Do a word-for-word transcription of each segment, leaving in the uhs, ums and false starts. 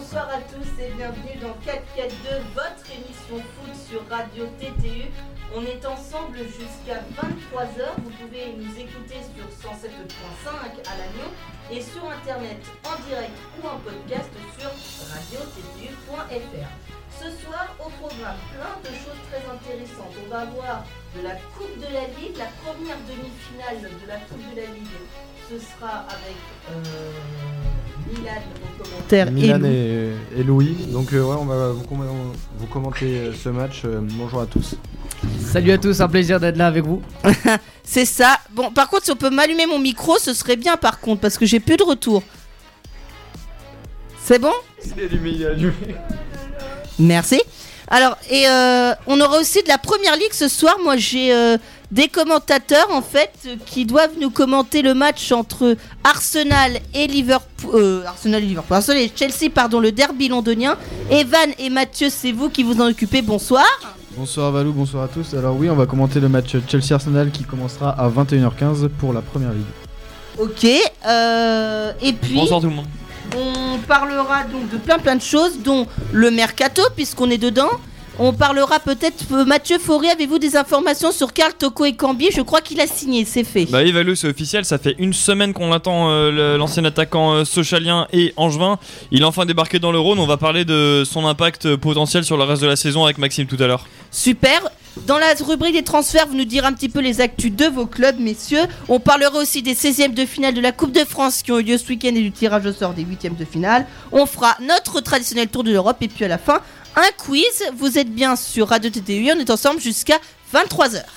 bonsoir à tous et bienvenue dans quatre quatre deux, votre émission foot sur Radio T T U. On est ensemble jusqu'à vingt-trois heures. Vous pouvez nous écouter sur cent sept point cinq à Lannion et sur internet en direct ou en podcast sur radio t t u point f r. Ce soir, au programme, plein de choses très intéressantes. On va voir de la Coupe de la Ligue, la première demi-finale de la Coupe de la Ligue. Ce sera avec euh, Milan au commentaire Milan et, et, et Louis. Donc euh, ouais, on va vous, com- vous commenter ce match. Euh, bonjour à tous. Salut à tous, un plaisir d'être là avec vous. C'est ça. Bon, par contre, si on peut m'allumer mon micro, ce serait bien par contre, parce que j'ai plus de retour. C'est bon ? Il est allumé, il est allumé. Merci. Alors, et euh, on aura aussi de la Première Ligue ce soir. Moi, j'ai euh, des commentateurs, en fait, qui doivent nous commenter le match entre Arsenal et Liverpool. Euh, Arsenal et Liverpool. Arsenal et Chelsea, pardon, le derby londonien. Evan et Mathieu, c'est vous qui vous en occupez. Bonsoir. Bonsoir Valou, bonsoir à tous. Alors oui, on va commenter le match Chelsea-Arsenal qui commencera à vingt et une heures quinze pour la Première Ligue. Ok. Euh, et puis... Bonsoir tout le monde. On parlera donc de plein plein de choses, dont le mercato, puisqu'on est dedans. On parlera peut-être, euh, Mathieu Faury, avez-vous des informations sur Karl Toko Ekambi ? Je crois qu'il a signé, c'est fait. Bah oui, Valou, c'est officiel, ça fait une semaine qu'on l'attend, euh, le, l'ancien attaquant euh, socialien et angevin. Il a enfin débarqué dans le Rhône, on va parler de son impact potentiel sur le reste de la saison avec Maxime tout à l'heure. Super. Dans la rubrique des transferts, vous nous direz un petit peu les actus de vos clubs, messieurs. On parlera aussi des seizièmes de finale de la Coupe de France qui ont eu lieu ce week-end et du tirage au sort des huitièmes de finale. On fera notre traditionnel tour de l'Europe et puis à la fin, un quiz. Vous êtes bien sur Radio T T U, on est ensemble jusqu'à vingt-trois heures.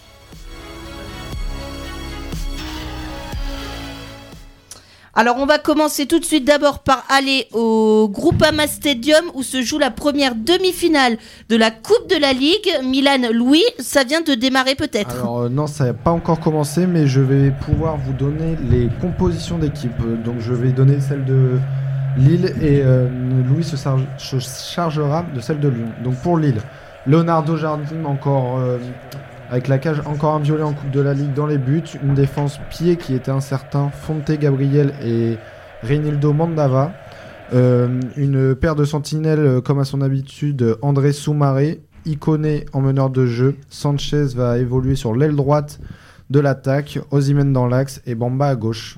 Alors on va commencer tout de suite d'abord par aller au Groupama Stadium où se joue la première demi-finale de la Coupe de la Ligue. Milan, Louis, ça vient de démarrer peut-être. Alors euh, non, ça n'a pas encore commencé, mais je vais pouvoir vous donner les compositions d'équipe. Donc je vais donner celle de Lille et euh, Louis se, char- se chargera de celle de Lyon. Donc pour Lille, Leonardo Jardim encore... Euh, avec la cage encore inviolée en Coupe de la Ligue dans les buts, une défense pied qui était incertain, Fonte Gabriel et Reinildo Mandava, euh, une paire de sentinelles comme à son habitude, André Soumaré, Ikoné en meneur de jeu, Sanchez va évoluer sur l'aile droite de l'attaque, Osimhen dans l'axe et Bamba à gauche.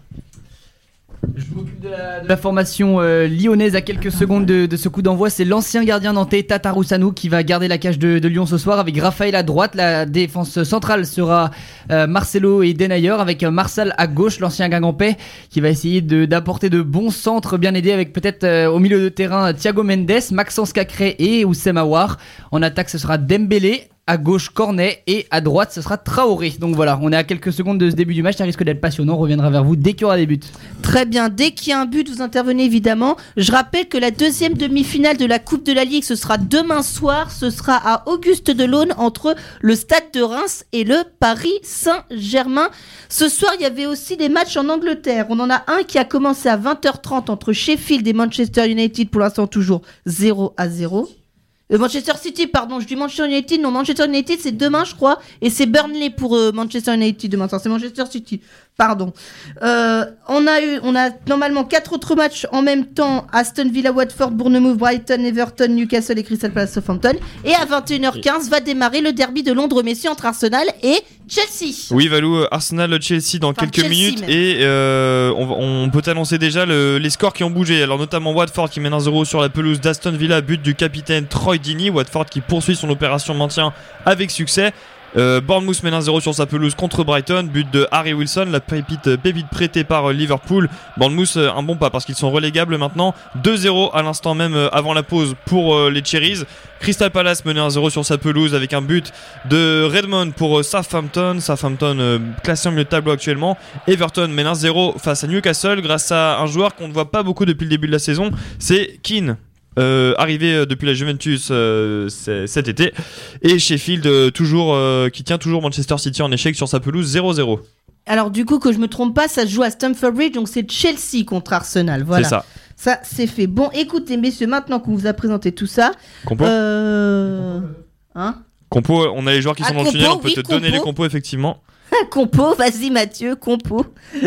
Je m'occupe de la, de la formation euh, lyonnaise à quelques secondes de, de ce coup d'envoi. C'est l'ancien gardien nantais Tata Roussanou qui va garder la cage de, de Lyon ce soir avec Raphaël à droite. La défense centrale sera euh, Marcelo et Denayer avec Marsal à gauche, l'ancien Guingampais qui va essayer de, d'apporter de bons centres bien aidés avec peut-être euh, au milieu de terrain Thiago Mendes, Maxence Cacré et Oussem Aouar. En attaque ce sera Dembélé. À gauche, Cornet et à droite, ce sera Traoré. Donc voilà, on est à quelques secondes de ce début du match. Ça risque d'être passionnant. On reviendra vers vous dès qu'il y aura des buts. Très bien. Dès qu'il y a un but, vous intervenez évidemment. Je rappelle que la deuxième demi-finale de la Coupe de la Ligue, ce sera demain soir. Ce sera à Auguste Delaune entre le Stade de Reims et le Paris Saint-Germain. Ce soir, il y avait aussi des matchs en Angleterre. On en a un qui a commencé à vingt heures trente entre Sheffield et Manchester United. Pour l'instant, toujours zéro à zéro. Euh, Manchester City, pardon, je dis Manchester United, non, Manchester United c'est demain je crois, et c'est Burnley pour euh, Manchester United demain, c'est Manchester City, pardon. Euh, on a eu, on a normalement quatre autres matchs en même temps, Aston Villa, Watford, Bournemouth, Brighton, Everton, Newcastle et Crystal Palace, Southampton, et à vingt et une heures quinze va démarrer le derby de Londres, messieurs, entre Arsenal et Chelsea. Oui Valou, Arsenal-Chelsea dans enfin, quelques Chelsea minutes même. et euh, on, on peut annoncer déjà le, les scores qui ont bougé. Alors notamment Watford qui mène un zéro sur la pelouse d'Aston Villa, but du capitaine Troy Deeney. Watford qui poursuit son opération maintien avec succès. Euh, Bournemouth mène un zéro sur sa pelouse contre Brighton, but de Harry Wilson, la pépite, pépite prêtée par euh, Liverpool. Bournemouth, euh, un bon pas parce qu'ils sont relégables maintenant. deux zéro à l'instant même euh, avant la pause pour euh, les Cherries. Crystal Palace menait un zéro sur sa pelouse avec un but de Redmond pour euh, Southampton. Southampton euh, classé en milieu de tableau actuellement. Everton mène un zéro face à Newcastle grâce à un joueur qu'on ne voit pas beaucoup depuis le début de la saison, c'est Keane. Euh, arrivé depuis la Juventus euh, cet été, et Sheffield euh, toujours, euh, qui tient toujours Manchester City en échec sur sa pelouse zéro zéro. Alors du coup, que je me trompe pas, ça se joue à Stamford Bridge, donc c'est Chelsea contre Arsenal, voilà. C'est ça. Ça, c'est fait. Bon, écoutez, messieurs, maintenant qu'on vous a présenté tout ça... Compo euh... Hein Compo, on a les joueurs qui ah, sont dans compo, le tunnel, on peut oui, te compo. donner les compos, effectivement. Compo, vas-y Mathieu, compo.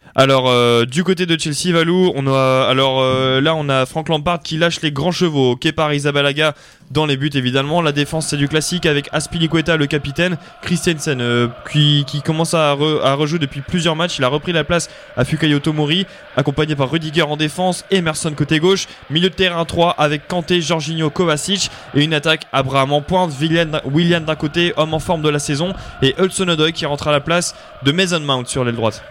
Alors euh, du côté de Chelsea, Valou, on a alors euh, là on a Frank Lampard qui lâche les grands chevaux, Kepa Arrizabalaga dans les buts évidemment. La défense c'est du classique avec Azpilicueta le capitaine, Christensen euh, qui qui commence à, re, à rejouer depuis plusieurs matchs. Il a repris la place à Fikayo Tomori, accompagné par Rudiger en défense, Emerson côté gauche, milieu de terrain trois avec Kanté, Jorginho, Kovacic et une attaque Abraham en pointe, Willian, Willian d'un côté, homme en forme de la saison, et Hudson-Odoi qui rentre à la place de Mason Mount sur l'aile droite.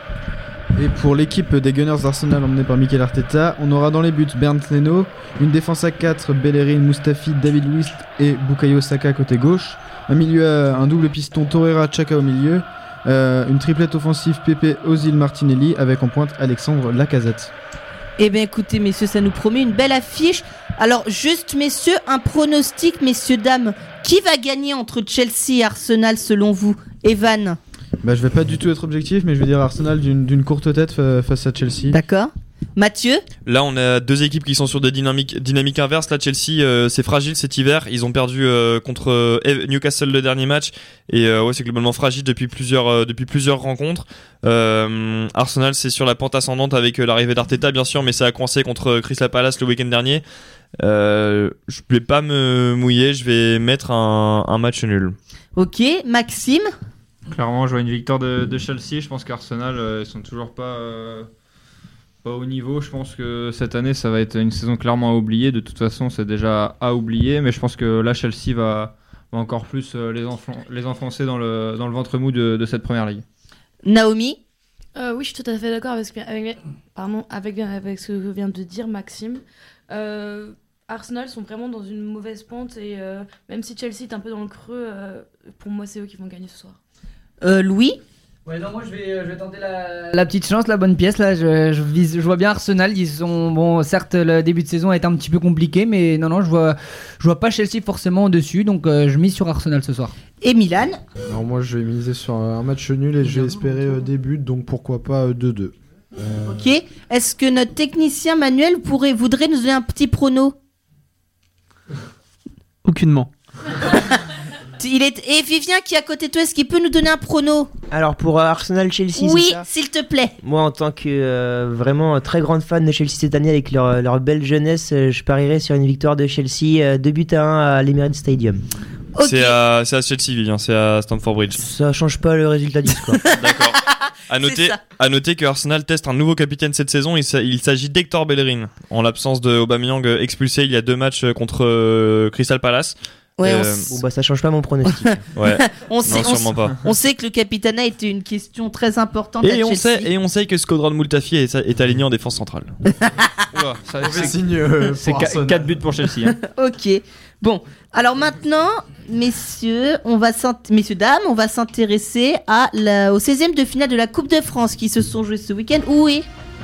Et pour l'équipe des Gunners d'Arsenal emmenée par Mikel Arteta, on aura dans les buts Bernd Leno, une défense à quatre, Bellerin, Mustafi, David Luiz et Bukayo Saka côté gauche, un milieu, un double piston Torreira, Xhaka au milieu, euh, une triplette offensive Pepe, Ozil, Martinelli avec en pointe Alexandre Lacazette. Eh bien écoutez messieurs, ça nous promet une belle affiche. Alors juste messieurs, un pronostic messieurs dames, qui va gagner entre Chelsea et Arsenal selon vous? Evan? Bah, je vais pas du tout être objectif, mais je vais dire Arsenal d'une, d'une courte tête fa- face à Chelsea. D'accord. Mathieu? Là, on a deux équipes qui sont sur des dynamiques, dynamiques inverses. Là, Chelsea, euh, c'est fragile cet hiver. Ils ont perdu euh, contre euh, Newcastle le dernier match. Et euh, ouais, c'est globalement fragile depuis plusieurs, euh, depuis plusieurs rencontres. Euh, Arsenal, c'est sur la pente ascendante avec euh, l'arrivée d'Arteta, bien sûr, mais ça a coincé contre Crystal Palace le week-end dernier. Euh, je vais pas me mouiller, je vais mettre un, un match nul. Ok. Maxime? Clairement, je vois une victoire de, de Chelsea. Je pense qu'Arsenal, euh, ils sont toujours pas, euh, pas au niveau. Je pense que cette année, ça va être une saison clairement à oublier. De toute façon, c'est déjà à oublier. Mais je pense que là, Chelsea va, va encore plus euh, les, enfan- les enfoncer dans le, dans le ventre mou de, de cette première ligue. Naomi? Euh, oui, je suis tout à fait d'accord avec, avec, pardon, avec, avec ce que vient de dire Maxime. Euh, Arsenal sont vraiment dans une mauvaise pente. Et euh, même si Chelsea est un peu dans le creux, euh, pour moi, c'est eux qui vont gagner ce soir. Euh, Louis? Ouais, non, moi je vais, je vais tenter la, la petite chance, la bonne pièce. Là, je, je, vise, je vois bien Arsenal. Ils sont, bon, certes, le début de saison a été un petit peu compliqué, mais non, non, je vois, je vois pas Chelsea forcément au-dessus, donc euh, je mise sur Arsenal ce soir. Et Milan? Alors moi je vais miser sur un match nul et je vais espérer euh, des buts, donc pourquoi pas euh, deux deux. Euh... Ok. Est-ce que notre technicien Manuel pourrait, voudrait nous donner un petit prono? Aucunement. Il est... Et Vivien qui est à côté de toi, est-ce qu'il peut nous donner un prono? Alors pour euh, Arsenal-Chelsea, oui, c'est ça? s'il te plaît. Moi, en tant que euh, vraiment très grande fan de Chelsea cette année, avec leur, leur belle jeunesse, euh, je parierais sur une victoire de Chelsea, euh, deux buts à un à l'Emirates Stadium. Okay. C'est, à, c'est à Chelsea, Vivien, c'est à Stamford Bridge. Ça change pas le résultat du score. D'accord. À noter, à noter que Arsenal teste un nouveau capitaine cette saison. Il, sa, il s'agit d'Hector Bellerin, en l'absence de Aubameyang expulsé il y a deux matchs contre euh, Crystal Palace. Ouais, euh, s... Bon bah ça change pas mon pronostic. Ouais. on sait, non, sûrement on, pas. On sait que le capitanat était une question très importante et à on Chelsea. sait et on sait que Skodran Multafi est, est aligné en défense centrale. Oula, ça, c'est signe euh, c'est quatre buts pour Chelsea. Hein. Ok. Bon, alors maintenant, messieurs, on va messieurs dames, on va s'intéresser à la... au seizième de finale de la Coupe de France qui se sont joués ce week-end. Oui.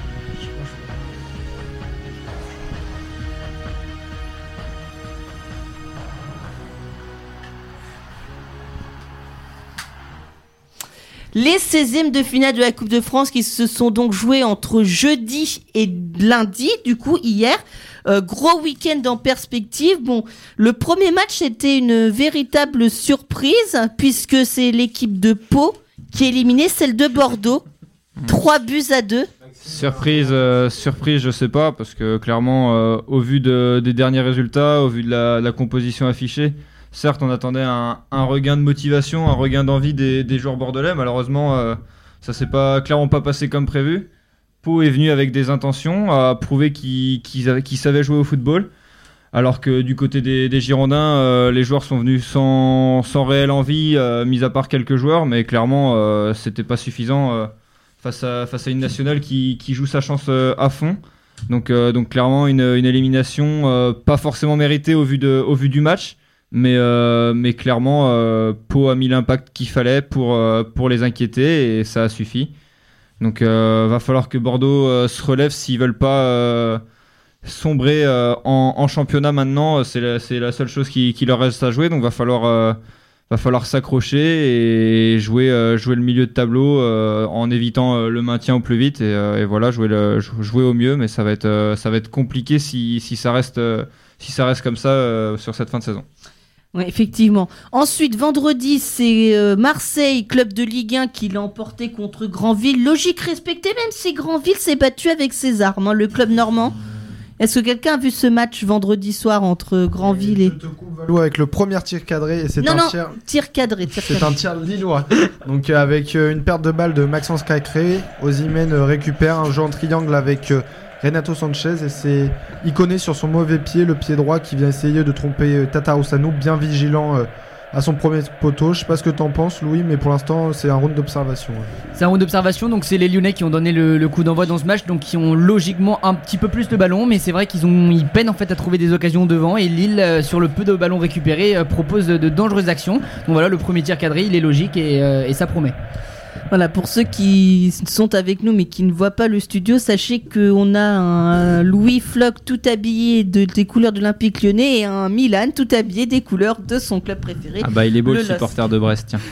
Les seizièmes de finale de la Coupe de France qui se sont donc joués entre jeudi et lundi, du coup hier. Euh, gros week-end en perspective. Bon, le premier match était une véritable surprise puisque c'est l'équipe de Pau qui a éliminé celle de Bordeaux. Trois buts à deux. Surprise, euh, surprise, je sais pas, parce que clairement, euh, au vu de, des derniers résultats, au vu de la, la composition affichée, certes, on attendait un, un regain de motivation, un regain d'envie des, des joueurs bordelais. Malheureusement, euh, ça s'est pas, clairement pas passé comme prévu. Pau est venu avec des intentions, à prouver qu'ils, qu'ils, avaient, qu'ils savaient jouer au football. Alors que du côté des, des Girondins, euh, les joueurs sont venus sans, sans réelle envie, euh, mis à part quelques joueurs, mais clairement, euh, c'était pas suffisant euh, face, à, face à une nationale qui, qui joue sa chance euh, à fond. Donc, euh, donc clairement, une, une élimination euh, pas forcément méritée au vu, de, au vu du match. Mais, euh, mais clairement, euh, Pau a mis l'impact qu'il fallait pour, euh, pour les inquiéter et ça a suffi. Donc euh, va falloir que Bordeaux euh, se relève s'ils veulent pas euh, sombrer euh, en, en championnat maintenant. C'est la, c'est la seule chose qui, qui leur reste à jouer. Donc va falloir, euh, va falloir s'accrocher et jouer, euh, jouer le milieu de tableau euh, en évitant euh, le maintien au plus vite. Et, euh, et voilà, jouer, le, jouer au mieux. Mais ça va être, euh, ça va être compliqué si, si, ça reste, euh, si ça reste comme ça euh, sur cette fin de saison. Oui, effectivement. Ensuite, vendredi, c'est euh, Marseille, club de Ligue un, qui l'a emporté contre Granville. Logique respectée, même si Granville s'est battu avec ses armes, hein, le club normand. Est-ce que quelqu'un a vu ce match vendredi soir entre Granville et... Je te coupe, Valou, avec le premier tir cadré, et c'est Non, un non, tir... tir cadré. Tir C'est cadré. un tir lillois. Donc euh, avec euh, une perte de balle de Maxence Cacré, Osimhen euh, récupère un jeu en triangle avec euh, Renato Sanchez et c'est Iconé sur son mauvais pied, le pied droit qui vient essayer de tromper euh, Tatarusanu, bien vigilant euh, à son premier poteau. Je sais pas ce que t'en penses, Louis, mais pour l'instant c'est un round d'observation. Ouais. C'est un round d'observation, donc c'est les Lyonnais qui ont donné le, le coup d'envoi dans ce match, donc qui ont logiquement un petit peu plus le ballon, mais c'est vrai qu'ils ont ils peinent en fait à trouver des occasions devant, et Lille, euh, sur le peu de ballons récupérés, euh, propose de, de dangereuses actions. Donc voilà, le premier tir cadré, il est logique et, euh, et ça promet. Voilà, pour ceux qui sont avec nous mais qui ne voient pas le studio, sachez qu'on a un Louis Floch tout habillé de, des couleurs de l'Olympique Lyonnais et un Milan tout habillé des couleurs de son club préféré. Ah bah il est beau le, le supporter de Brest, tiens.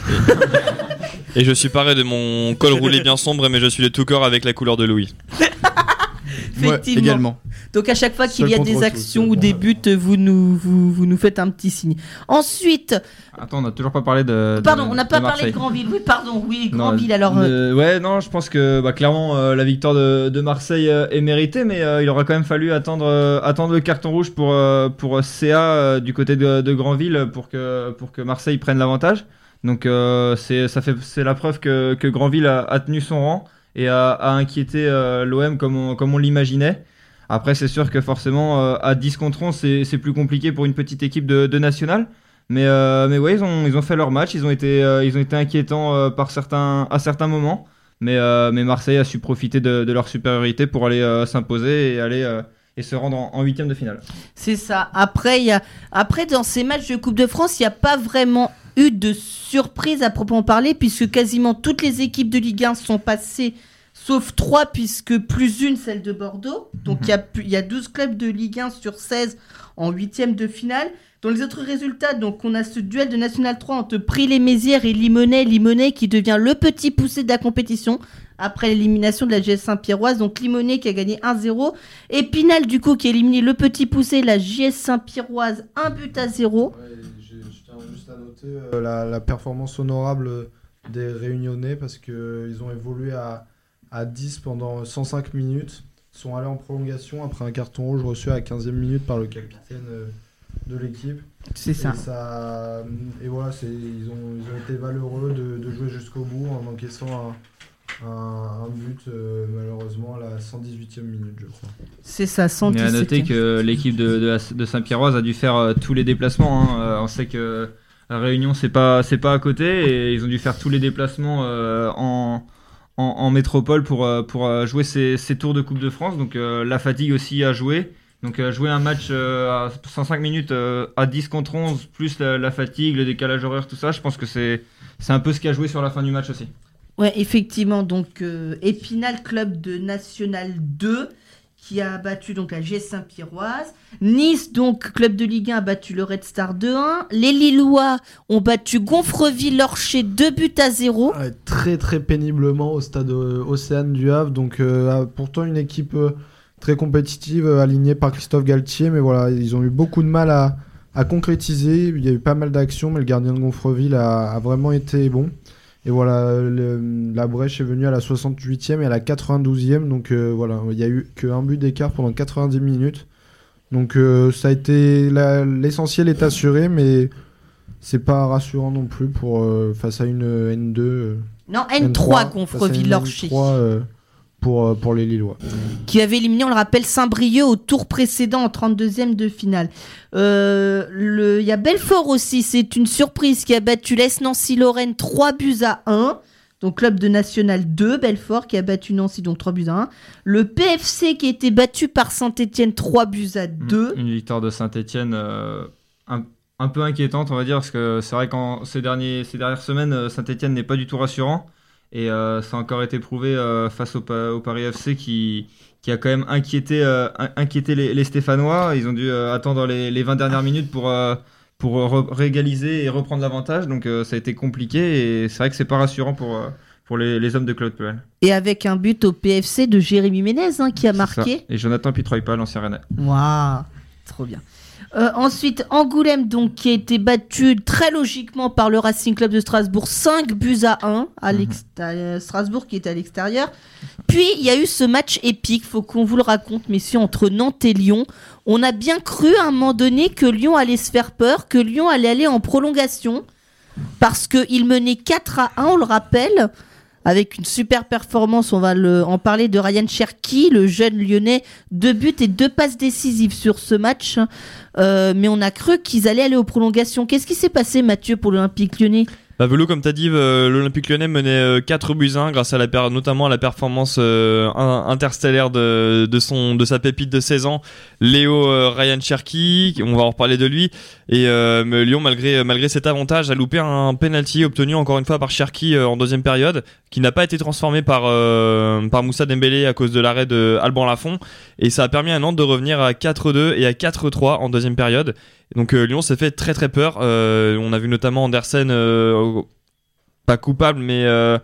Et je suis paré de mon col roulé bien sombre, mais je suis de tout corps avec la couleur de Louis. Effectivement. Ouais, également. Donc à chaque fois qu'il Seul y a contre des tous, actions seul ou contre des buts, vous nous, vous, vous nous faites un petit signe. Ensuite, Attends, on n'a toujours pas parlé de. pardon, de- on n'a pas de parlé de Marseille. Granville. Oui, pardon, oui, Non, Granville. Alors, euh, euh, ouais, non, je pense que bah, clairement euh, la victoire de, de Marseille euh, est méritée, mais euh, il aura quand même fallu attendre, euh, attendre le carton rouge pour, euh, pour C A euh, du côté de, de Granville pour que, pour que Marseille prenne l'avantage. Donc euh, c'est, ça fait, c'est la preuve que, que Granville a, a tenu son rang et a, a inquiété euh, l'O M comme on, comme on l'imaginait. Après, c'est sûr que forcément, euh, à dix contre onze, c'est, c'est plus compliqué pour une petite équipe de, de nationale. Mais, euh, mais ouais, ils ont, ils ont fait leur match, ils ont été, euh, ils ont été inquiétants euh, par certains, à certains moments. Mais, euh, mais Marseille a su profiter de, de leur supériorité pour aller euh, s'imposer et, aller, euh, et se rendre en, en huitième de finale. c'est ça. Après, il y a... Après, dans ces matchs de Coupe de France, il n'y a pas vraiment eu de surprise à proprement parler, puisque quasiment toutes les équipes de Ligue un sont passées, sauf trois, puisque plus une, celle de Bordeaux. Donc il y a pu- il y a douze clubs de Ligue un sur seize en huitième de finale. Dans les autres résultats, donc on a ce duel de National trois entre Prix-les-Mézières et Limonest. Limonest qui devient le petit poussé de la compétition après l'élimination de la J S Saint-Pierroise. Donc Limonest qui a gagné un zéro. Et Pinal du coup qui a éliminé le petit poussé, la J S Saint-Pierroise, un but à zéro. Ouais, je, je tiens juste à noter euh, la, la performance honorable des Réunionnais parce qu'ils ont évolué à, à dix pendant cent cinq minutes. Ils sont allés en prolongation après un carton rouge reçu à la quinzième minute par le capitaine euh, de l'équipe. C'est Et, ça. ça, et voilà, c'est, ils, ont, ils ont été valeureux de, de jouer jusqu'au bout en encaissant un, un, un but euh, malheureusement à la cent dix-huitième minute, je crois. C'est ça, cent Il est à dix-septième. noter que l'équipe de, de, la- de Saint-Pierroise a dû faire euh, tous les déplacements. Hein. Euh, on sait que la Réunion, c'est pas, c'est pas à côté et ils ont dû faire tous les déplacements euh, en, en, en métropole pour, euh, pour euh, jouer ces, ces tours de Coupe de France. Donc euh, la fatigue aussi a joué. Donc euh, jouer un match euh, à cent cinq minutes euh, à dix contre onze, plus la, la fatigue, le décalage horaire, tout ça, je pense que c'est, c'est un peu ce qui a joué sur la fin du match aussi. Ouais, effectivement. Donc euh, Épinal, club de National deux, qui a battu donc la G S Saint-Pierroise. Nice, donc club de Ligue un, a battu le Red Star deux un. Les Lillois ont battu Gonfreville-Lorcher deux buts à zéro. Ouais, très très péniblement au stade euh, Océane du Havre. Donc euh, pourtant une équipe euh, très compétitive euh, alignée par Christophe Galtier, mais voilà, ils ont eu beaucoup de mal à, à concrétiser. Il y a eu pas mal d'actions, mais le gardien de Gonfreville a, a vraiment été bon. Et voilà, le- la brèche est venue à la soixante-huitième et à la quatre-vingt-douzième. Donc euh, voilà, il n'y a eu qu'un but d'écart pendant quatre-vingt-dix minutes. Donc euh, ça a été la- l'essentiel est assuré, mais c'est pas rassurant non plus pour euh, face à une euh, N deux. euh, Non, N trois, face à une Gonfreville-Lorcher. N trois, euh, pour, euh, pour les Lillois. Qui avait éliminé, on le rappelle, Saint-Brieuc au tour précédent en trente-deuxième de finale. Euh, le- Il y a Belfort aussi, c'est une surprise, qui a battu l'E S Nancy-Lorraine trois buts à un. Donc club de National deux, Belfort qui a battu Nancy, donc trois buts à un. Le P F C qui a été battu par Saint-Etienne trois buts à deux. Une victoire de Saint-Etienne euh, un, un peu inquiétante, on va dire, parce que c'est vrai qu'en ces, derniers, ces dernières semaines, euh, Saint-Etienne n'est pas du tout rassurant. Et euh, ça a encore été prouvé euh, face au, Pa- au Paris F C qui, qui a quand même inquiété, euh, in- inquiété les, les Stéphanois. Ils ont dû euh, attendre les, les vingt dernières minutes pour, euh, pour re- régaliser et reprendre l'avantage. Donc euh, ça a été compliqué et c'est vrai que c'est pas rassurant pour, euh, pour les, les hommes de Claude Puel. Et avec un but au P F C de Jérémy Ménez hein, qui a C'est marqué. ça. Et Jonathan Pitroipa, l'ancien Rennais. Waouh, trop bien. Euh, ensuite, Angoulême, donc, qui a été battu très logiquement par le Racing Club de Strasbourg, cinq buts à un à l'extérieur. Strasbourg qui était à l'extérieur. Puis, il y a eu ce match épique, faut qu'on vous le raconte, messieurs, entre Nantes et Lyon. On a bien cru à un moment donné que Lyon allait se faire peur, que Lyon allait aller en prolongation, parce qu'il menait quatre à un, on le rappelle, avec une super performance, on va le, en parler, de Ryan Cherki, le jeune lyonnais, deux buts et deux passes décisives sur ce match. Euh, mais on a cru qu'ils allaient aller aux prolongations. Qu'est-ce qui s'est passé, Mathieu, pour l'Olympique lyonnais ? Bah, Velo, comme t'as dit, euh, l'Olympique Lyonnais menait euh, quatre buts à un grâce à la per- notamment à la performance euh, un- interstellaire de, de son de sa pépite de seize ans, Léo euh, Ryan Cherki. On va en reparler de lui. Et euh, mais Lyon, malgré malgré cet avantage, a loupé un penalty obtenu encore une fois par Cherki euh, en deuxième période, qui n'a pas été transformé par euh, par Moussa Dembélé à cause de l'arrêt de Alban Lafont. Et ça a permis à Nantes de revenir à quatre deux et à quatre trois en deuxième période. Donc euh, Lyon s'est fait très très peur. Euh, on a vu notamment Andersen, euh, pas coupable, mais euh,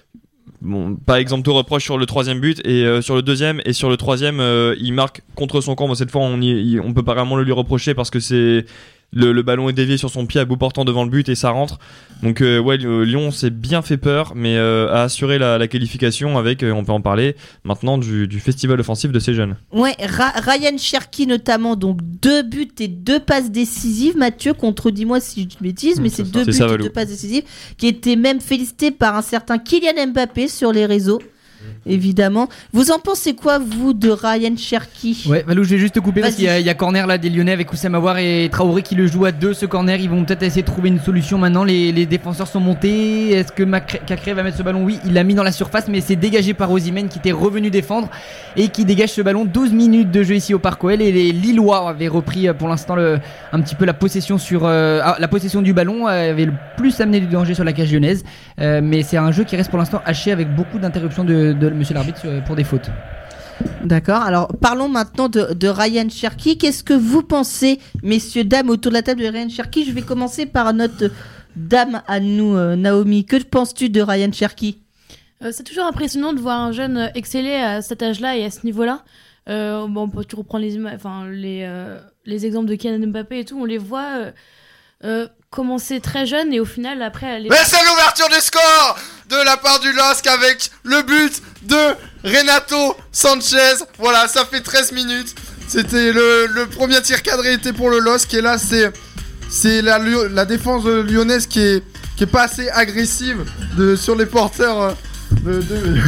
bon, pas exempt de reproche sur le troisième but et euh, sur le deuxième et sur le troisième, euh, il marque contre son camp. Bon, cette fois, on, y, on peut pas vraiment le lui reprocher parce que c'est le, le ballon est dévié sur son pied à bout portant devant le but et ça rentre. Donc euh, ouais, Lyon s'est bien fait peur, mais euh, a assuré la, la qualification avec, euh, on peut en parler maintenant, du, du festival offensif de ces jeunes. Ouais, Ra- Ryan Cherki notamment, donc deux buts et deux passes décisives. Mathieu, contredis-moi si je dis bêtise, mais c'est c'est ça. deux C'est buts ça, et Valou. deux passes décisives, qui étaient même félicités par un certain Kylian Mbappé sur les réseaux. Évidemment. Vous en pensez quoi, vous, de Ryan Cherki ? Ouais, Valou, je vais juste te couper parce Vas-y. qu'il y a, il y a corner là des Lyonnais avec Oussem Aouar et Traoré qui le jouent à deux. Ce corner, ils vont peut-être essayer de trouver une solution maintenant. Les, les défenseurs sont montés. Est-ce que Macré- Cacré va mettre ce ballon ? Oui, il l'a mis dans la surface, mais c'est dégagé par Osimhen qui était revenu défendre et qui dégage ce ballon. douze minutes de jeu ici au Parc O L et les Lillois avaient repris euh, pour l'instant le, un petit peu la possession sur euh, ah, la possession du ballon, euh, avait le plus amené du danger sur la cage lyonnaise. Euh, mais c'est un jeu qui reste pour l'instant haché avec beaucoup d'interruptions de, de monsieur l'arbitre sur- pour des fautes. D'accord, alors parlons maintenant de, de Ryan Cherki. Qu'est-ce que vous pensez, messieurs, dames, autour de la table de Ryan Cherki ? Je vais commencer par notre dame à nous, euh, Naomi. Que penses-tu de Ryan Cherki ? Euh, c'est toujours impressionnant de voir un jeune exceller à cet âge-là et à ce niveau-là. Euh, bon, on peut toujours prendre les, ima- enfin, les, euh, les exemples de Kylian Mbappé et tout. On les voit euh, euh, commencer très jeune et au final, après, aller... Mais c'est l'ouverture du score de la part du L O S C avec le but de Renato Sanchez. Voilà, ça fait treize minutes. C'était le, le premier tir cadré était pour le L O S C. Et là, c'est, c'est la, la défense lyonnaise qui est, qui est pas assez agressive de, sur les porteurs euh, de, de,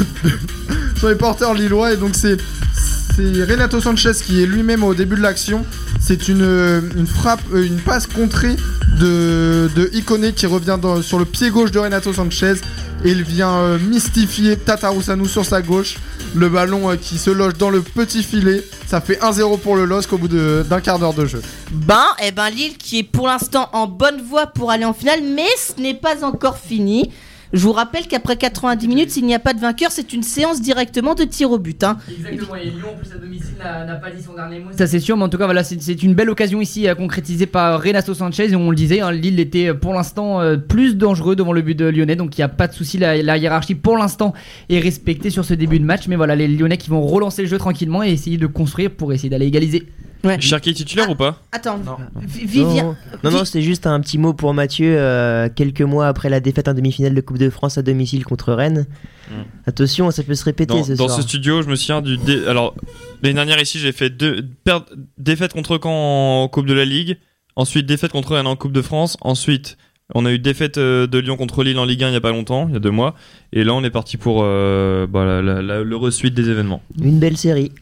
de, sur les porteurs lillois. Et donc, c'est, c'est Renato Sanchez qui est lui-même au début de l'action. C'est une, une frappe, une passe contrée de, de Ikoné qui revient dans, sur le pied gauche de Renato Sanchez et il vient euh, mystifier Tatarusanu sur sa gauche. Le ballon euh, qui se loge dans le petit filet. Ça fait un zéro pour le L O S C au bout de, d'un quart d'heure de jeu. Ben, eh ben Lille qui est pour l'instant en bonne voie pour aller en finale, mais ce n'est pas encore fini. Je vous rappelle qu'après quatre-vingt-dix minutes, s'il n'y a pas de vainqueur, c'est une séance directement de tir au but. Hein. Exactement, et Lyon en plus à domicile n'a, n'a pas dit son dernier mot. Ça c'est sûr, mais en tout cas voilà, c'est, c'est une belle occasion ici à concrétiser par Renato Sanchez. Et on le disait, hein, Lille était pour l'instant euh, plus dangereux devant le but de Lyonnais, donc il n'y a pas de souci, la, la hiérarchie pour l'instant est respectée sur ce début de match. Mais voilà, les Lyonnais qui vont relancer le jeu tranquillement et essayer de construire pour essayer d'aller égaliser. Ouais. Cherki titulaire Ah. ou pas ? Attends, Non. Vi- Vivien. Non, non, non, c'était juste un petit mot pour Mathieu. euh, quelques mois après la défaite en demi-finale de Coupe de France à domicile contre Rennes. Mm. Attention, ça peut se répéter Dans, ce dans soir. ce studio, je me souviens du. Dé... Alors, l'année dernière ici, j'ai fait deux per... défaite contre Caen en Coupe de la Ligue. Ensuite, défaite contre Rennes en Coupe de France. Ensuite, on a eu défaite euh, de Lyon contre Lille en Ligue un il n'y a pas longtemps, il y a deux mois. Et là, on est parti pour euh, bah, la, la, la, le resuite des événements. Une belle série.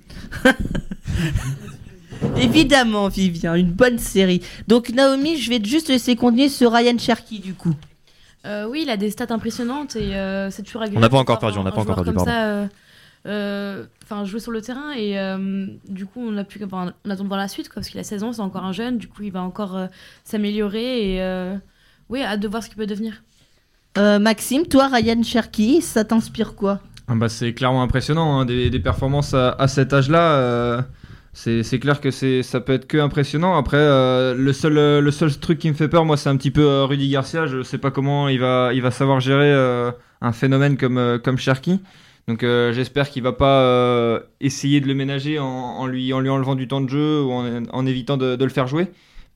Évidemment, Vivien, une bonne série. Donc Naomi, je vais juste te laisser continuer sur Ryan Cherki du coup. Euh, oui, il a des stats impressionnantes et euh, c'est toujours agréable. On n'a pas de encore voir perdu, on n'a un pas encore joueur perdu, comme pardon. ça, euh, euh, enfin, jouer sur le terrain et euh, du coup, on a pu, enfin, on attend de voir la suite, quoi, parce qu'il a seize ans, c'est encore un jeune. Du coup, il va encore euh, s'améliorer et euh, oui, hâte de voir ce qu'il peut devenir. Euh, Maxime, toi, Ryan Cherki, ça t'inspire quoi ? Ah bah, c'est clairement impressionnant, hein, des, des performances à, à cet âge-là. euh, c'est, c'est clair que c'est, ça peut être que impressionnant. Après, euh, le, seul, euh, le seul truc qui me fait peur, moi, c'est un petit peu euh, Rudy Garcia. Je sais pas comment il va, il va savoir gérer euh, un phénomène comme, euh, comme Cherki. Donc euh, j'espère qu'il va pas euh, essayer de le ménager en, en, lui, en lui enlevant du temps de jeu ou en, en évitant de, de le faire jouer.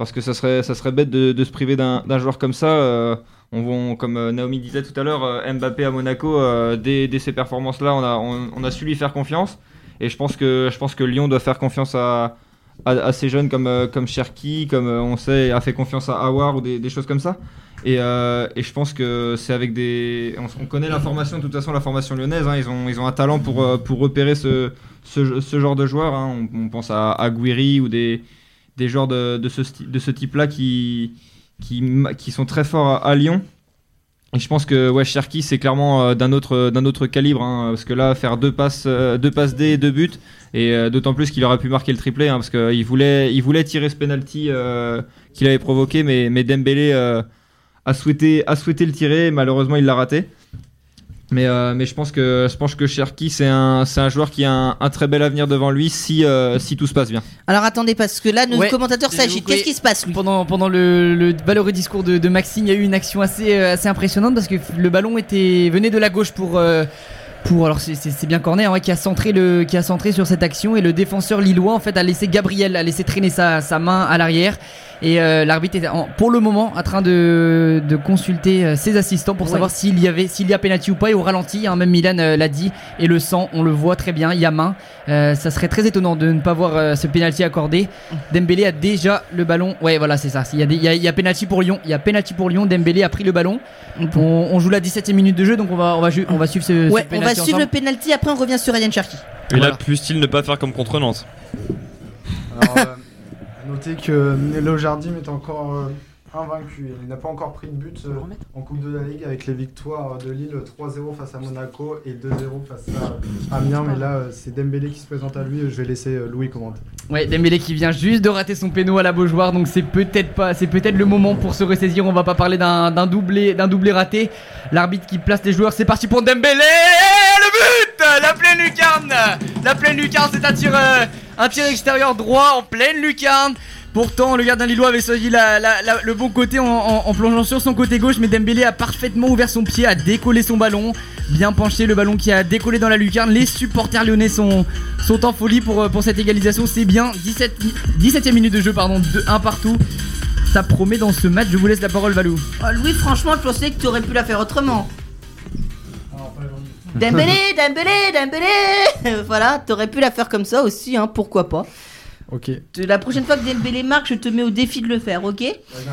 parce que ça serait, ça serait bête de, de se priver d'un, d'un joueur comme ça. Euh, on, on, comme euh, Naomi disait tout à l'heure, euh, Mbappé à Monaco, euh, dès, dès ces performances-là, on a, on, on a su lui faire confiance. Et je pense que, je pense que Lyon doit faire confiance à, à, à ces jeunes comme, euh, comme Cherki, comme euh, on sait, a fait confiance à Aouar ou des, des choses comme ça. Et, euh, et je pense que c'est avec des... On, on connaît la formation, de toute façon, la formation lyonnaise. Hein, ils, ont, ils ont un talent pour, euh, pour repérer ce, ce, ce genre de joueurs. Hein. On, on pense à, à Guiri ou des, des joueurs de, de, ce, de ce type-là qui, qui, qui sont très forts à, à Lyon. Et je pense que ouais, Cherki, c'est clairement euh, d'un, autre, d'un autre calibre. Hein, parce que là, faire deux passes, euh, deux passes D et deux buts, et euh, d'autant plus qu'il aurait pu marquer le triplé, hein, parce qu'il voulait, il voulait tirer ce penalty euh, qu'il avait provoqué, mais, mais Dembélé... Euh, a souhaité, a souhaité le tirer, malheureusement il l'a raté. Mais, euh, mais je pense que, je pense que Cherki, c'est un, c'est un joueur qui a un, un très bel avenir devant lui si, euh, si tout se passe bien. Alors attendez, parce que là, nos Ouais. commentateurs s'agitent. Qu'est-ce qui se passe, lui? Pendant, pendant le, le valeureux discours de, de Maxime, il y a eu une action assez, euh, assez impressionnante parce que le ballon était, venait de la gauche pour... Euh, Pour, alors c'est, c'est, c'est bien Cornet hein, qui a centré le qui a centré sur cette action, et le défenseur lillois en fait a laissé Gabriel a laissé traîner sa, sa main à l'arrière, et euh, l'arbitre est en, pour le moment en train de, de consulter euh, ses assistants pour Ouais. savoir s'il y avait s'il y a penalty ou pas, et au ralenti hein, même Milan euh, l'a dit, et le sang on le voit très bien, il y a main. Euh, ça serait très étonnant de ne pas voir euh, ce penalty accordé. Dembélé a déjà le ballon, ouais voilà c'est ça, il y a des, il y a, il y a penalty pour Lyon, il y a penalty pour Lyon, Dembélé a pris le ballon. On, on joue la dix-septième minute de jeu, donc on va on va ju- on va suivre ce, Ouais, ce on penalty va suivre ensemble. le penalty, après on revient sur Ryan Cherki. Et Voilà. là, puisse-t-il ne pas faire comme contre Nantes? Alors, euh, notez que le Jardim est encore euh, invaincu. Il n'a pas encore pris de but euh, en Coupe de la Ligue avec les victoires de Lille trois zéro face à Monaco et deux zéro face à Amiens. Mais là, euh, c'est Dembélé qui se présente à lui. Je vais laisser euh, Louis commenter. Ouais, Dembélé qui vient juste de rater son péno à la Beaujoire, donc c'est peut-être pas, c'est peut-être le moment pour se ressaisir. On va pas parler d'un, d'un doublé, d'un doublé raté. L'arbitre qui place les joueurs, c'est parti pour Dembélé. Le but, la pleine lucarne, la pleine lucarne, c'est un tir, euh, un tir extérieur droit en pleine lucarne. Pourtant, le gardien lillois avait choisi la, la, la, le bon côté en, en, en plongeant sur son côté gauche, mais Dembélé a parfaitement ouvert son pied, a décollé son ballon, bien penché, le ballon qui a décollé dans la lucarne. Les supporters lyonnais sont, sont en folie pour, pour cette égalisation, c'est bien. dix-sept, dix-septième minute de jeu, pardon, deux un partout. Ça promet dans ce match, je vous laisse la parole, Valou. Oh, Louis, franchement, je pensais que tu aurais pu la faire autrement. Dembélé, Dembélé, Dembélé. Voilà, t'aurais pu la faire comme ça aussi, hein, pourquoi pas. Ok. La prochaine fois que Dembélé marque, je te mets au défi de le faire, ok?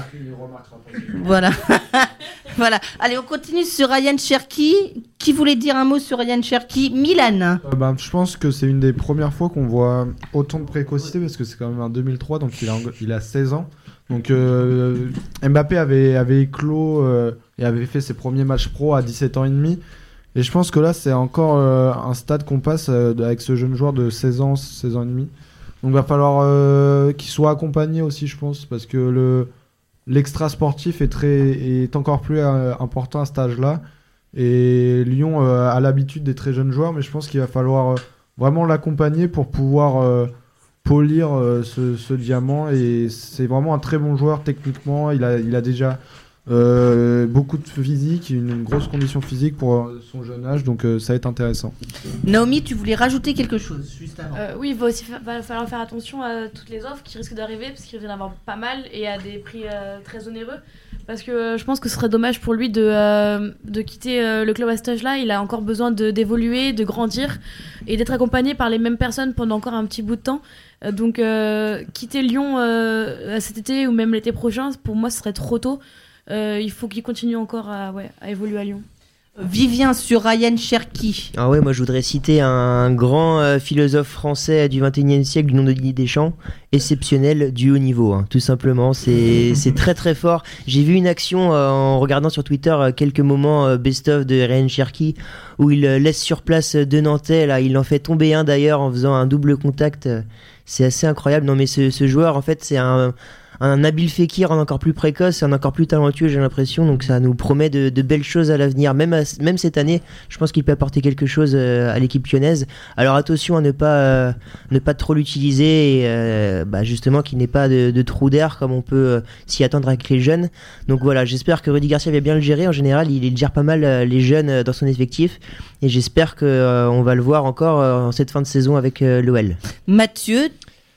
Voilà. Voilà. Allez, on continue sur Ryan Cherki. Qui voulait dire un mot sur Ryan Cherki? Milan. Euh, bah, je pense que c'est une des premières fois qu'on voit autant de précocité parce que c'est quand même un deux mille trois, donc il a, il a seize ans. Donc euh, Mbappé avait, avait éclos euh, et avait fait ses premiers matchs pro à dix-sept ans et demi. Et je pense que là, c'est encore euh, un stade qu'on passe euh, avec ce jeune joueur de seize ans, seize ans et demi. Donc il va falloir euh, qu'il soit accompagné aussi, je pense, parce que le, l'extra sportif est, très, est encore plus euh, important à cet âge-là. Et Lyon euh, a l'habitude des très jeunes joueurs, mais je pense qu'il va falloir euh, vraiment l'accompagner pour pouvoir euh, polir euh, ce, ce diamant. Et c'est vraiment un très bon joueur techniquement. Il a, il a déjà euh, beaucoup de physique, une grosse condition physique pour euh, son jeune âge, donc euh, ça va être intéressant. Naomi, tu voulais rajouter quelque chose juste avant. Euh, oui, il va aussi fa- va falloir faire attention à toutes les offres qui risquent d'arriver, parce qu'il risque d'en avoir pas mal et à des prix euh, très onéreux. Parce que euh, je pense que ce serait dommage pour lui de, euh, de quitter euh, le club à cet âge-là. Il a encore besoin de, d'évoluer, de grandir et d'être accompagné par les mêmes personnes pendant encore un petit bout de temps. Euh, donc euh, quitter Lyon euh, cet été ou même l'été prochain, pour moi, ce serait trop tôt. Euh, il faut qu'il continue encore à, ouais, à évoluer à Lyon. Vivien sur Ryan Cherki. Ah ouais, moi je voudrais citer un grand euh, philosophe français du vingt et unième siècle du nom de Didier Deschamps, exceptionnel du haut niveau, hein, tout simplement, c'est, c'est très très fort. J'ai vu une action euh, en regardant sur Twitter euh, quelques moments euh, best-of de Ryan Cherki où il euh, laisse sur place deux Nantais, là, il en fait tomber un d'ailleurs en faisant un double contact, euh, c'est assez incroyable. Non mais ce, ce joueur en fait c'est un... un Nabil Fekir en encore plus précoce et en encore plus talentueux, j'ai l'impression, donc ça nous promet de, de belles choses à l'avenir, même, à, même cette année je pense qu'il peut apporter quelque chose euh, à l'équipe lyonnaise. Alors attention à ne pas, euh, ne pas trop l'utiliser et euh, bah justement qu'il n'ait pas de, de trou d'air comme on peut euh, s'y attendre avec les jeunes. Donc voilà, j'espère que Rudy Garcia va bien le gérer. En général il, il gère pas mal euh, les jeunes euh, dans son effectif et j'espère qu'on euh, va le voir encore euh, en cette fin de saison avec euh, l'O L. Mathieu.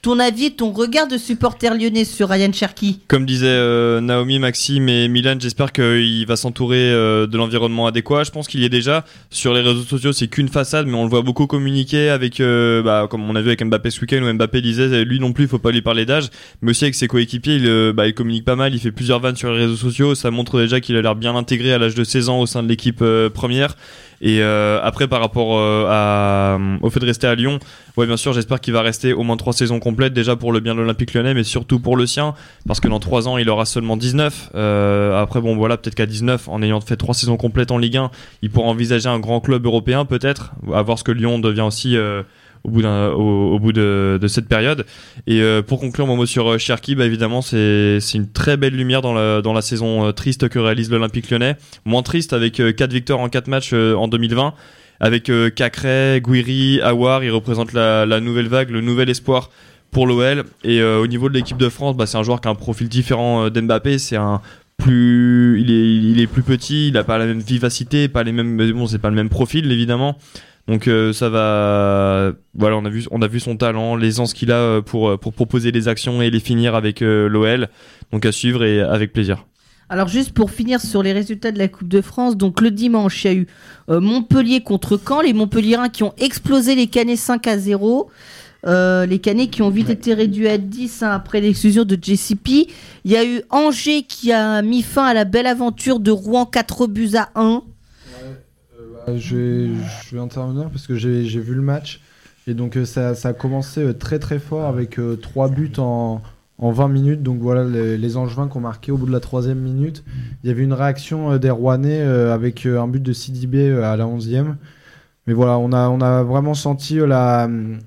ton avis, ton regard de supporter lyonnais sur Ryan Cherki. Comme disaient euh, Naomi, Maxime et Milan, j'espère qu'il va s'entourer euh, de l'environnement adéquat. Je pense qu'il y est déjà. Sur les réseaux sociaux, c'est qu'une façade, mais on le voit beaucoup communiquer avec, euh, bah, comme on a vu avec Mbappé ce week-end, où Mbappé disait, lui non plus, il faut pas lui parler d'âge, mais aussi avec ses coéquipiers, il, euh, bah, il communique pas mal, il fait plusieurs vannes sur les réseaux sociaux. Ça montre déjà qu'il a l'air bien intégré à l'âge de seize ans au sein de l'équipe euh, première. Et euh, après, par rapport euh, à, au fait de rester à Lyon, ouais, bien sûr, j'espère qu'il va rester au moins trois saisons complètes, déjà pour le bien de l'Olympique Lyonnais, mais surtout pour le sien, parce que dans trois ans, il aura seulement dix-neuf. Euh, après, bon, voilà, peut-être qu'à dix-neuf, en ayant fait trois saisons complètes en Ligue un, il pourra envisager un grand club européen, peut-être, à voir ce que Lyon devient aussi euh, au bout, d'un, au, au bout de, de cette période. Et euh, pour conclure mon mot sur euh, Cherki, bah, évidemment, c'est, c'est une très belle lumière dans la, dans la saison euh, triste que réalise l'Olympique Lyonnais. Moins triste avec euh, quatre victoires en quatre matchs euh, en deux mille vingt. Avec euh, Cacré, Guiri, Aouar, il représente la, la nouvelle vague, le nouvel espoir pour l'O L. Et euh, au niveau de l'équipe de France, bah, c'est un joueur qui a un profil différent euh, d'Mbappé. C'est un plus, il est, il est plus petit, il a pas la même vivacité, pas les mêmes, bon, c'est pas le même profil évidemment. Donc euh, ça va, voilà, on a vu, on a vu son talent, l'aisance qu'il a pour pour proposer les actions et les finir avec euh, l'O L. Donc à suivre et avec plaisir. Alors juste pour finir sur les résultats de la Coupe de France, donc le dimanche, il y a eu euh, Montpellier contre Caen, les Montpelliérains qui ont explosé les Canets cinq à zéro. Euh, les Canets qui ont vite ouais. été réduits à dix hein, après l'exclusion de J C P. Il y a eu Angers qui a mis fin à la belle aventure de Rouen quatre buts à un. Je vais, je vais intervenir parce que j'ai, j'ai vu le match et donc euh, ça, ça a commencé euh, très très fort avec euh, trois buts en, en vingt minutes. Donc voilà les, les Angevins qui ont marqué au bout de la troisième minute. Il y avait une réaction euh, des Rouennais euh, avec euh, un but de Sidibé euh, à la onzième. Mais voilà, on a, on a vraiment senti euh, la,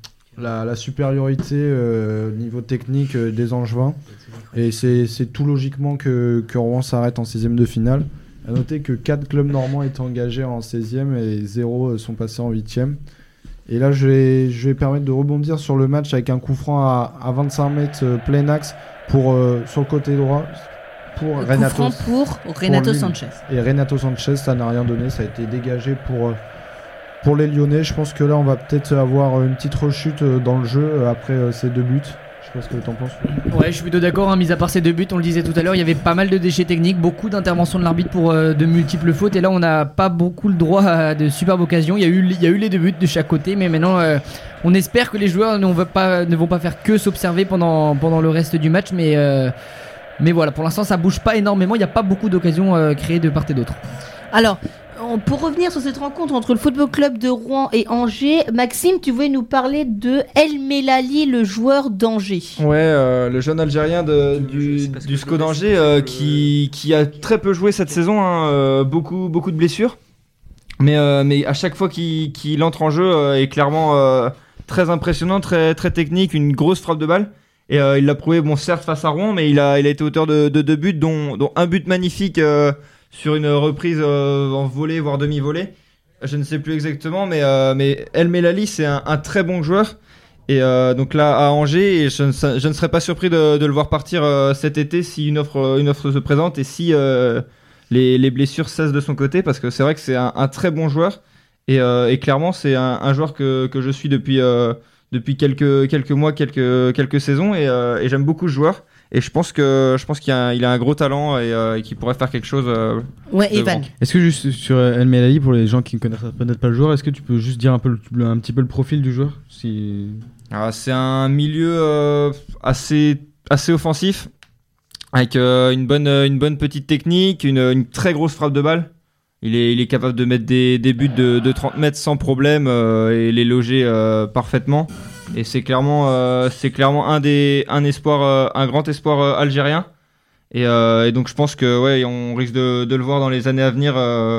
la, la supériorité euh, niveau technique euh, des Angevins et c'est, c'est tout logiquement que, que Rouen s'arrête en seizième de finale. A noter que quatre clubs normands étaient engagés en seizième et zéro sont passés en huitième. Et là, je vais, je vais permettre de rebondir sur le match avec un coup franc à, à vingt-cinq mètres euh, plein axe pour, euh, sur le côté droit pour le Renato. Coup franc pour Renato pour Sanchez. Et Renato Sanchez, ça n'a rien donné. Ça a été dégagé pour, euh, pour les Lyonnais. Je pense que là, on va peut-être avoir une petite rechute dans le jeu après euh, ces deux buts. Je sais pas ce que t'en penses. Ouais, je suis plutôt d'accord, hein, mis à part ces deux buts, on le disait tout à l'heure, il y avait pas mal de déchets techniques, beaucoup d'interventions de l'arbitre pour euh, de multiples fautes, et là on n'a pas beaucoup le droit à de superbes occasions. Il y a eu, il y a eu les deux buts de chaque côté, mais maintenant euh, on espère que les joueurs ne vont pas, ne vont pas faire que s'observer pendant, pendant le reste du match, mais, euh, mais voilà, pour l'instant ça bouge pas énormément, il n'y a pas beaucoup d'occasions euh, créées de part et d'autre. Alors, pour revenir sur cette rencontre entre le Football Club de Rouen et Angers, Maxime, tu voulais nous parler de El Melali, le joueur d'Angers. Ouais, euh, le jeune Algérien de, du, du S C O d'Angers euh, qui, qui a très peu joué cette saison, hein, euh, beaucoup, beaucoup de blessures. Mais, euh, mais à chaque fois qu'il, qu'il entre en jeu, euh, est clairement euh, très impressionnant, très, très technique, une grosse frappe de balle. Et euh, il l'a prouvé, bon, certes face à Rouen, mais il a, il a été auteur de, de deux buts, dont, dont un but magnifique. Euh, sur une reprise euh, en volée voire demi-volée, je ne sais plus exactement, mais, euh, mais El Melali c'est un, un très bon joueur et euh, donc là à Angers, et je, ne, je ne serais pas surpris de, de le voir partir euh, cet été si une offre, une offre se présente et si euh, les, les blessures cessent de son côté, parce que c'est vrai que c'est un, un très bon joueur et, euh, et clairement c'est un, un joueur que, que je suis depuis, euh, depuis quelques, quelques mois, quelques, quelques saisons et, euh, et j'aime beaucoup ce joueur. Et je pense que je pense qu'il a, il a un gros talent et, euh, et qu'il pourrait faire quelque chose. Euh, ouais, Evan. Est-ce que juste sur El Melali, pour les gens qui ne connaissent peut-être pas le joueur, est-ce que tu peux juste dire un peu le, un petit peu le profil du joueur si... Alors, c'est un milieu euh, assez assez offensif avec euh, une bonne une bonne petite technique, une, une très grosse frappe de balle. Il est il est capable de mettre des, des buts de, de trente mètres sans problème euh, et les loger euh, parfaitement. Et c'est clairement, euh, c'est clairement un des, un espoir, euh, un grand espoir euh, algérien. Et, euh, et donc je pense que ouais, on risque de, de le voir dans les années à venir. Euh,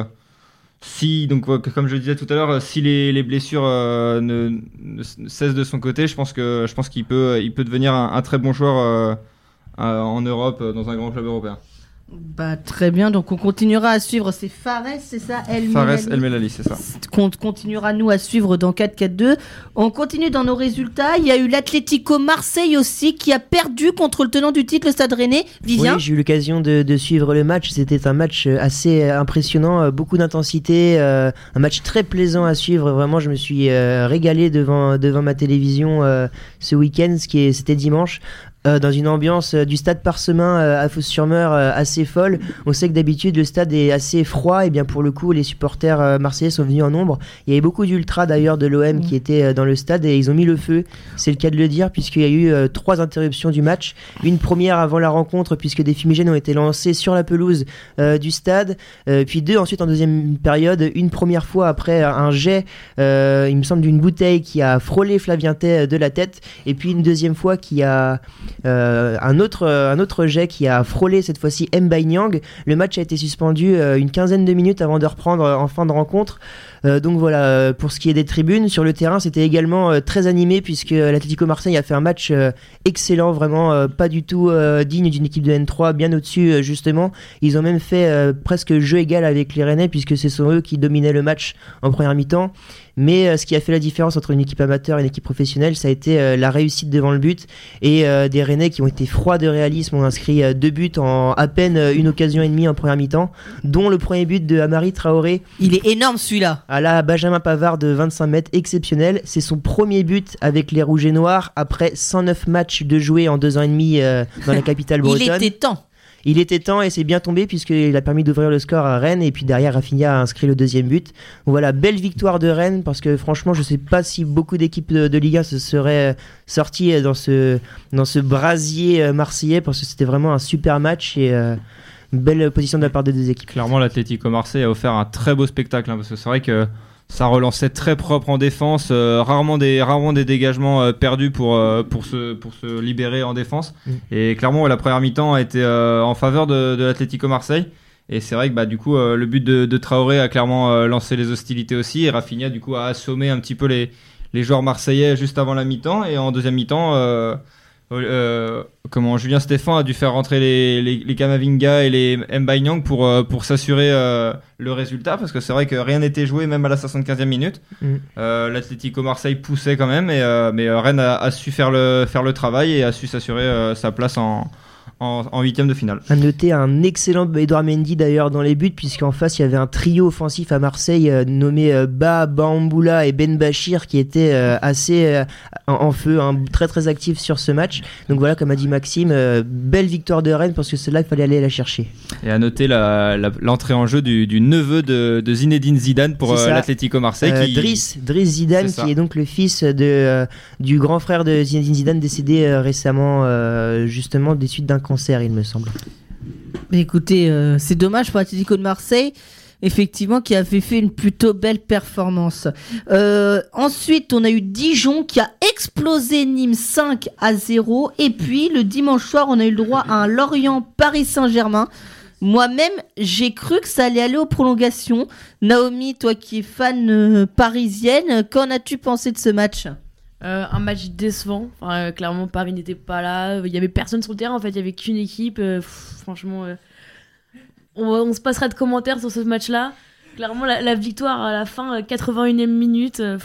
si donc euh, comme je le disais tout à l'heure, si les, les blessures euh, ne, ne cessent de son côté, je pense que je pense qu'il peut, il peut devenir un, un très bon joueur euh, euh, en Europe, dans un grand club européen. Bah, très bien, donc on continuera à suivre. C'est Fares, c'est ça El Fares Melali. El Melali, c'est ça. Qu'on continuera nous à suivre dans quatre quatre deux. On continue dans nos résultats. Il y a eu l'Atlético Marseille aussi qui a perdu contre le tenant du titre, le Stade Rennais. Vivien. Oui, j'ai eu l'occasion de, de suivre le match. C'était un match assez impressionnant, beaucoup d'intensité, euh, un match très plaisant à suivre. Vraiment, je me suis euh, régalé devant, devant ma télévision euh, ce week-end, ce qui est, c'était dimanche. Euh, dans une ambiance euh, du stade Parsemin euh, à Fos-sur-Mer euh, assez folle. On sait que d'habitude le stade est assez froid et bien pour le coup les supporters euh, marseillais sont venus en nombre. Il y avait beaucoup d'ultras d'ailleurs de l'O M mmh. qui étaient euh, dans le stade et ils ont mis le feu, c'est le cas de le dire, puisqu'il y a eu euh, trois interruptions du match. Une première avant la rencontre puisque des fumigènes ont été lancés sur la pelouse euh, du stade, euh, puis deux ensuite en deuxième période, une première fois après un jet, euh, il me semble d'une bouteille qui a frôlé Flavien Tay de la tête, et puis une deuxième fois qui a Euh, un, autre, euh, un autre jet qui a frôlé cette fois-ci Mbaye Niang. Le match a été suspendu euh, une quinzaine de minutes avant de reprendre euh, en fin de rencontre. Euh, donc voilà, euh, pour ce qui est des tribunes, sur le terrain c'était également euh, très animé puisque l'Atlético Marseille a fait un match euh, excellent, vraiment euh, pas du tout euh, digne d'une équipe de N trois, bien au-dessus euh, justement. Ils ont même fait euh, presque jeu égal avec les Rennais puisque ce sont eux qui dominaient le match en première mi-temps. Mais euh, ce qui a fait la différence entre une équipe amateur et une équipe professionnelle, ça a été euh, la réussite devant le but et euh, des Rennais qui ont été froids de réalisme, ont inscrit euh, deux buts en à peine euh, une occasion et demie en première mi-temps, dont le premier but de Amari Traoré. Il est énorme celui-là. À la Benjamin Pavard de vingt-cinq mètres, exceptionnel. C'est son premier but avec les Rouges et Noirs après cent neuf matchs de joués en deux ans et demi euh, dans la capitale bretonne. Il était temps. Il était temps et c'est bien tombé puisqu'il a permis d'ouvrir le score à Rennes et puis derrière Rafinha a inscrit le deuxième but. Donc voilà, belle victoire de Rennes parce que franchement je sais pas si beaucoup d'équipes de, de Ligue un se seraient sorties dans ce, dans ce brasier marseillais parce que c'était vraiment un super match et euh, belle position de la part des deux équipes. Clairement l'Atlético Marseille a offert un très beau spectacle hein, parce que c'est vrai que ça relançait très propre en défense, euh, rarement des rarement des dégagements euh, perdus pour euh, pour se pour se libérer en défense. Mmh. Et clairement ouais, la première mi-temps a été euh, en faveur de, de l'Atlético Marseille. Et c'est vrai que bah du coup euh, le but de, de Traoré a clairement euh, lancé les hostilités aussi. Et Rafinha du coup a assommé un petit peu les les joueurs marseillais juste avant la mi-temps. Et en deuxième mi-temps, euh, euh, comment Julien Stéphan a dû faire rentrer les les, les Camavinga et les Mbaye Niang pour euh, pour s'assurer euh, le résultat parce que c'est vrai que rien n'était joué même à la soixante-quinzième minute. Mmh. Euh, L'Atlético Marseille poussait quand même et euh, mais euh, Rennes a, a su faire le faire le travail et a su s'assurer euh, sa place en en huitième de finale. À noter un excellent Edouard Mendy d'ailleurs dans les buts puisqu'en face il y avait un trio offensif à Marseille euh, nommé euh, Ba, Bamboula et Ben Bachir qui était euh, assez euh, en, en feu, hein, très très actif sur ce match. Donc voilà, comme a dit Maxime, euh, belle victoire de Rennes parce que celle-là il fallait aller la chercher. Et à noter la, la, l'entrée en jeu du, du neveu de, de Zinedine Zidane pour euh, l'Atlético Marseille. Euh, qui... Driss, Driss Zidane qui est donc le fils de, euh, du grand frère de Zinedine Zidane décédé euh, récemment euh, justement des suites d'un cancer il me semble. Mais écoutez, euh, c'est dommage pour l'Atlético de Marseille, effectivement, qui avait fait une plutôt belle performance. Euh, ensuite, on a eu Dijon qui a explosé Nîmes cinq à zéro. Et puis, le dimanche soir, on a eu le droit à un Lorient-Paris Saint-Germain. Moi-même, j'ai cru que ça allait aller aux prolongations. Naomi, toi qui es fan euh, parisienne, qu'en as-tu pensé de ce match ? Euh, un match décevant. Enfin, euh, clairement, Paris n'était pas là. Il y avait personne sur le terrain. En fait, il y avait qu'une équipe. Euh, pff, franchement, euh, on, on se passera de commentaires sur ce match-là. Clairement, la, la victoire à la fin, quatre-vingt-unième minute. Il euh,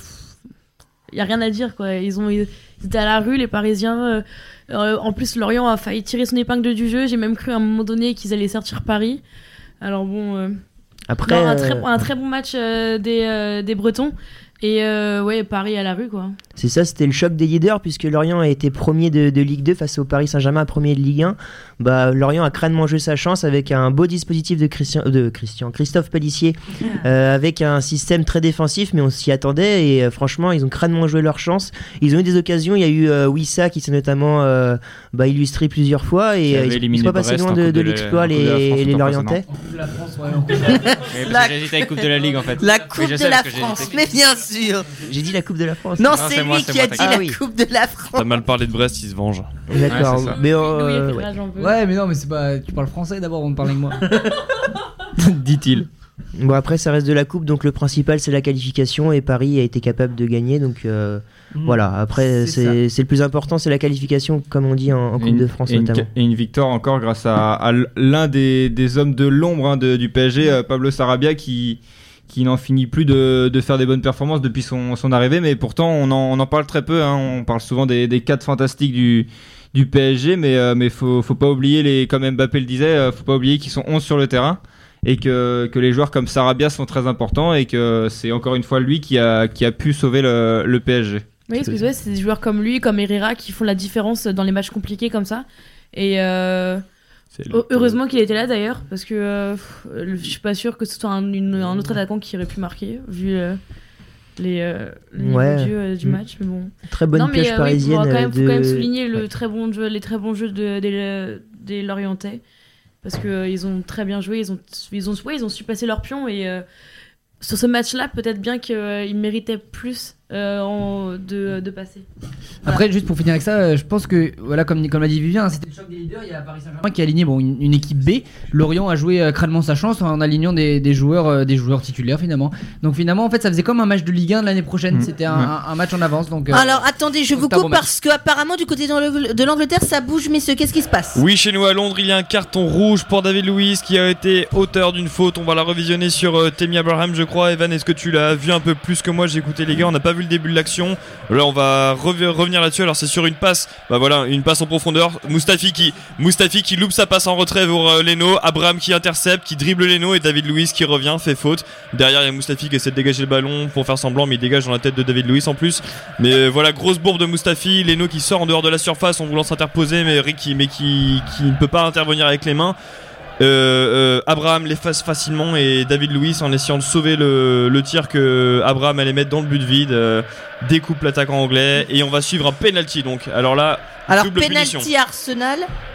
y a rien à dire, quoi. Ils ont, ils, ils étaient à la rue, les Parisiens. Euh, euh, en plus, Lorient a failli tirer son épingle du jeu. J'ai même cru à un moment donné qu'ils allaient sortir Paris. Alors bon. Euh, Après, non, un, euh... très, un très bon match euh, des, euh, des Bretons. Et euh, ouais, Paris à la rue, quoi. C'est ça, c'était le choc des leaders puisque Lorient a été premier de, de Ligue deux face au Paris Saint-Germain, premier de Ligue un. Bah, Lorient a crânement joué sa chance avec un beau dispositif de Christian, de Christian Christophe Pellissier, euh, avec un système très défensif, mais on s'y attendait et euh, franchement, ils ont crânement joué leur chance. Ils ont eu des occasions. Il y a eu euh, Wissa qui s'est notamment euh, bah, illustré plusieurs fois et euh, ils ne sont pas passés loin de, de, de l'exploit les, de les, les Lorientais. La France, ouais, la... J'hésite avec Coupe de la Ligue en fait. La Coupe oui, de la France, mais bien sûr. J'ai dit la Coupe de la France. Non, non c'est, c'est lui moi, c'est qui moi, a dit ah, la oui. Coupe de la France. T'as mal parlé de Brest, il se venge. D'accord, ouais, mais euh, oui, ouais. ouais, mais non, mais c'est pas. Tu parles français d'abord avant de parler avec moi. Dit-il. Bon, après, ça reste de la coupe, donc le principal c'est la qualification et Paris a été capable de gagner. Donc euh, mmh. voilà, après, c'est, c'est, c'est le plus important, c'est la qualification, comme on dit en, en Coupe une, de France et notamment. Une, et une victoire encore grâce à, à l'un des, des hommes de l'ombre hein, de, du P S G, Pablo Sarabia, qui. qui n'en finit plus de, de faire des bonnes performances depuis son, son arrivée, mais pourtant on en, on en parle très peu, hein. On parle souvent des, des quatre fantastiques du, du P S G, mais euh, mais faut, faut pas oublier, les, comme Mbappé le disait, euh, faut pas oublier qu'ils sont onze sur le terrain, et que, que les joueurs comme Sarabia sont très importants, et que c'est encore une fois lui qui a, qui a pu sauver le, le P S G. Oui, parce que c'est, c'est des joueurs comme lui, comme Herrera, qui font la différence dans les matchs compliqués comme ça, et... Euh... Le... Heureusement qu'il était là d'ailleurs, parce que euh, je suis pas sûr que ce soit un, une, un autre attaquant qui aurait pu marquer, vu euh, les, euh, les ouais. niveaux de jeu euh, du match. Mais bon. Très bonne non, mais, pioche euh, parisienne. Il oui, faut, de... quand même souligner le ouais. très bon jeu, les très bons jeux de, des, des Lorientais, parce qu'ils euh, ont très bien joué, ils ont, ils, ont, ouais, ils ont su passer leur pion, et euh, sur ce match-là, peut-être bien qu'ils euh, méritaient plus euh, en, de, de passer. Voilà. Après, juste pour finir avec ça, je pense que, voilà, comme, comme l'a dit Vivien, c'était le choc des leaders. Il y a Paris Saint-Germain qui a aligné bon, une, une équipe B. Lorient a joué euh, crânement sa chance en alignant des, des, joueurs, euh, des joueurs titulaires finalement. Donc finalement, en fait, ça faisait comme un match de Ligue un de l'année prochaine. Mmh. C'était un, ouais. un, un match en avance. Donc, euh, alors attendez, je vous coupe bon parce qu'apparemment, du côté de l'Angleterre, ça bouge, messieurs. Qu'est-ce qui se passe ? Oui, chez nous à Londres, il y a un carton rouge pour David Luiz qui a été auteur d'une faute. On va la revisionner sur euh, Tammy Abraham, je crois. Evan, est-ce que tu l'as vu un peu plus que moi ? J'ai écouté les gars, on n'a pas vu le début de l'action. Là, on va rev- revenir là-dessus. Alors, c'est sur une passe, bah voilà, une passe en profondeur. Mustafi qui, Mustafi qui loupe sa passe en retrait vers euh, Leno. Abraham qui intercepte, qui dribble Leno, et David Luiz qui revient, fait faute. Derrière, il y a Mustafi qui essaie de dégager le ballon pour faire semblant, mais il dégage dans la tête de David Luiz en plus. Mais euh, voilà, grosse bourbe de Mustafi. Leno qui sort en dehors de la surface en voulant s'interposer, mais Ricky, mais qui, qui ne peut pas intervenir avec les mains. Euh, euh, Abraham l'efface facilement, et David Luiz, en essayant de sauver le, le tir que Abraham allait mettre dans le but vide, euh, découpe l'attaquant anglais, et on va suivre un penalty. Donc alors là, alors double penalty punition. Arsenal,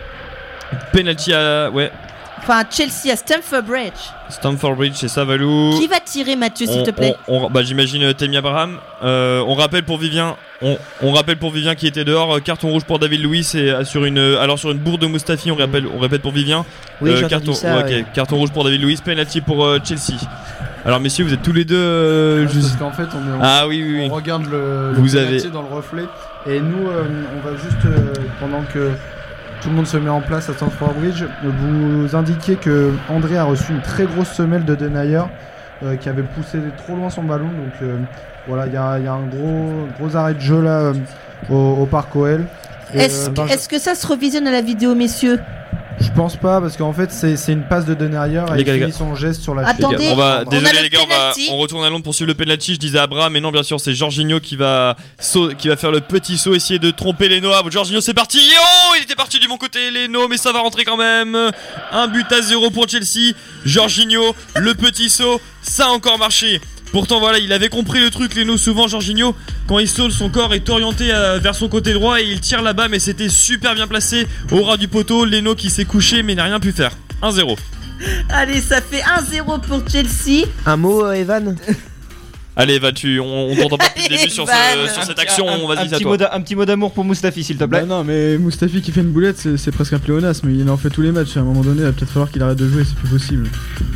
penalty à ouais. Enfin, Chelsea à Stamford Bridge. Stamford Bridge, c'est ça, Valou. Qui va tirer, Mathieu, s'il on, te plaît on, on, bah, j'imagine euh, Tammy Abraham. Euh, on rappelle pour Vivien, on, on rappelle pour Vivien qui était dehors. Euh, carton rouge pour David Luiz, et euh, sur une, euh, alors sur une bourde de Mustafi, on rappelle, on répète pour Vivien. Oui, euh, j'ai carton, ça, ouais, okay, ouais. carton rouge pour David Luiz, penalty pour euh, Chelsea. Alors messieurs, vous êtes tous les deux. Euh, ouais, juste... Parce qu'en fait, on, est, on, ah oui, oui, oui. on regarde le, le vous penalty avez... dans le reflet, et nous, euh, on va juste euh, pendant que tout le monde se met en place à Stamford Bridge, vous indiquez que André a reçu une très grosse semelle de Denayer euh, qui avait poussé trop loin son ballon. Donc euh, voilà, il y, y a un gros, gros arrêt de jeu là euh, au, au Parc O L. Et, est-ce, euh, ben, est-ce que ça se revisionne à la vidéo, messieurs ? Je pense pas, parce qu'en fait c'est, c'est une passe de Denayer et il finit son geste sur la Attendez, cheville. On va, on désolé a les gars, on, va, on retourne à Londres pour suivre le penalty. Je disais Abraham, mais non, bien sûr, c'est Jorginho qui va, saut, qui va faire le petit saut, essayer de tromper Leno. Ah, Jorginho, c'est parti. Oh, il était parti du bon côté, Leno, mais ça va rentrer quand même. Un but à zéro pour Chelsea. Jorginho, le petit saut, ça a encore marché. Pourtant voilà, il avait compris le truc, Leno. Souvent Jorginho, quand il saute, son corps est orienté euh, vers son côté droit et il tire là-bas, mais c'était super bien placé au ras du poteau. Leno qui s'est couché mais n'a rien pu faire. un zéro. Allez, ça fait un zéro pour Chelsea. Un mot, euh, Evan. Allez, va tu, on, on t'entend pas depuis le début sur, ce, sur cette action. Un, on va un, dire petit toi. mot un petit mot d'amour pour Mustafi, s'il te plaît. Bah non, mais Mustafi qui fait une boulette, c'est, c'est presque un pléonasme. Il en fait tous les matchs. À un moment donné, il va peut-être falloir qu'il arrête de jouer, c'est plus possible.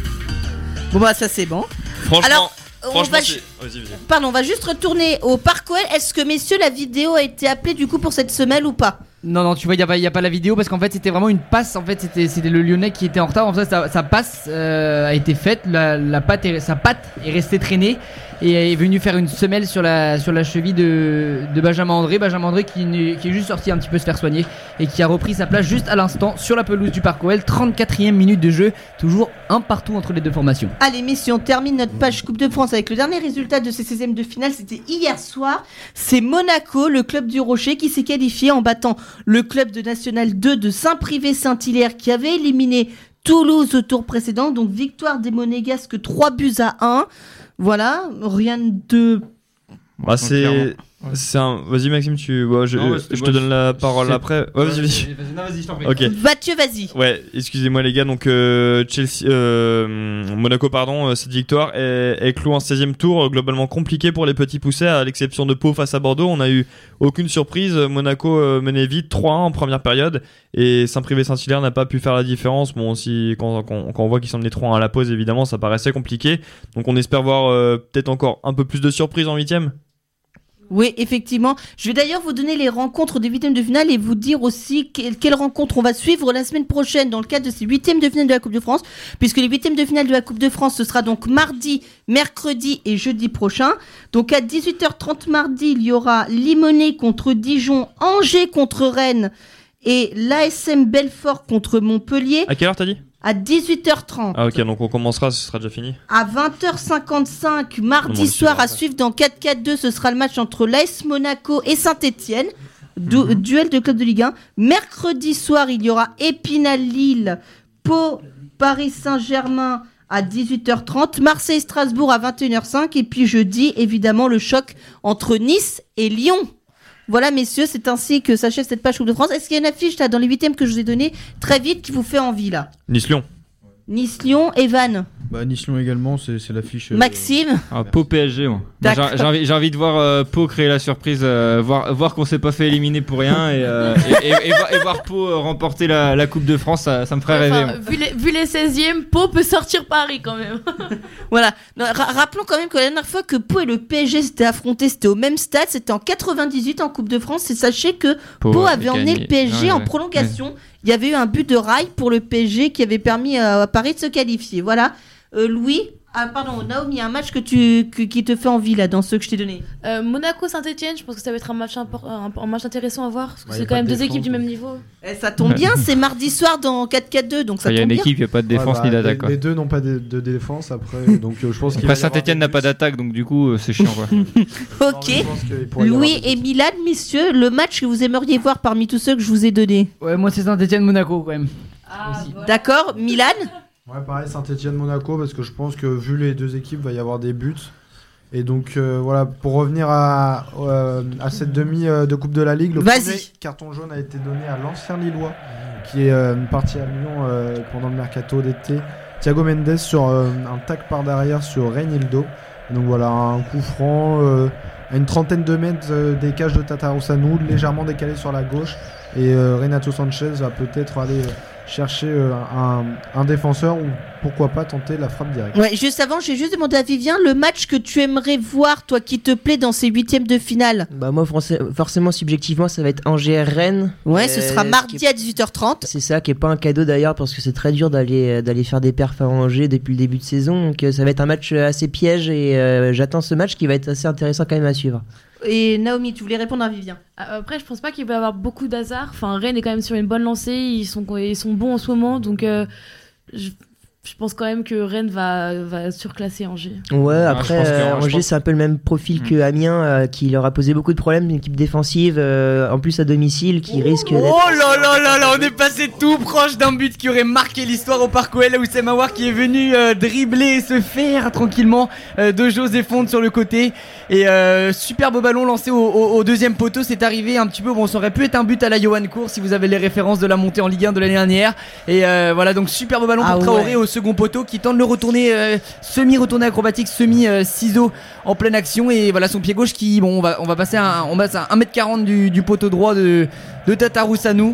Bon bah ça c'est bon. Franchement. Alors, on Franchement, va c'est... ju- Vas-y, vas-y. Pardon, on va juste retourner au Parc O L. Est-ce que, messieurs, la vidéo a été appelée du coup pour cette semaine ou pas ? Non, non, tu vois, il n'y a, a pas la vidéo parce qu'en fait, c'était vraiment une passe. En fait, c'était, c'était le Lyonnais qui était en retard. En fait, sa, sa passe euh, a été faite. La, la patte est, sa patte est restée traînée et est venu faire une semelle sur la, sur la cheville de, de Benjamin André. Benjamin André qui, qui est juste sorti un petit peu se faire soigner et qui a repris sa place juste à l'instant sur la pelouse du Parc O L. trente-quatrième minute de jeu. Toujours un partout entre les deux formations. Allez, messieurs, on termine notre page Coupe de France avec le dernier résultat de ces seizièmes de finale. C'était hier soir. C'est Monaco, le club du Rocher, qui s'est qualifié en battant le club de National deux de Saint-Privé-Saint-Hilaire qui avait éliminé Toulouse au tour précédent. Donc victoire des Monégasques trois buts à un. Voilà, rien de... Bah, c'est... C'est un... Vas-y Maxime, tu... ouais, je, Non, ouais, je c'était te moi, donne je- la parole c'est- après. Ouais, vas-y, vas-y. Non, vas-y, je t'en prie. Ok. Mathieu, vas-y. Ouais, excusez-moi les gars, donc euh, Chelsea, euh, Monaco, pardon, euh, cette victoire est, est clouée en seizième tour, euh, globalement compliqué pour les petits poussés, à l'exception de Pau face à Bordeaux. On a eu aucune surprise, Monaco euh, menait vite trois un en première période, et Saint-Privé-Saint-Hilaire n'a pas pu faire la différence. Bon, si, quand, quand, quand on voit qu'ils sont menés trois un à la pause, évidemment, ça paraissait compliqué. Donc on espère voir euh, peut-être encore un peu plus de surprises en huitième. Oui, effectivement. Je vais d'ailleurs vous donner les rencontres des huitièmes de finale et vous dire aussi quelles quelle rencontres on va suivre la semaine prochaine dans le cadre de ces huitièmes de finale de la Coupe de France, puisque les huitièmes de finale de la Coupe de France, ce sera donc mardi, mercredi et jeudi prochain. Donc à dix-huit heures trente mardi, il y aura Limonest contre Dijon, Angers contre Rennes et l'A S M Belfort contre Montpellier À quelle heure t'as dit? à dix-huit heures trente. Ah ok, donc on commencera, ce sera déjà fini. À vingt heures cinquante-cinq, Non, mardi moi, soir, je sais à pas. suivre dans quatre quatre deux, ce sera le match entre l'A S Monaco et Saint-Etienne. Du- Duel de club de Ligue un. Mercredi soir, il y aura Épinal-Lille, Pau, Paris Saint-Germain à dix-huit heures trente, Marseille-Strasbourg à vingt et une heures cinq, et puis jeudi, évidemment, le choc entre Nice et Lyon. Voilà, messieurs, c'est ainsi que s'achève cette page Coupe de France. Est-ce qu'il y a une affiche là dans les huitièmes que je vous ai donné très vite qui vous fait envie là? Nice-Lyon. Nice-Lyon, Evan, Bah, Nice-Lyon également, c'est c'est l'affiche. euh, Maxime. Ah, Pau P S G, moi. Moi, D'accord. J'ai j'ai envie, j'ai envie de voir euh, Pau créer la surprise, euh, voir, voir qu'on s'est pas fait éliminer pour rien et, euh, et, et, et voir, et voir Pau euh, remporter la, la Coupe de France, ça, ça me ferait rêver. Enfin, moi. vu, les, vu les seizièmes, Pau peut sortir Paris quand même. Voilà. Non, ra- rappelons quand même que la dernière fois que Pau et le P S G s'étaient affrontés, c'était au même stade, c'était en quatre-vingt-dix-huit en Coupe de France. Et sachez que Pau avait emmené le P S G Ouais, en ouais. prolongation. Il y avait eu un but de rail pour le P S G qui avait permis à, à Paris de se qualifier. Voilà. Euh, Louis, ah pardon, Naomi, il y a un match que tu, que- qui te fait envie là dans ceux que je t'ai donné. Euh, Monaco-Saint-Etienne, je pense que ça va être un match, impor- un, un match intéressant à voir. Parce que Ouais, y c'est a quand pas même de deux défense, équipes du donc. même niveau. Eh, ça tombe bien, c'est mardi soir dans quatre quatre deux, donc ça Il y a tombe une bien. équipe, il n'y a pas de défense Ouais, bah, ni d'attaque. les, quoi. les deux n'ont pas de, de défense après, donc euh, je pense qu'il Après, va y avoir Saint-Etienne des n'a pas buts. d'attaque, donc du coup, euh, c'est chiant. Quoi. Ok. Non, mais je pense qu'il pourrait y avoir Louis des et buts. Milan, messieurs, le match que vous aimeriez voir parmi tous ceux que je vous ai donnés. Ouais, moi c'est Saint-Etienne-Monaco quand même. D'accord, Milan? Ouais, pareil, Saint-Etienne-Monaco, parce que je pense que vu les deux équipes, il va y avoir des buts. Et donc euh, voilà, pour revenir à, euh, à cette demi euh, de Coupe de la Ligue, le Vas-y. premier carton jaune a été donné à l'ancien Lillois, qui est euh, parti à Lyon euh, pendant le mercato d'été. Thiago Mendes sur euh, un tac par derrière sur Reinildo. Et donc voilà, un coup franc euh, à une trentaine de mètres euh, des cages de Tatarusanu, légèrement décalé sur la gauche. Et euh, Renato Sanchez va peut-être aller euh, chercher euh, un, un défenseur ou pourquoi pas tenter la frappe directe. Ouais, juste avant, j'ai juste demandé à Vivien le match que tu aimerais voir, toi, qui te plaît dans ces huitièmes de finale. Bah moi forcé- forcément subjectivement ça va être Angers-Rennes. Ouais, ce Euh, sera qui mardi est- à dix-huit heures trente. C'est ça qui est pas un cadeau d'ailleurs parce que c'est très dur d'aller d'aller faire des perfs à Angers depuis le début de saison. Donc euh, ça va être un match assez piège et euh, j'attends ce match qui va être assez intéressant quand même à suivre. Et Naomi, tu voulais répondre à Vivien? Ah, Après, je pense pas qu'il va y avoir beaucoup d'hasard. Enfin, Rennes est quand même sur une bonne lancée. Ils sont, ils sont bons en ce moment. Donc, euh, je, je pense quand même que Rennes va, va surclasser Angers. Ouais, je après pense que- euh, je Angers pense- c'est un peu le même profil Mm. que Amiens euh, qui leur a posé beaucoup de problèmes, une équipe défensive euh, en plus à domicile qui risque d'être... Oh là là là là, on est passé tout proche d'un but qui aurait marqué l'histoire au Parc O L, où c'est Mawar qui est venu euh, dribbler et se faire tranquillement euh, de José Fonte sur le côté. Et euh, superbe ballon lancé au, au- au deuxième poteau, c'est arrivé un petit peu, bon ça aurait pu être un but à la Johan Cour si vous avez les références de la montée en Ligue un de l'année dernière. Et euh, voilà, donc superbe ballon Ah pour Traoré ouais. au second poteau qui tente de le retourner, euh, semi-retourné acrobatique, semi-ciseau en pleine action. Et voilà son pied gauche qui, bon on va, on va passer à, on passe à un mètre quarante du, du poteau droit de, de Tatarusanu.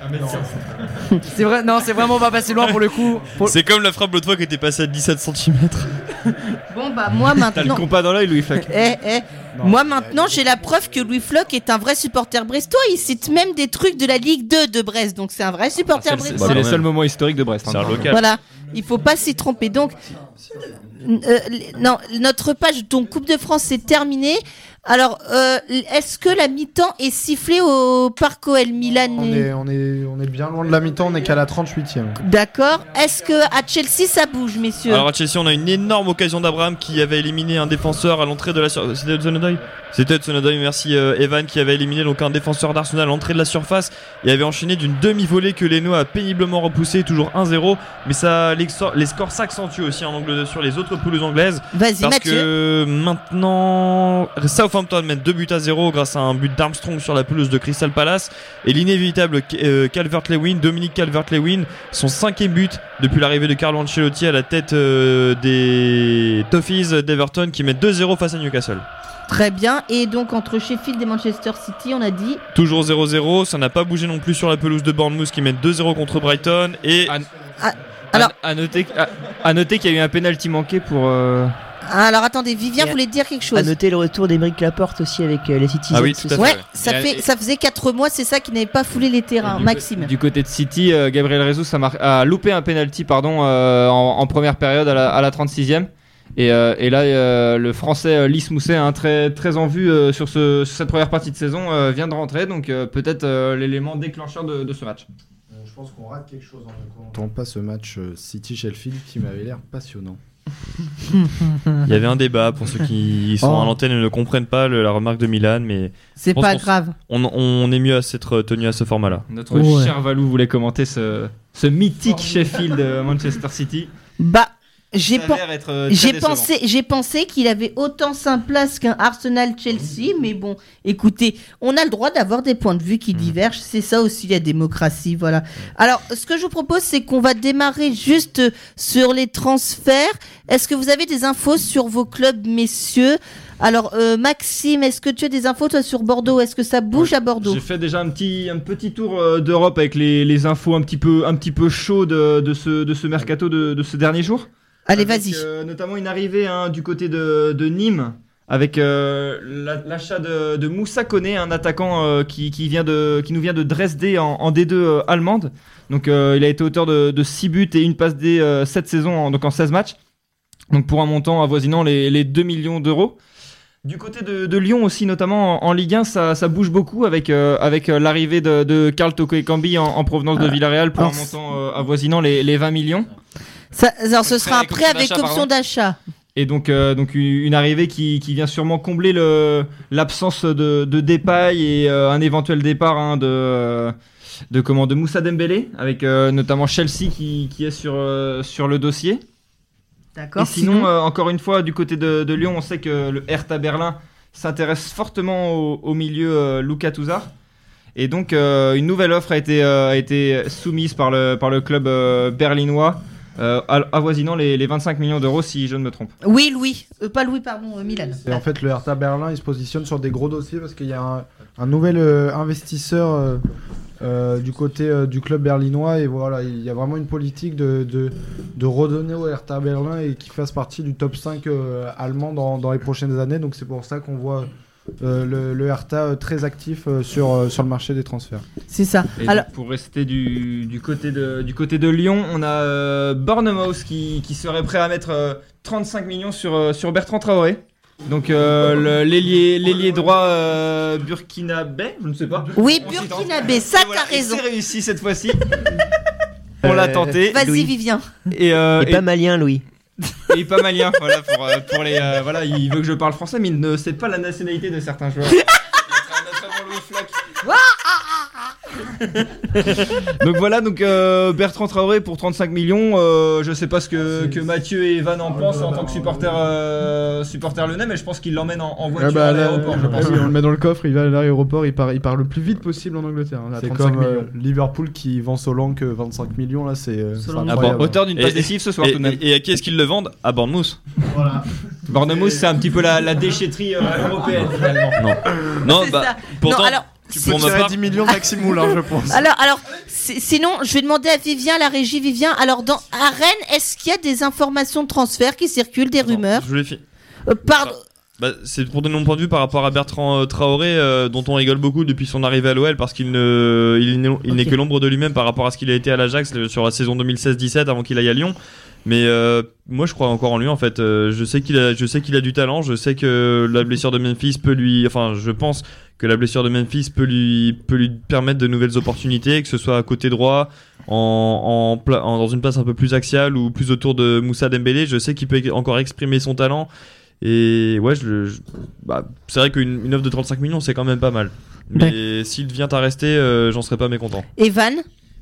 C'est vrai, non, c'est vraiment pas passé loin pour le coup. Pour- C'est comme la frappe l'autre fois qui était passée à dix-sept centimètres. Bon, bah, moi T'as le maintenant. compas dans l'œil, Louis Flac. Eh, eh. Moi maintenant, j'ai la preuve que Louis Floch est un vrai supporter brestois. Il cite même des trucs de la Ligue deux de Brest. Donc c'est un vrai supporter c'est- brestois. C'est Bah, les quand seuls même. moments historiques de Brest. hein. C'est un local. Voilà, il faut pas s'y tromper. Donc, euh, non, notre page donc Coupe de France c'est terminé. Alors, euh, est-ce que la mi-temps est sifflée au Parc O L Milan? On est, on, est, on est bien loin de la mi-temps, on est qu'à la trente-huitième. D'accord. Est-ce que à Chelsea ça bouge, messieurs? Alors à Chelsea, on a une énorme occasion d'Abraham qui avait éliminé un défenseur à l'entrée de la surface. C'était Hudson Odoi C'était Hudson Odoi, merci euh, Evan, qui avait éliminé donc un défenseur d'Arsenal à l'entrée de la surface et avait enchaîné d'une demi-volée que Leno a péniblement repoussé, toujours un zéro. Mais ça les, les scores s'accentuent aussi en Angleterre sur les autres poules anglaises. Vas-y, parce Mathieu. que maintenant, Southampton mène deux buts à zéro grâce à un but d'Armstrong sur la pelouse de Crystal Palace. Et l'inévitable euh, Calvert-Lewin, Dominique Calvert-Lewin, son cinquième but depuis l'arrivée de Carlo Ancelotti à la tête euh, des Toffees d'Everton qui mettent deux zéro face à Newcastle. Très bien. Et donc, entre Sheffield et Manchester City, on a dit. Toujours zéro zéro, ça n'a pas bougé non plus sur la pelouse de Bournemouth qui mène deux zéro contre Brighton. Et À, Ah, alors, à, à noter, à, à noter qu'il y a eu un penalty manqué pour. euh, alors attendez, Vivien Et à- voulait dire quelque À chose. noter le retour d'Aymeric Laporte aussi avec euh, les Citizens. Ah oui, ce tout à soir. Ouais, ouais. ça, Et- fait, et- ça faisait quatre mois, c'est ça qui n'avait pas foulé les terrains, du, Maxime. Du côté de City, euh, Gabriel Jesus a, mar- a loupé un penalty pardon, euh, en, en première période à la, à la trente-sixième. Et, euh, et là, euh, le français euh, Lys Mousset, hein, très, très en vue euh, sur, ce, sur cette première partie de saison, euh, vient de rentrer. Donc euh, peut-être euh, l'élément déclencheur de, de ce match. Je pense qu'on rate quelque chose en ne commentant pas ce match euh, City-Sheffield qui m'avait l'air passionnant. il y avait un débat pour ceux qui sont Oh. à l'antenne et ne comprennent pas le- la remarque de Milan, mais C'est je pense pas qu'on s- grave. on, on est mieux à s'être tenu à ce format-là. Notre Ouais. cher Valou voulait commenter ce, ce mythique Sheffield euh, Manchester City. Bah, j'ai Ça pas. a l'air être, euh, très J'ai décevant. pensé, j'ai pensé qu'il avait autant sa place qu'un Arsenal-Chelsea, mais bon, écoutez, on a le droit d'avoir des points de vue qui divergent, c'est ça aussi la démocratie, voilà. Alors, ce que je vous propose, c'est qu'on va démarrer juste sur les transferts. Est-ce que vous avez des infos sur vos clubs, messieurs? Alors, euh, Maxime, est-ce que tu as des infos, toi, sur Bordeaux? Est-ce que ça bouge à Bordeaux? J'ai fait déjà un petit, un petit tour euh, d'Europe avec les, les infos un petit peu, un petit peu chaudes de, de, ce, de ce mercato de, de ce dernier jour. Allez, Avec, vas-y. euh, notamment une arrivée hein, du côté de, de Nîmes avec euh, la- l'achat de, de Moussa Koné, un attaquant euh, qui, qui, vient de, qui nous vient de Dresde en, en D deux euh, allemande. Donc euh, il a été auteur de, de six buts et une passe D euh, cette saison, en, donc en seize matchs. Donc pour un montant avoisinant les, les deux millions d'euros. Du côté de, de Lyon aussi, notamment en, en Ligue un, ça, ça bouge beaucoup avec, euh, avec euh, l'arrivée de, de Karl Toko Ekambi en, en provenance de Villarreal pour alors, un montant euh, avoisinant les, les vingt millions. Ça, alors, ce Prêt sera un avec prêt option avec d'achat, option d'achat. Et donc, euh, donc une une arrivée qui, qui vient sûrement combler le, l'absence de, de Depay et euh, un éventuel départ hein, de, euh, de, comment, de Moussa Dembélé, avec euh, notamment Chelsea qui, qui est sur, euh, sur le dossier. D'accord. Et sinon, euh, encore une fois, du côté de, de Lyon, on sait que le Hertha Berlin s'intéresse fortement au, au milieu euh, Luka Touzard. Et donc, euh, une nouvelle offre a été, euh, a été soumise par le, par le club euh, berlinois, euh, avoisinant les, les vingt-cinq millions d'euros, si je ne me trompe. Oui, Louis. Euh, pas Louis, pardon, euh, Milan. Et en fait, le Hertha Berlin, il se positionne sur des gros dossiers parce qu'il y a un, un nouvel euh, investisseur euh, euh, du côté euh, du club berlinois. Et voilà, il y a vraiment une politique de, de, de redonner au Hertha Berlin et qu'il fasse partie du top cinq euh, allemand dans, dans les prochaines années. Donc c'est pour ça qu'on voit euh, le, le Hertha euh, très actif euh, sur, euh, sur le marché des transferts. C'est ça. Et Alors, donc, pour rester du, du, côté de, du côté de Lyon, on a euh, Bournemouth qui, qui serait prêt à mettre euh, trente-cinq millions sur, euh, sur Bertrand Traoré. Donc euh, le- l'ailier l'ailier droit euh, burkinabé, je ne sais pas. oui, On s'y tente. Burkinabé, ça, Et voilà, t'as et raison. c'est réussi cette fois-ci. On l'a Euh, tenté. Vas-y, Louis. Vivien. Et, euh, Et pas malien, Louis. et, et pas malien. Voilà, pour, euh, pour les, euh, voilà, il veut que je parle français, mais il ne sait pas la nationalité de certains joueurs. Notamment Louis Flack. Donc voilà, donc euh, Bertrand Traoré pour trente-cinq millions. Euh, je sais pas ce que, que Mathieu et Evan en pensent en tant que supporter euh, supporter lyonnais, mais je pense qu'il l'emmène en, en voiture Ah bah, à là, l'aéroport. Je ah pense. oui, on le met dans le coffre, il va à l'aéroport, il part, il part le plus vite possible en Angleterre. hein, à C'est trente-cinq comme euh, millions. Liverpool qui vend Solanke vingt-cinq millions là, c'est euh, c'est Solanke. incroyable. Auteur d'une Et- passe décisive ce soir Et, tout de même. et à qui est-ce qu'ils le vendent? À Bournemouth. Bournemouth, c'est un petit peu la, la déchetterie euh, européenne finalement. Non, C'est bah, ça. pourtant, Non, alors, Tu Pour peux ma tirer part- dix millions Maxime Moulin, je pense. alors, alors si- sinon, je vais demander à Vivien, la régie Vivien. Alors, dans, à Rennes, est-ce qu'il y a des informations de transfert qui circulent, des rumeurs? Je voulais fi- Euh, Pardon. Bah, c'est pour donner mon point de vue par rapport à Bertrand euh, Traoré, euh, dont on rigole beaucoup depuis son arrivée à l'O L, parce qu'il ne, il n'est, il n'est Ok. que l'ombre de lui-même par rapport à ce qu'il a été à l'Ajax euh, sur la saison deux mille seize dix-sept avant qu'il aille à Lyon. Mais euh, moi, je crois encore en lui. En fait, euh, je sais qu'il a, je sais qu'il a du talent. Je sais que la blessure de Memphis peut lui, enfin, je pense que la blessure de Memphis peut lui, peut lui permettre de nouvelles opportunités, que ce soit à côté droit, en, en, pla- en- dans une place un peu plus axiale ou plus autour de Moussa Dembélé. Je sais qu'il peut encore exprimer son talent. Et ouais, je, je- bah, c'est vrai qu'une une offre de trente-cinq millions, c'est quand même pas mal. Mais s'il vient à rester, euh, j'en serais pas mécontent. Evan?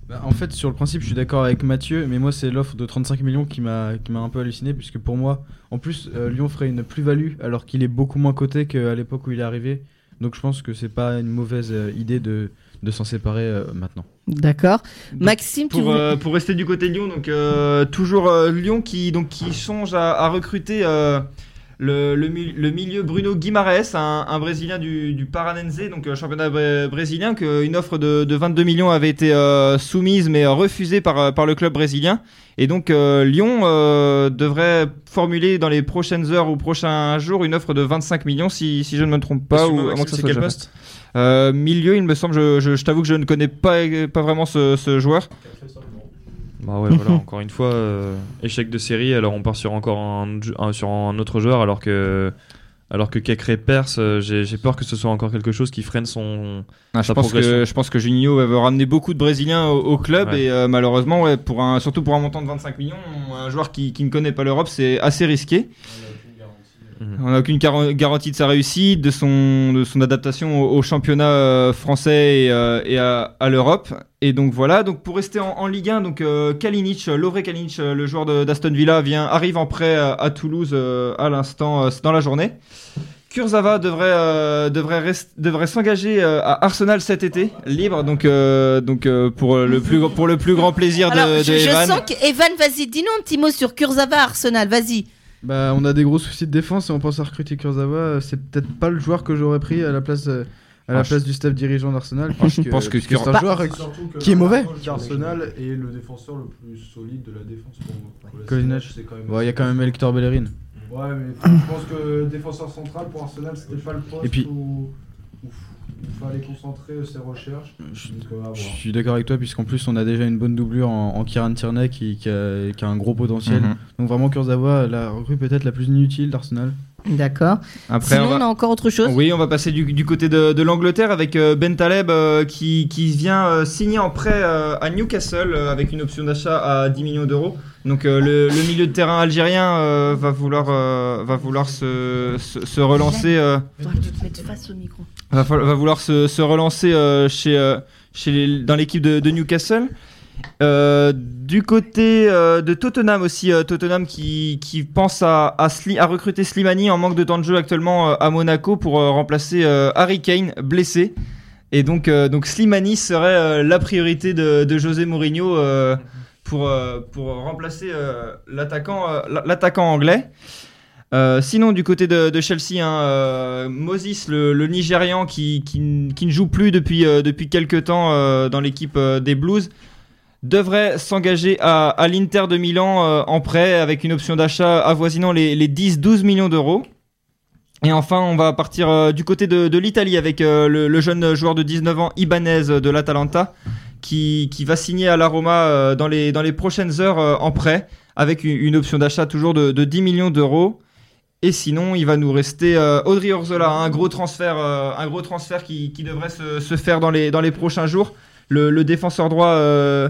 Bah, en fait, sur le principe, je suis d'accord avec Mathieu, mais moi, c'est l'offre de trente-cinq millions qui m'a, qui m'a un peu halluciné, puisque pour moi, en plus, euh, Lyon ferait une plus-value alors qu'il est beaucoup moins coté qu'à l'époque où il est arrivé. Donc je pense que c'est pas une mauvaise euh, idée de, de s'en séparer euh, maintenant. D'accord. Maxime, tu Pour, voulais- euh, pour rester du côté de Lyon, donc euh, toujours euh, Lyon qui donc qui songe à, à recruter euh, le, le, mi- le milieu Bruno Guimaraes, un, un Brésilien du, du Paranense, donc euh, championnat bré- brésilien, qu'une offre de, de vingt-deux millions avait été euh, soumise mais euh, refusée par, euh, par le club brésilien. Et donc euh, Lyon euh, devrait formuler dans les prochaines heures ou prochains jours une offre de vingt-cinq millions si, si je ne me trompe pas. Excuse-moi, Ou, à Maxime, moins que ça c'est soit quel déjà poste fait. euh, Milieu, il me semble, je, je, je t'avoue que je ne connais pas, pas vraiment ce, ce joueur. Bah ouais, voilà, encore une fois, euh, échec de série, alors on part sur encore un, un- sur un autre joueur, alors que, alors que Kekre perce, euh, j'ai, j'ai peur que ce soit encore quelque chose qui freine son. Ah, je, sa pense progression. que, je pense que Juninho veut ramener beaucoup de Brésiliens au, au club Ouais. et euh, malheureusement, ouais, pour un, surtout pour un montant de vingt-cinq millions, un joueur qui, qui ne connaît pas l'Europe, c'est assez risqué. Mhm. On n'a aucune gar- garantie de sa réussite, de son, de son adaptation au, au championnat euh, français et, euh, et à, à l'Europe. Et donc voilà, donc pour rester en, en Ligue un, donc euh, Kalinic, euh, Lovre Kalinic, euh, le joueur de- d'Aston Villa, vient, arrive en prêt à, à Toulouse euh, à l'instant, euh, dans la journée. Kurzawa devrait, euh, devrait, rest- devrait s'engager euh, à Arsenal cet été, libre, donc, euh, donc euh, pour, le plus, gr- pour le plus grand plaisir de, Alors, de je, je Evan. sens qu'Evan, vas-y, dis-nous un petit mot sur Kurzawa Arsenal, vas-y. Bah, on a des gros soucis de défense et on pense à recruter Kurzawa. euh, C'est peut-être pas le joueur que j'aurais pris à la place, euh, à la Ah, je- place du staff dirigeant d'Arsenal. Ah, je puisque- pense que puisque c'est un Kurzawa- joueur Surtout que qui est mauvais. Arsenal est le défenseur le plus solide de la défense pour moi. Pour le Kolasinac. C H, c'est quand même. Bon, il y a quand même Hector Bellerin. Ouais, mais je pense que défenseur central pour Arsenal, c'était pas le poste Et puis- où où il fallait concentrer ses recherches. Je- Donc, euh, à voir. Je suis d'accord avec toi, puisqu'en plus on a déjà une bonne doublure en, en Kieran Tierney qui, qui, a, qui a un gros potentiel. Mhm. Donc vraiment Kurzawa, la recrue peut-être la plus inutile d'Arsenal. D'accord. Après, Sinon, on on, va- a encore autre chose. Oui, on va passer du, du côté de, de l'Angleterre avec euh, Ben Taleb euh, qui, qui vient euh, signer en prêt euh, à Newcastle euh, avec une option d'achat à dix millions d'euros. Donc euh, le, le milieu de terrain algérien euh, va vouloir, euh, va vouloir se, se, se relancer. euh, Faudrait que tu te mettes face au micro. va, fa- va vouloir se, se relancer euh, chez, euh, chez les- dans l'équipe de, de Newcastle. Euh, du côté euh, de Tottenham aussi, euh, Tottenham qui, qui pense à, à, Sli- à recruter Slimani en manque de temps de jeu actuellement euh, à Monaco pour euh, remplacer euh, Harry Kane blessé. Et donc, euh, donc Slimani serait euh, la priorité de, de José Mourinho euh, pour, euh, pour remplacer euh, l'attaquant, euh, l'attaquant anglais. Euh, sinon, du côté de, de Chelsea, hein, euh, Moses, le, le Nigérian qui, qui, n- qui ne joue plus depuis, euh, depuis quelques temps euh, dans l'équipe euh, des Blues, devrait s'engager à, à l'Inter de Milan euh, en prêt avec une option d'achat avoisinant les, les dix douze millions d'euros. Et enfin, on va partir euh, du côté de, de l'Italie avec euh, le, le jeune joueur de dix-neuf ans, Ibanez de l'Atalanta, qui, qui va signer à la Roma euh, dans, les, dans les prochaines heures euh, en prêt avec une, une option d'achat toujours de, de dix millions d'euros. Et sinon, il va nous rester euh, Audrey Orzola, un gros transfert, euh, un gros transfert qui, qui devrait se, se faire dans les, dans les prochains jours. Le, le défenseur droit euh,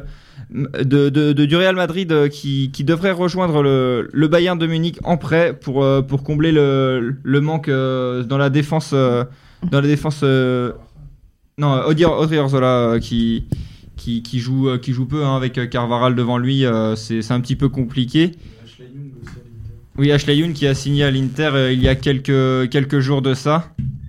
de, de, de, du Real Madrid euh, qui, qui devrait rejoindre le, le Bayern de Munich en prêt pour, euh, pour combler le, le manque euh, dans la défense. Euh, dans la défense euh, non, Audrey, Audrey Orzola euh, qui, qui, qui, joue, euh, qui joue peu hein, avec Carvaral devant lui. Euh, c'est, c'est un petit peu compliqué. Ashley Young aussi à l'Inter. Oui, Ashley Young qui a signé à l'Inter euh, il y a quelques, quelques jours de ça.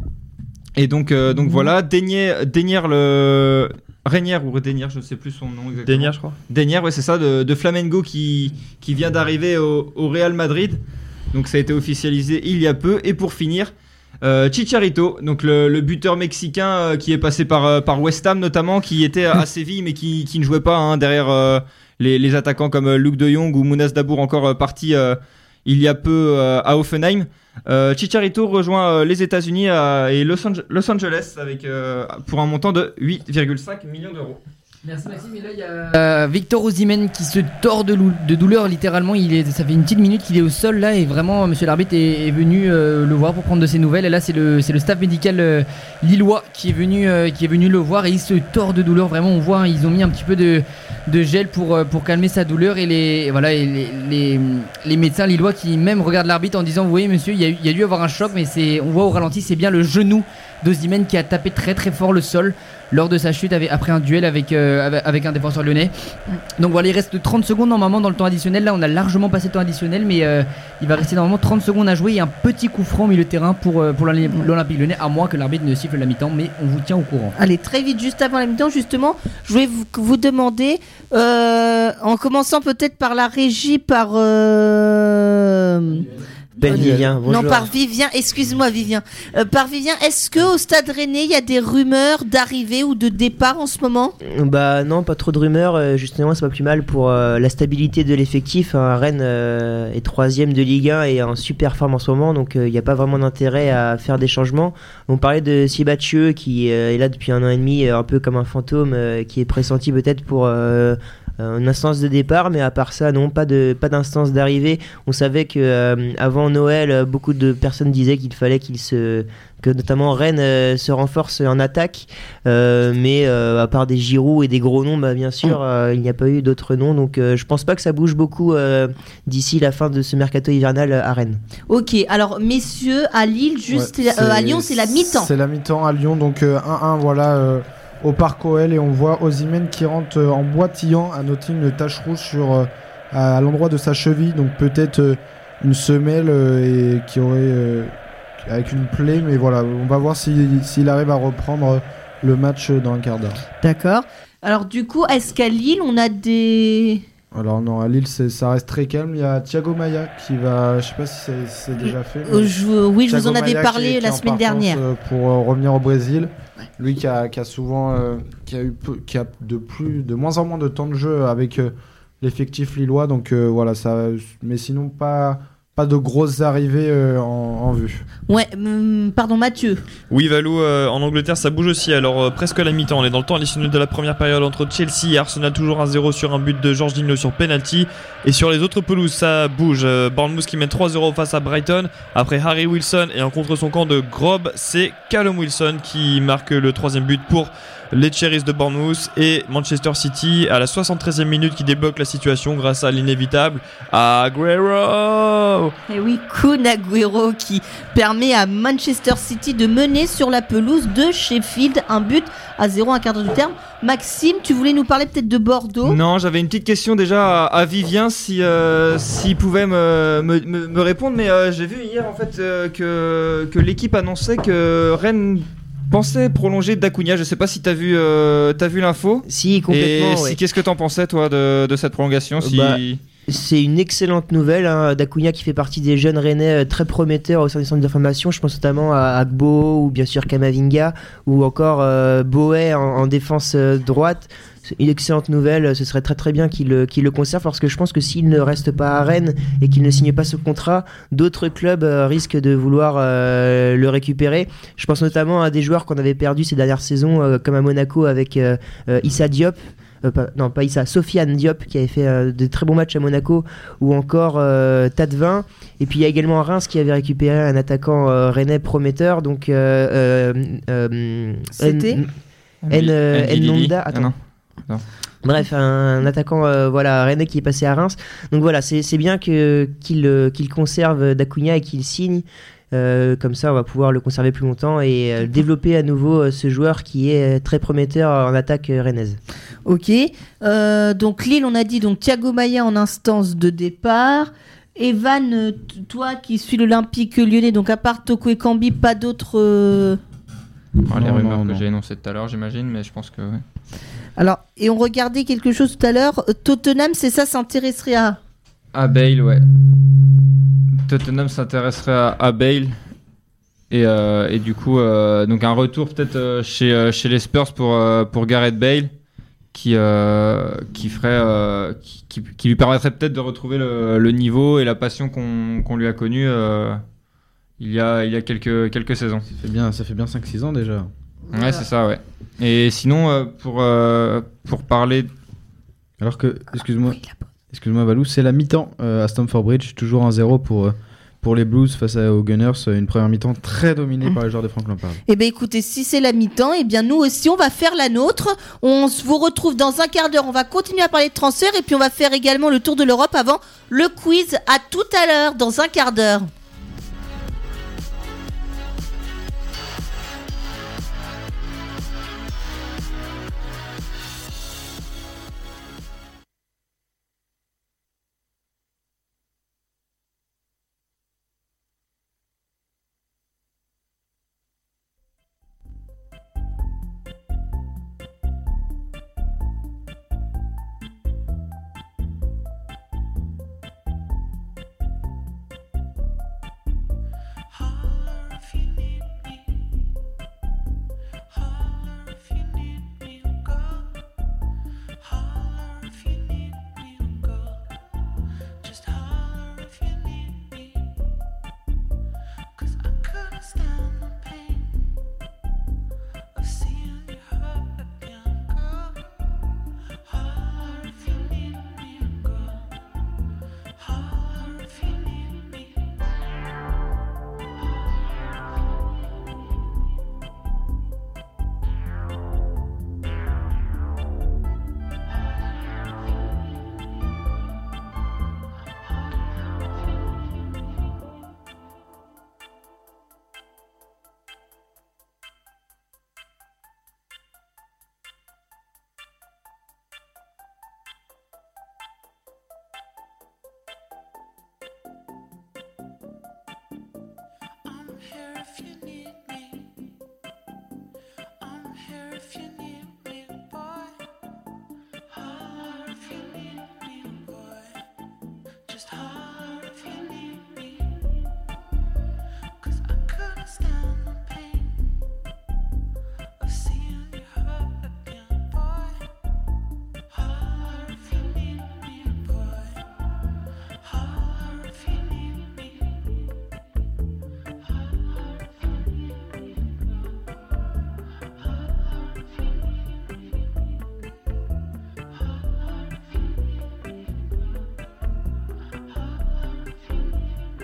Et donc, euh, donc voilà, Denier, Denier le... Renier ou Denier, je ne sais plus son nom exactement. Denier, je crois. Denier, ouais, c'est ça, de, de Flamengo qui, qui vient d'arriver au, au Real Madrid. Donc ça a été officialisé il y a peu. Et pour finir, euh, Chicharito, donc le, le buteur mexicain euh, qui est passé par, euh, par West Ham notamment, qui était à Séville mais qui, qui ne jouait pas hein, derrière euh, les, les attaquants comme euh, Luc de Jong ou Mounas Dabour encore euh, parti euh, il y a peu euh, à Hoffenheim. Euh, Chicharito rejoint euh, les États-Unis euh, et Los, Ange- Los Angeles avec, euh, pour un montant de huit virgule cinq millions d'euros. Merci Maxime. Et là, il y a euh, Victor Osimhen qui se tord de, lou- de douleur littéralement. Il est, ça fait une petite minute qu'il est au sol là et vraiment, monsieur l'arbitre est, est venu euh, le voir pour prendre de ses nouvelles. Et là, c'est le, c'est le staff médical euh, lillois qui est venu, euh, qui est venu le voir et il se tord de douleur. Vraiment, on voit, hein, ils ont mis un petit peu de, de gel pour, euh, pour calmer sa douleur et les, et voilà, et les, les, les médecins lillois qui même regardent l'arbitre en disant, vous voyez, monsieur, il y a, eu- il y a dû avoir un choc, mais c'est, on voit au ralenti, c'est bien le genou d'Osimhen qui a tapé très très fort le sol. lors de sa chute avec, après un duel avec, euh, avec, avec un défenseur lyonnais. Donc voilà, il reste trente secondes normalement dans le temps additionnel. Là, on a largement passé le temps additionnel, mais euh, il va rester normalement trente secondes à jouer. Il y a un petit coup franc au milieu de terrain pour, euh, pour l'Olympique lyonnais, à moins que l'arbitre ne siffle la mi-temps, mais on vous tient au courant. Allez, très vite, juste avant la mi-temps, justement, je voulais vous, vous demander, euh, en commençant peut-être par la régie, par... Euh... Ben Vivien, bonjour. Non, par Vivien, excuse-moi Vivien. Euh, par Vivien, est-ce que au Stade Rennais, il y a des rumeurs d'arrivée ou de départ en ce moment ? Bah non, pas trop de rumeurs. Euh, justement, c'est pas plus mal pour euh, la stabilité de l'effectif. Hein. Rennes euh, est troisième de Ligue un et en super forme en ce moment, donc il euh, n'y a pas vraiment d'intérêt à faire des changements. On parlait de Sibatcheux qui euh, est là depuis un an et demi, euh, un peu comme un fantôme, euh, qui est pressenti peut-être pour... Euh, une instance de départ, mais à part ça, non, pas de pas d'instance d'arrivée. On savait que euh, avant Noël, beaucoup de personnes disaient qu'il fallait qu'il se que notamment Rennes euh, se renforce en attaque, euh, mais euh, à part des Giroud et des gros noms, bah, bien sûr, euh, il n'y a pas eu d'autres noms, donc euh, je pense pas que ça bouge beaucoup euh, d'ici la fin de ce mercato hivernal à Rennes. Ok, alors messieurs, à Lille, juste Ouais, euh, à Lyon, c'est la mi-temps. C'est la mi-temps à Lyon, donc euh, un un, voilà. Euh... au Parc O L, et on voit Osimhen qui rentre en boitillant, à noter une tache rouge sur, euh, à l'endroit de sa cheville, donc peut-être euh, une semelle euh, et qui aurait euh, avec une plaie, mais voilà, on va voir s'il, s'il arrive à reprendre le match dans un quart d'heure. D'accord. Alors du coup, est-ce qu'à Lille on a des... Alors non, à Lille c'est, ça reste très calme. Il y a Thiago Maia qui va, je sais pas si c'est, c'est déjà fait. Euh, je, oui, je Thiago vous en avais Maia parlé qui est- la qui est en semaine partance, dernière. euh, pour euh, revenir au Brésil. Lui qui a, qui a souvent, euh, qui a eu, peu- qui a de plus, de moins en moins de temps de jeu avec euh, l'effectif lillois. Donc euh, voilà, ça. Mais sinon pas, pas de grosses arrivées euh, en, en vue. Ouais, hum, pardon Mathieu. Oui, Valou, euh, en Angleterre, ça bouge aussi. Alors, euh, presque à la mi-temps. On est dans le temps additionnel de la première période entre Chelsea et Arsenal. Toujours un zéro sur un but de Jorginho sur penalty. Et sur les autres pelouses, ça bouge. Euh, Bournemouth qui mène trois zéro face à Brighton. Après Harry Wilson et en contre son camp de Grob, c'est Callum Wilson qui marque le troisième but pour les Cherries de Bournemouth. Et Manchester City à la soixante-treizième minute qui débloque la situation grâce à l'inévitable Aguero. Et oui, Kun Agüero qui permet à Manchester City de mener sur la pelouse de Sheffield un but à zéro, un quart d'heure du terme. Maxime, tu voulais nous parler peut-être de Bordeaux ? Non, j'avais une petite question déjà à, à Vivien si euh, s'il pouvait me, me, me- me répondre, mais euh, j'ai vu hier en fait euh, que, que l'équipe annonçait que Rennes pensait prolonger Dacunia. Je sais pas si t'as vu euh, t'as vu l'info. Si, Et complètement, si, ouais. qu'est-ce que t'en pensais toi de, de cette prolongation si... Bah, C'est une excellente nouvelle, hein. Dacunia qui fait partie des jeunes Rennais euh, très prometteurs au sein des centres de formation. Je pense notamment à Agbo ou bien sûr Kamavinga ou encore euh, Boé en, en défense euh, droite. C'est une excellente nouvelle, ce serait très très bien qu'il, le- qu'il le conserve parce que je pense que s'il ne reste pas à Rennes et qu'il ne signe pas ce contrat, d'autres clubs euh, risquent de vouloir euh, le récupérer. Je pense notamment à des joueurs qu'on avait perdus ces dernières saisons euh, comme à Monaco avec euh, euh, Issa Diop. Euh, pas- non, pas Issa, Sofiane Diop qui avait fait euh, de très bons matchs à Monaco, ou encore euh, Tadevin. Et puis il y a également Reims qui avait récupéré un attaquant euh, rennais prometteur, donc euh, euh, euh, C'était N- N- euh, Ndidi. Nonda. Ah Attends. non. Non. Bref, un, un attaquant euh, voilà, rennais qui est passé à Reims. Donc voilà, c'est, c'est bien que, qu'il, euh, qu'il conserve Dacunia et qu'il signe. Euh, comme ça, on va pouvoir le conserver plus longtemps et euh, développer à nouveau euh, ce joueur qui est euh, très prometteur en attaque euh, rennaise. Ok. Euh, donc Lille, on a dit donc Thiago Maia en instance de départ. Evan, euh, t- toi qui suis l'Olympique lyonnais, donc à part Toko et Kambi, pas d'autres. euh, Oh, les Non, rumeurs non, que non. j'ai énoncées tout à l'heure, j'imagine, mais je pense que ouais. Alors, et on regardait quelque chose tout à l'heure. euh, Tottenham, c'est ça, s'intéresserait à. À Bale, ouais. Tottenham s'intéresserait à, à Bale. Et, euh, et du coup, euh, donc un retour peut-être euh, chez, euh, chez les Spurs pour, euh, pour Gareth Bale, qui, euh, qui, ferait, euh, qui, qui, qui lui permettrait peut-être de retrouver le, le niveau et la passion qu'on, qu'on lui a connue euh, il y a, il y a quelques, quelques saisons. Ça fait bien, ça fait bien cinq six ans déjà. Ouais, c'est ça, ouais. Et sinon, euh, pour, euh, pour parler... Alors que, excuse-moi, Oui, la- excuse-moi Valou, c'est la mi-temps euh, à Stamford Bridge, toujours un zéro pour, euh, pour les Blues face à- aux Gunners. euh, Une première mi-temps très dominée par les joueurs de Frank Lampard. Eh bien écoutez, si c'est la mi-temps, eh bien nous aussi on va faire la nôtre. On se vous retrouve dans un quart d'heure, on va continuer à parler de transfert et puis on va faire également le tour de l'Europe avant le quiz. À tout à l'heure, dans un quart d'heure. if you need me. I'm here if you need me, boy. Holler if you need me, boy. Just holler if you need me. 'Cause I couldn't stand the pain of seeing you hurt again, boy. Holler if you need me, boy. Holler if you need me. Holler if you need me. Holler if you need me. Holler if you need me. Holler if you need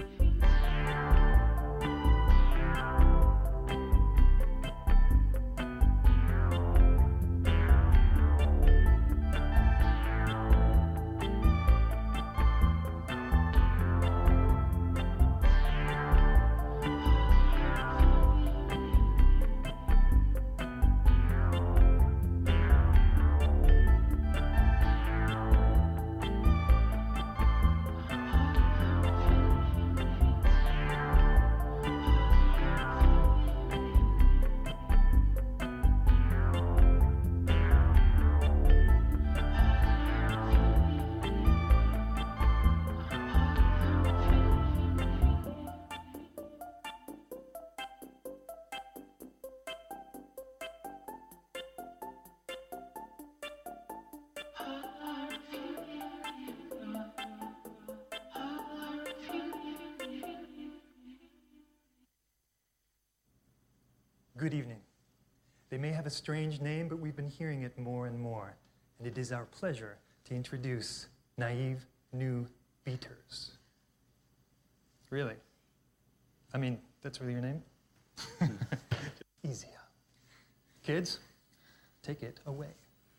Good evening. They may have a strange name, but we've been hearing it more and more. And it is our pleasure to introduce Naive New Beaters. Really? I mean, that's really your name? Easier. Kids, take it away.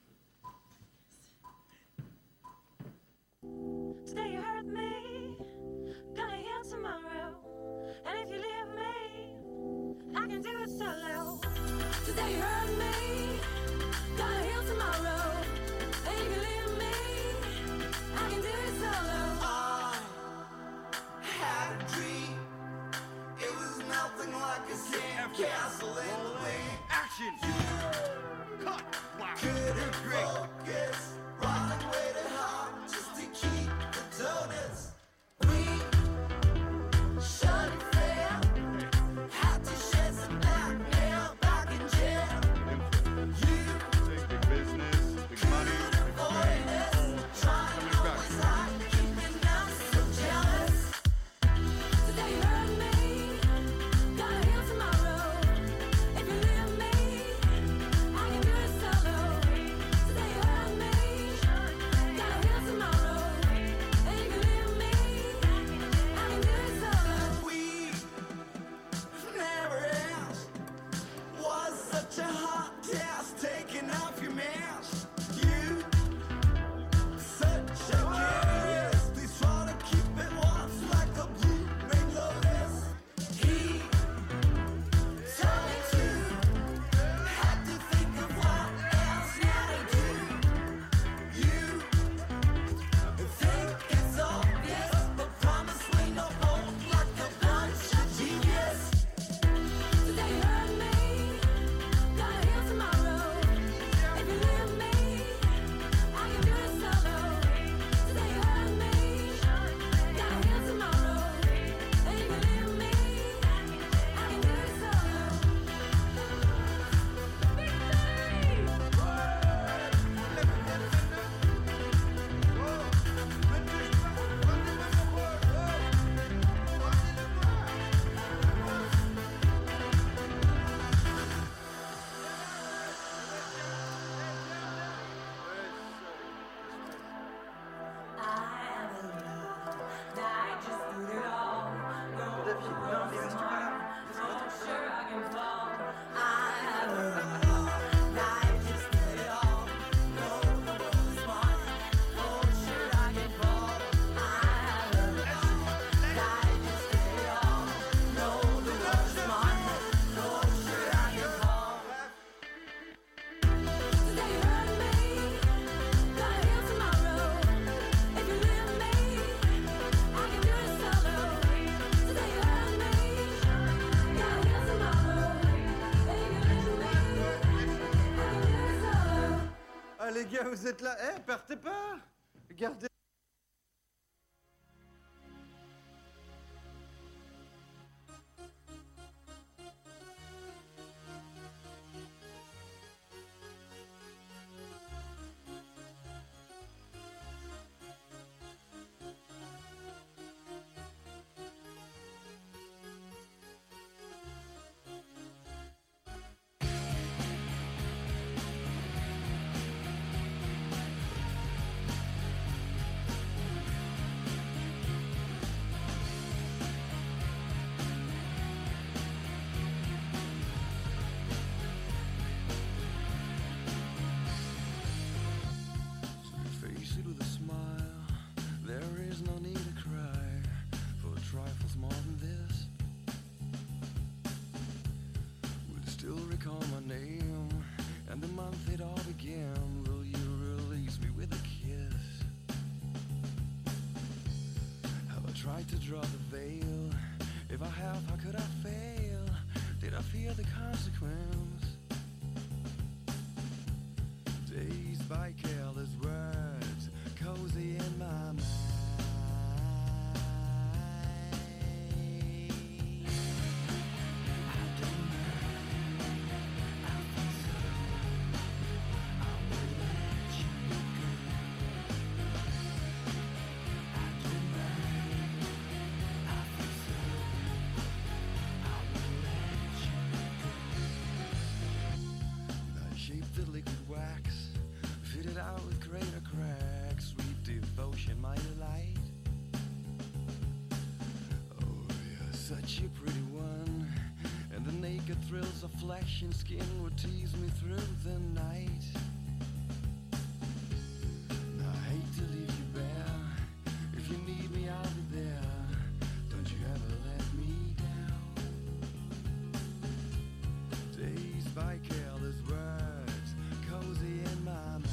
Today you hurt me, gonna heal tomorrow. And if you leave me, I can do it solo. Today you hurt me, gonna heal tomorrow. And if you leave me, I can do it solo. I had a dream. It was melting like a sand castle in the wind. Action! Cut! Wow! les gars, vous êtes là. Eh, partez pas. Regardez. Face it with a smile. There is no need to cry for trifles more than this. Will still recall my name and the month it all began. Will you release me with a kiss? Have I tried to draw the veil? If I have, how could I fail? Did I fear the consequence? Dazed by careless words, cozy in my mind. I don't mind, I feel so. I will let you go. I don't mind, I feel so. I will let you go. I shaped the liquid wax, fitted out with greater cracks, sweet devotion, my delight. Oh, you're such a pretty one, and the naked thrills of flesh and skin would tease me through the night. Now, I hate to leave you bare. If you need me, I'll be there. Don't you ever let me down. Dazed by careless words, cozy in my mind.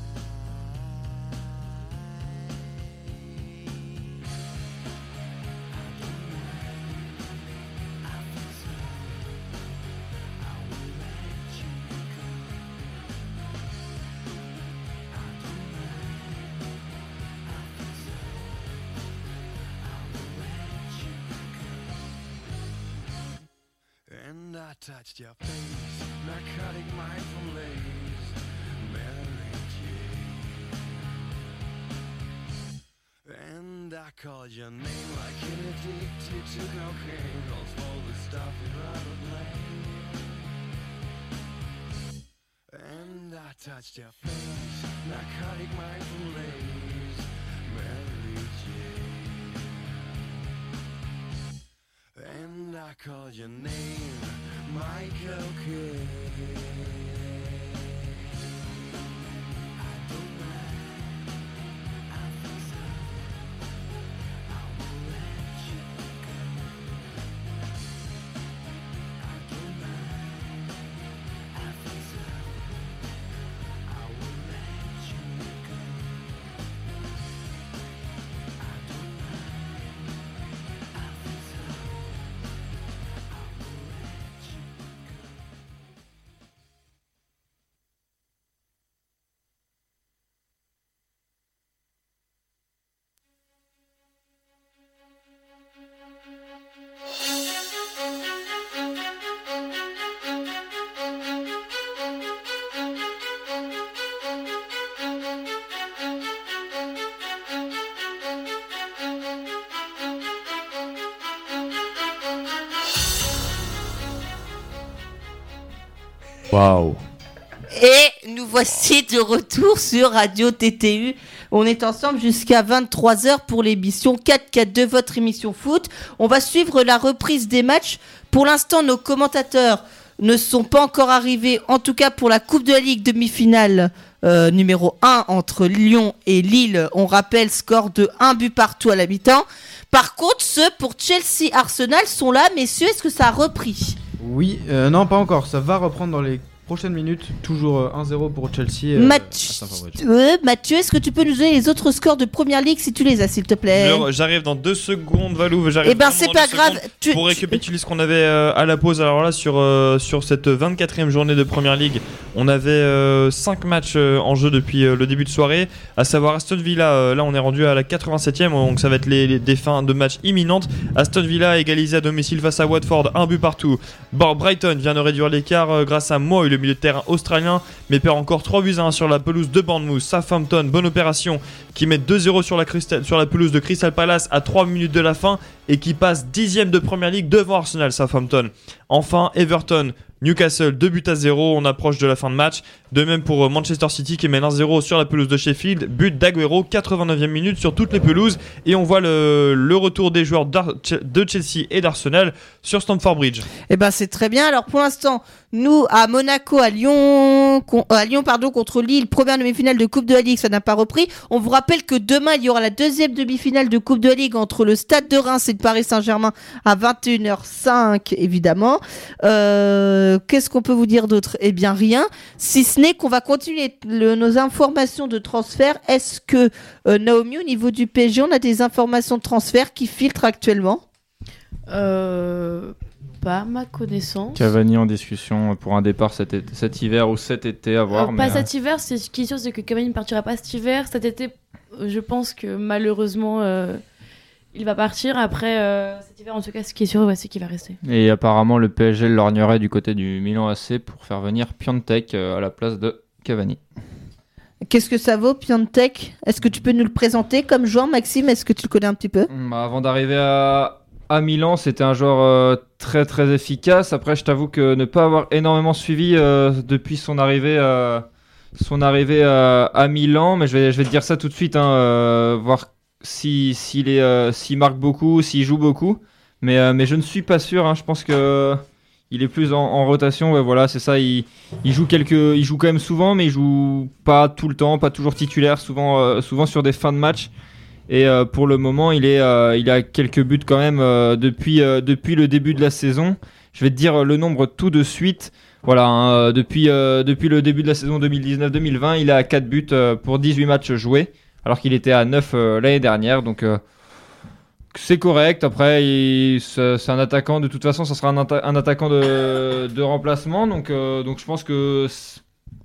And I touched your face, narcotic mindful lace, Mary Jane. And I called your name like an addicted to cocaine, calls for the stuff you'd rather play. And I touched your face, narcotic mindful lace, Mary Jane. And I called your name, Michael Kidd. I don't mind, I feel so. I will let you go. I don't mind, I feel so. I will let you go. I don't mind, I feel so. Waouh. Et nous voici de retour sur Radio T T U. On est ensemble jusqu'à vingt-trois heures pour l'émission quatre quatre deux, votre émission foot. On va suivre la reprise des matchs. Pour l'instant, nos commentateurs ne sont pas encore arrivés, en tout cas pour la Coupe de la Ligue demi-finale euh, numéro un entre Lyon et Lille. On rappelle, score de un but partout à la mi-temps. Par contre, ceux pour Chelsea-Arsenal sont là. Messieurs, est-ce que ça a repris ? Oui, euh, non pas encore, ça va reprendre dans les Prochaine minute, toujours euh, un zéro pour Chelsea. euh, Match- à Stamford-Bridge. Euh, Mathieu, est-ce que tu peux nous donner les autres scores de Première Ligue si tu les as, s'il te plaît? Alors, j'arrive dans deux secondes, Valou. J'arrive Eh ben, vraiment c'est dans pas deux grave. secondes Tu- Pour récapituler ce qu'on avait euh, à la pause, alors là, sur, euh, sur cette vingt-quatrième journée de Première Ligue, on avait euh, cinq matchs euh, en jeu depuis euh, le début de soirée, à savoir Aston Villa. Euh, là, on est rendu à la quatre-vingt-septième, donc ça va être les, les- des fins de match imminentes. Aston Villa a égalisé à domicile face à Watford, un but partout. Bon, Brighton vient de réduire l'écart euh, grâce à Moy, le milieu de terrain australien, mais perd encore trois buts à un sur la pelouse de Bournemouth. Southampton, bonne opération, qui met deux zéro sur la, Crystal- sur la pelouse de Crystal Palace à trois minutes de la fin et qui passe dixième de Première Ligue devant Arsenal. Southampton. Enfin, Everton, Newcastle, deux buts à zéro, on approche de la fin de match. De même pour Manchester City qui mène un zéro sur la pelouse de Sheffield. But d'Aguero, quatre-vingt-neuvième minute sur toutes les pelouses. Et on voit le, le retour des joueurs d'Ar- de Chelsea et d'Arsenal sur Stamford Bridge. Eh ben c'est très bien. Alors pour l'instant, nous à Monaco, à Lyon, con- euh, à Lyon pardon contre Lille, première demi-finale de Coupe de la Ligue, ça n'a pas repris. On vous rappelle que demain il y aura la deuxième demi-finale de Coupe de la Ligue entre le Stade de Reims et le Paris Saint-Germain à vingt et une heures cinq évidemment. Euh, qu'est-ce qu'on peut vous dire d'autre? Eh bien rien, si ce n'est qu'on va continuer le- nos informations de transfert. Est-ce que euh, Naomi, au niveau du P S G, on a des informations de transfert qui filtrent actuellement? Euh, pas à ma connaissance. Cavani en discussion pour un départ cet, été- cet hiver ou cet été à voir. Euh, mais, pas euh, cet hiver, c'est ce qui est sûr, c'est que Cavani ne partira pas cet hiver. Cet été, euh, je pense que malheureusement, euh, il va partir. Après, euh, cet hiver, en tout cas, ce qui est sûr, ouais, c'est qu'il va rester. Et apparemment, le P S G lorgnerait du côté du Milan A C pour faire venir Piontek euh, à la place de Cavani. Qu'est-ce que ça vaut, Piontek? Est-ce que tu peux nous le présenter comme joueur, Maxime? Est-ce que tu le connais un petit peu? Bah, avant d'arriver à, à Milan, c'était un joueur euh, très très efficace. Après, je t'avoue que ne pas avoir énormément suivi euh, depuis son arrivée, euh, son arrivée euh, à Milan, mais je vais, je vais te dire ça tout de suite, hein, euh, voir si, s'il est, euh, s'il marque beaucoup, s'il joue beaucoup. Mais, euh, mais je ne suis pas sûr. Hein, je pense que il est plus en, en rotation. Ouais, voilà, c'est ça. Il, il joue quelques, il joue quand même souvent, mais il joue pas tout le temps, pas toujours titulaire. Souvent, euh, souvent sur des fins de match. Et euh, pour le moment, il, est, euh, il a quelques buts quand même euh, depuis, euh, depuis le début de la saison. Je vais te dire le nombre tout de suite. Voilà, hein, depuis, euh, depuis le début de la saison deux mille dix-neuf deux mille vingt, il a quatre buts euh, pour dix-huit matchs joués, alors qu'il était à neuf euh, l'année dernière. Donc euh, c'est correct. Après, il- c'est c'est un attaquant. De toute façon, ça sera un, atta- un attaquant de, de remplacement. Donc, euh, donc je pense que c-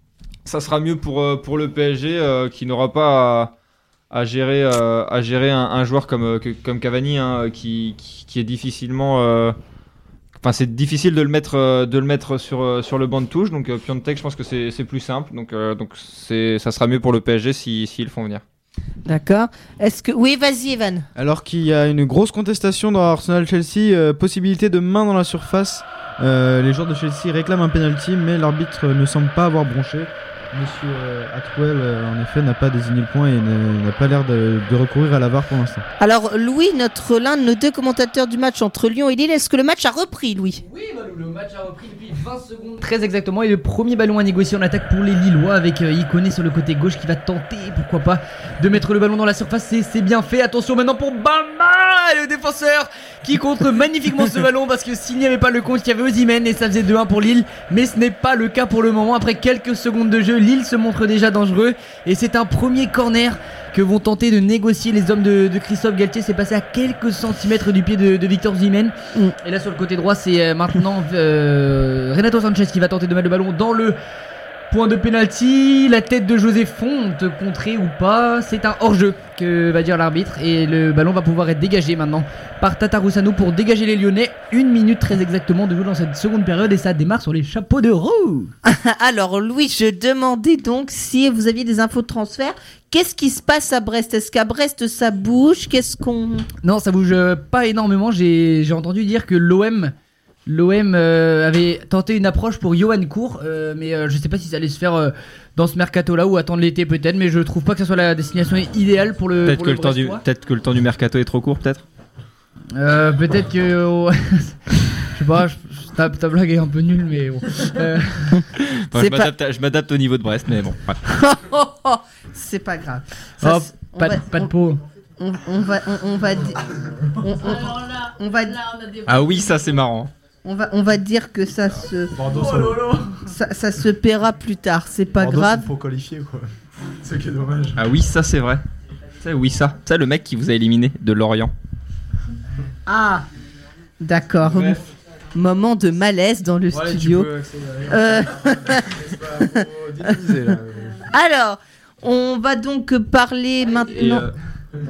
ça sera mieux pour, euh, pour le P S G euh, qui n'aura pas à à gérer, euh, à gérer un, un joueur comme, euh, que- comme Cavani hein, qui, qui, qui est difficilement euh, enfin c'est difficile de le mettre, euh, de le mettre sur, euh, sur le banc de touche. Donc euh, Piontek, je pense que c'est, c'est plus simple, donc, euh, donc c'est, ça sera mieux pour le P S G si, s'ils le font venir. D'accord. Est-ce que... Oui, vas-y, Evan. Alors qu'il y a une grosse contestation dans Arsenal-Chelsea, euh, possibilité de main dans la surface. Euh, les joueurs de Chelsea réclament un penalty, mais l'arbitre ne semble pas avoir bronché. Monsieur euh, Atwell, euh, en effet, n'a pas désigné le point et ne- n'a pas l'air de, de recourir à la V A R pour l'instant. Alors, Louis, notre l'un de nos deux commentateurs du match entre Lyon et Lille, est-ce que le match a repris, Louis? Oui, Valou, le match a repris depuis vingt secondes. Très exactement, et le premier ballon à négocier en attaque pour les Lillois avec euh, Ikoné sur le côté gauche qui va tenter, pourquoi pas, de mettre le ballon dans la surface. C'est, c'est bien fait. Attention maintenant pour Bamba, le défenseur qui contre magnifiquement ce ballon parce que s'il n'y avait pas le compte, il y avait Osimhen et ça faisait deux un pour Lille. Mais ce n'est pas le cas pour le moment. Après quelques secondes de jeu, Lille se montre déjà dangereux et c'est un premier corner que vont tenter de négocier les hommes de, de Christophe Galtier. C'est passé à quelques centimètres du pied de, de Victor Osimhen. Mm. Et là sur le côté droit, c'est euh, maintenant euh, Renato Sanchez qui va tenter de mettre le ballon dans le point de pénalty. La tête de José Fonte, contrée ou pas, c'est un hors-jeu que va dire l'arbitre et le ballon va pouvoir être dégagé maintenant par Tatarusanu pour dégager les Lyonnais. Une minute très exactement de jeu dans cette seconde période et ça démarre sur les chapeaux de roue. Alors, Louis, je demandais donc si vous aviez des infos de transfert. Qu'est-ce qui se passe à Brest? Est-ce qu'à Brest ça bouge? Qu'est-ce qu'on... Non, ça bouge euh, pas énormément. J'ai, j'ai entendu dire que l'O M L'O M euh, avait tenté une approche pour Johan Cour, euh, mais euh, je sais pas si ça allait se faire euh, dans ce mercato-là ou attendre l'été peut-être, mais je trouve pas que ce soit la destination idéale pour le. Peut-être, pour que le le temps du, Brestois. peut-être que le temps du mercato est trop court, peut-être. Euh, peut-être que. euh, je sais pas, je- je- ta, ta blague est un peu nulle, mais bon. Euh, Enfin, je, m'adapte à- je m'adapte au niveau de Brest, mais bon. ouais. Oh, oh, c'est pas grave. Ça, oh, c'est- on pas, va- de- pas de on- peau. On, on va, on, on va, di- on, on- Alors là, on va, là, on a des... Ah oui, ça c'est marrant. On va, on va dire que ça se, Bordeaux, ça, ça, ça se paiera plus tard. C'est pas Bordeaux, grave. c'est pour qualifier, quoi. C'est ce qui est dommage. Ah oui, ça c'est vrai. Ça, oui, ça. Ça, le mec qui vous a éliminé de Lorient. Ah, d'accord. Bref. Moment de malaise dans le Bon, allez, studio. tu peux accélérer. Euh, C'est pas trop dynamisé, là. Alors, on va donc parler Et, maintenant. euh,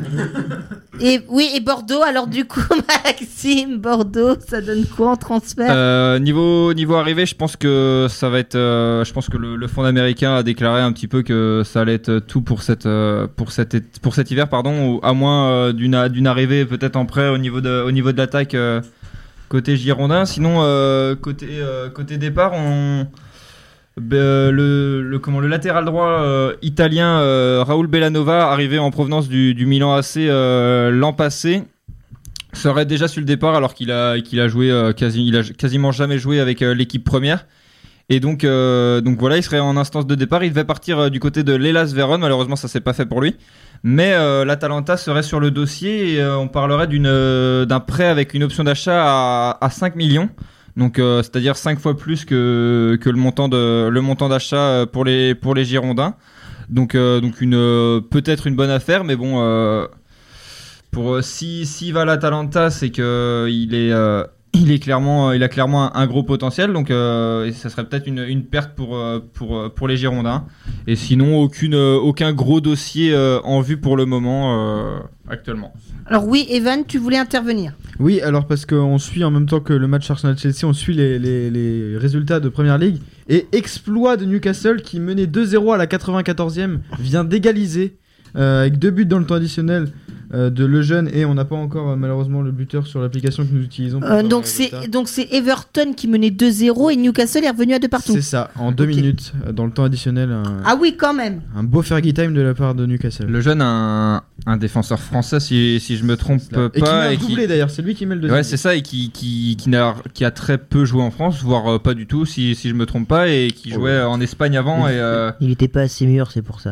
Et oui, et Bordeaux. Alors du coup, Maxime, Bordeaux, ça donne quoi en transfert? Euh, niveau niveau arrivée, je pense que ça va être. euh, je pense que le, le fonds américain a déclaré un petit peu que ça allait être tout pour cette euh, pour cet é- pour cet hiver, pardon, ou à moins euh, d'une d'une arrivée peut-être en prêt au niveau de au niveau de l'attaque euh, côté girondin. Sinon euh, côté euh, côté départ, on euh, le, le comment le latéral droit euh, italien euh, Raoul Bellanova, arrivé en provenance du du Milan A C euh, l'an passé, serait déjà sur le départ alors qu'il a qu'il a joué euh, quasi il a quasiment jamais joué avec euh, l'équipe première, et donc euh, donc voilà, il serait en instance de départ. Il devait partir euh, du côté de l'Hellas Vérone, malheureusement ça s'est pas fait pour lui, mais euh, l'Atalanta serait sur le dossier et euh, on parlerait d'une euh, d'un prêt avec une option d'achat à, à cinq millions, donc euh, c'est-à-dire cinq fois plus que que le montant de le montant d'achat pour les pour les Girondins, donc euh, donc une euh, peut-être une bonne affaire, mais bon euh, Pour euh, si s'il va à l'Atalanta, c'est que euh, il est euh, il est clairement il a clairement un, un gros potentiel, donc euh, et ça serait peut-être une, une perte pour euh, pour euh, pour les Girondins. Et sinon aucune euh, aucun gros dossier euh, en vue pour le moment euh, actuellement. Alors oui, Evan, tu voulais intervenir. Oui, alors parce qu'on suit en même temps que le match Arsenal-Chelsea, on suit les, les, les résultats de Première Ligue. Et exploit de Newcastle qui menait deux zéro à la quatre-vingt-quatorzième vient d'égaliser euh, avec deux buts dans le temps additionnel euh, de Lejeune, et on n'a pas encore euh, malheureusement le buteur sur l'application que nous utilisons. pour Euh, savoir donc les c'est résultats. donc c'est Everton qui menait deux zéro et Newcastle est revenu à deux partout. C'est ça, en deux Ok. minutes euh, dans le temps additionnel. Un, Ah oui, quand même. un beau Fergie time de la part de Newcastle. Le jeune, un, un défenseur français, si, si je me trompe pas. Et qui met un et doublé d'ailleurs, c'est lui qui met le deuxième. Ouais, c'est ça, et qui, qui, qui, n'a, qui a très peu joué en France, voire euh, pas du tout, si, si je me trompe pas, et qui jouait en Espagne avant. Et, euh, Il était pas assez mûr, c'est pour ça.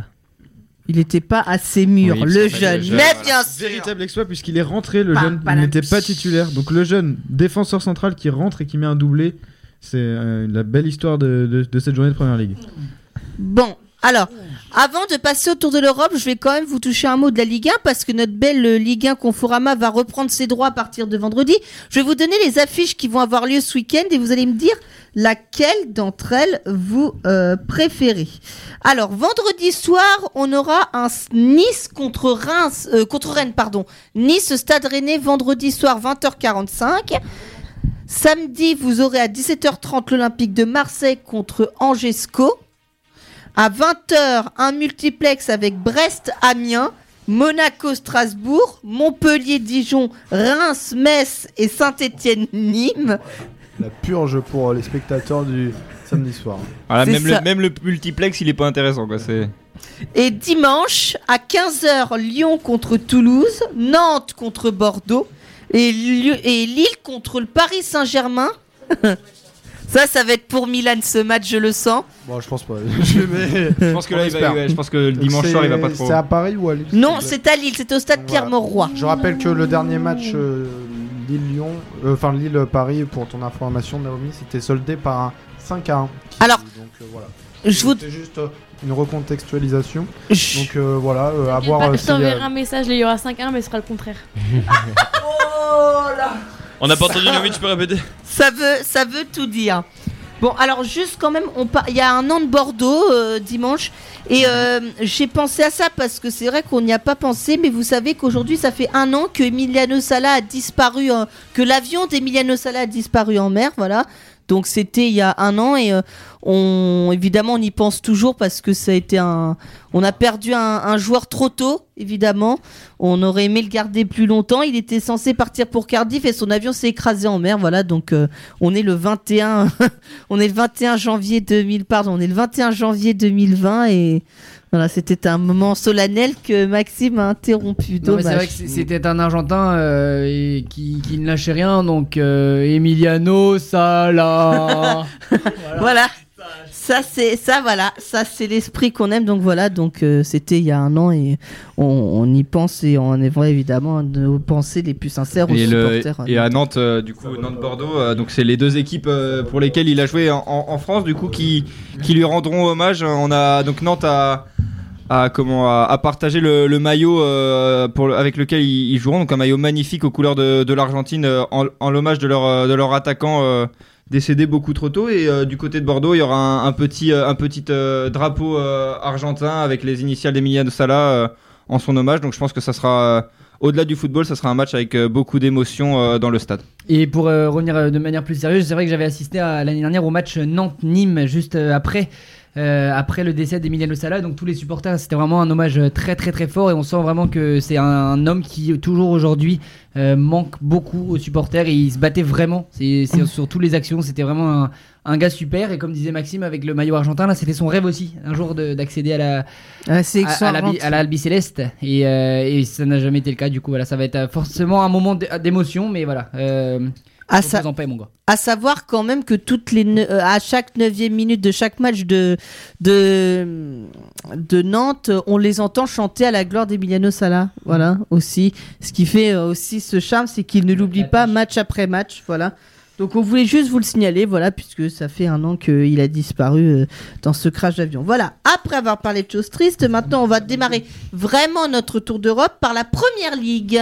Il n'était pas assez mûr, Oui, le c'est jeune. le jeune, Mais voilà. bien sûr. Véritable exploit puisqu'il est rentré, le Pam, jeune, il palam. n'était pas titulaire. Donc le jeune défenseur central qui rentre et qui met un doublé, c'est euh, la belle histoire de, de, de cette journée de Première Ligue. Bon, alors, avant de passer au Tour de l'Europe, je vais quand même vous toucher un mot de la Ligue un parce que notre belle euh, Ligue un Conforama va reprendre ses droits à partir de vendredi. Je vais vous donner les affiches qui vont avoir lieu ce week-end et vous allez me dire laquelle d'entre elles vous euh, préférez. Alors, vendredi soir, on aura un s- Nice contre Reims, euh, contre Rennes, pardon. Nice, Stade Rennais, vendredi soir, vingt heures quarante-cinq. Samedi, vous aurez à dix-sept heures trente l'Olympique de Marseille contre Angesco. À vingt heures, un multiplex avec Brest-Amiens, Monaco-Strasbourg, Montpellier-Dijon, Reims-Metz et Saint-Étienne-Nîmes. La purge pour les spectateurs du samedi soir. voilà, C'est même, ça. le, même le multiplex, il est pas intéressant, quoi. C'est... Et dimanche, à quinze heures, Lyon contre Toulouse, Nantes contre Bordeaux et, Lieu- et Lille contre le Paris Saint-Germain. Ça, ça va être pour Milan ce match, je le sens. Bon, je pense pas. je, mais... Je pense que là, il va, ouais, je pense que le Donc dimanche c'est- soir, il va pas trop. C'est à Paris ou à Lille? Non, c'est à Lille, c'est au stade Voilà. Pierre-Mauroy. Je rappelle que le dernier match euh, Lille-Lyon, euh, enfin Lille-Paris, pour ton information, Naomi, c'était soldé par un cinq à un. Qui- Alors, donc, euh, voilà. Je vous... C'était juste euh, une recontextualisation. Je- Donc euh, voilà, euh, à T'inquiète voir pas, euh, je si, euh, t'enverrai un message, là, il y aura cinq un, mais ce sera le contraire. On n'a pas entendu Nomi, tu peux répéter? Ça veut, ça veut tout dire. Bon, alors juste quand même, on par- il y a un an de Bordeaux euh, dimanche, et euh, j'ai pensé à ça parce que c'est vrai qu'on n'y a pas pensé, mais vous savez qu'aujourd'hui ça fait un an que Emiliano Sala a disparu, euh, que l'avion d'Emiliano Sala a disparu en mer, voilà. Donc c'était il y a un an et euh, on évidemment on y pense toujours parce que ça a été un, on a perdu un, un joueur trop tôt évidemment. On aurait aimé le garder plus longtemps. Il était censé partir pour Cardiff et son avion s'est écrasé en mer. Voilà, donc euh, on est le vingt et un, on est le vingt et un janvier deux mille, pardon, on est le vingt et un janvier deux mille vingt et voilà, c'était un moment solennel que Maxime a interrompu. Non, mais Dommage. c'est vrai que c- c'était un Argentin euh, et qui, qui ne lâchait rien, donc euh, Emiliano Sala. Voilà. Ça c'est ça voilà, ça c'est l'esprit qu'on aime donc voilà donc euh, c'était il y a un an et on, on y pense et on est vrai évidemment nos pensées les plus sincères aux Et, le- supporters. et à Nantes, euh, du coup, Nantes-Bordeaux, euh, donc c'est les deux équipes euh, pour lesquelles il a joué en, en- en France, du coup, qui, qui lui rendront hommage. On a donc Nantes a, a comment a, a partagé le, le maillot euh, pour le- avec lequel ils, ils joueront, donc un maillot magnifique aux couleurs de, de l'Argentine euh, en, en l'hommage de leur euh, de leur attaquant. Euh, décédé beaucoup trop tôt et euh, du côté de Bordeaux il y aura un, un petit euh, un petit euh, drapeau euh, argentin avec les initiales d'Emiliano Sala euh, en son hommage, donc je pense que ça sera euh, au-delà du football, ça sera un match avec euh, beaucoup d'émotions euh, dans le stade. Et pour euh, revenir euh, de manière plus sérieuse, c'est vrai que j'avais assisté à, l'année dernière au match Nantes-Nîmes juste euh, après. Euh, après le décès d'Emiliano Sala, donc tous les supporters, c'était vraiment un hommage très très très fort et on sent vraiment que c'est un, un homme qui toujours aujourd'hui euh, manque beaucoup aux supporters et il se battait vraiment. C'est, c'est sur toutes les actions, c'était vraiment un, un gars super et comme disait Maxime avec le maillot argentin là, c'était son rêve aussi un jour de, d'accéder à la Ah, c'est à, à la, bi- à la Albiceleste et, euh, et ça n'a jamais été le cas. Du coup voilà, ça va être forcément un moment d- d'émotion, mais voilà. Euh, À, repose sa- en paix, mon gars. à savoir quand même que toutes les ne- euh, à chaque neuvième minute de chaque match de, de, de Nantes, on les entend chanter à la gloire d'Emiliano Sala. Voilà, aussi. Ce qui fait euh, aussi ce charme, c'est qu'il ne l'oublie pas match après match. Voilà. Donc on voulait juste vous le signaler, voilà, puisque ça fait un an qu'il a disparu euh, dans ce crash d'avion. Voilà, après avoir parlé de choses tristes, maintenant on va démarrer vraiment notre tour d'Europe par la Première Ligue.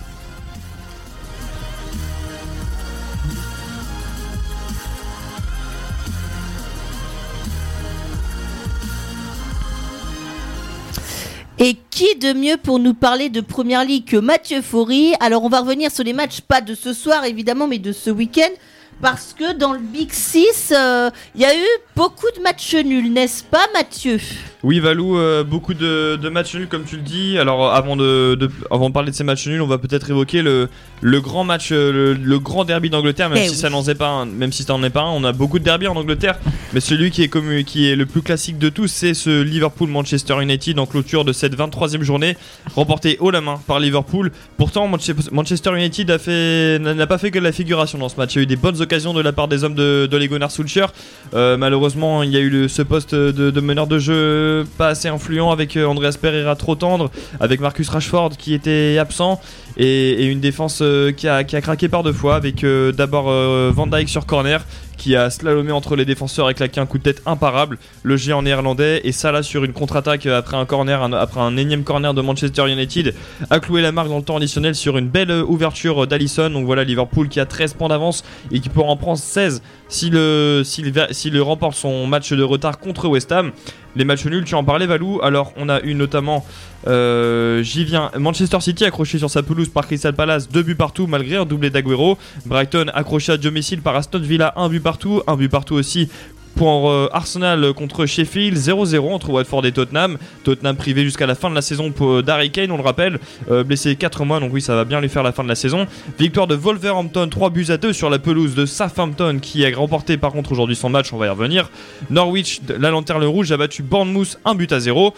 Et qui de mieux pour nous parler de Première Ligue que Mathieu Faury? Alors on va revenir sur les matchs, pas de ce soir évidemment, mais de ce week-end. Parce que dans le Big Six, il euh, y a eu beaucoup de matchs nuls, n'est-ce pas Mathieu? Oui Valou, euh, beaucoup de, de matchs nuls comme tu le dis. Alors avant de, de, avant de parler de ces matchs nuls, on va peut-être évoquer le, le grand match, le, le grand derby d'Angleterre, même Eh si oui. ça n'en est pas un, même si ça n'en est pas un. On a beaucoup de derbys en Angleterre, mais celui qui est, commu- qui est le plus classique de tous, c'est ce Liverpool-Manchester United en clôture de cette vingt-troisième journée, remporté haut la main par Liverpool. Pourtant Manche- Manchester United a fait, n'a pas fait que de la figuration dans ce match. Il y a eu des bonnes occasions de la part des hommes de, de Ole Gunnar Solskjaer. Euh, malheureusement, il y a eu le, ce poste de, de meneur de jeu pas assez influent avec euh, Andreas Pereira trop tendre, avec Marcus Rashford qui était absent et, et une défense euh, qui, a, qui a craqué par deux fois avec euh, d'abord euh, Van Dijk sur corner qui a slalomé entre les défenseurs et claqué un coup de tête imparable, le géant néerlandais, et Salah sur une contre-attaque après un corner, un, après un énième corner de Manchester United, a cloué la marque dans le temps additionnel sur une belle ouverture d'Alisson. Donc voilà, Liverpool qui a treize points d'avance et qui pourra en prendre seize s'il si s'il si si remporte son match de retard contre West Ham. Les matchs nuls, tu en parlais Valou. Alors on a eu notamment, euh, j'y viens, Manchester City accroché sur sa pelouse par Crystal Palace, deux buts partout malgré un doublé d'Aguero. Brighton accroché à domicile par Aston Villa, un but partout, un but partout aussi pour euh, Arsenal contre Sheffield, zéro zéro entre Watford et Tottenham. Tottenham privé jusqu'à la fin de la saison pour d'Harry Kane, on le rappelle, euh, blessé quatre mois, donc oui ça va bien lui faire la fin de la saison. Victoire de Wolverhampton, trois buts à deux sur la pelouse de Southampton qui a remporté par contre aujourd'hui son match, on va y revenir. Norwich, la lanterne rouge, a battu Bournemouth, un but à zéro.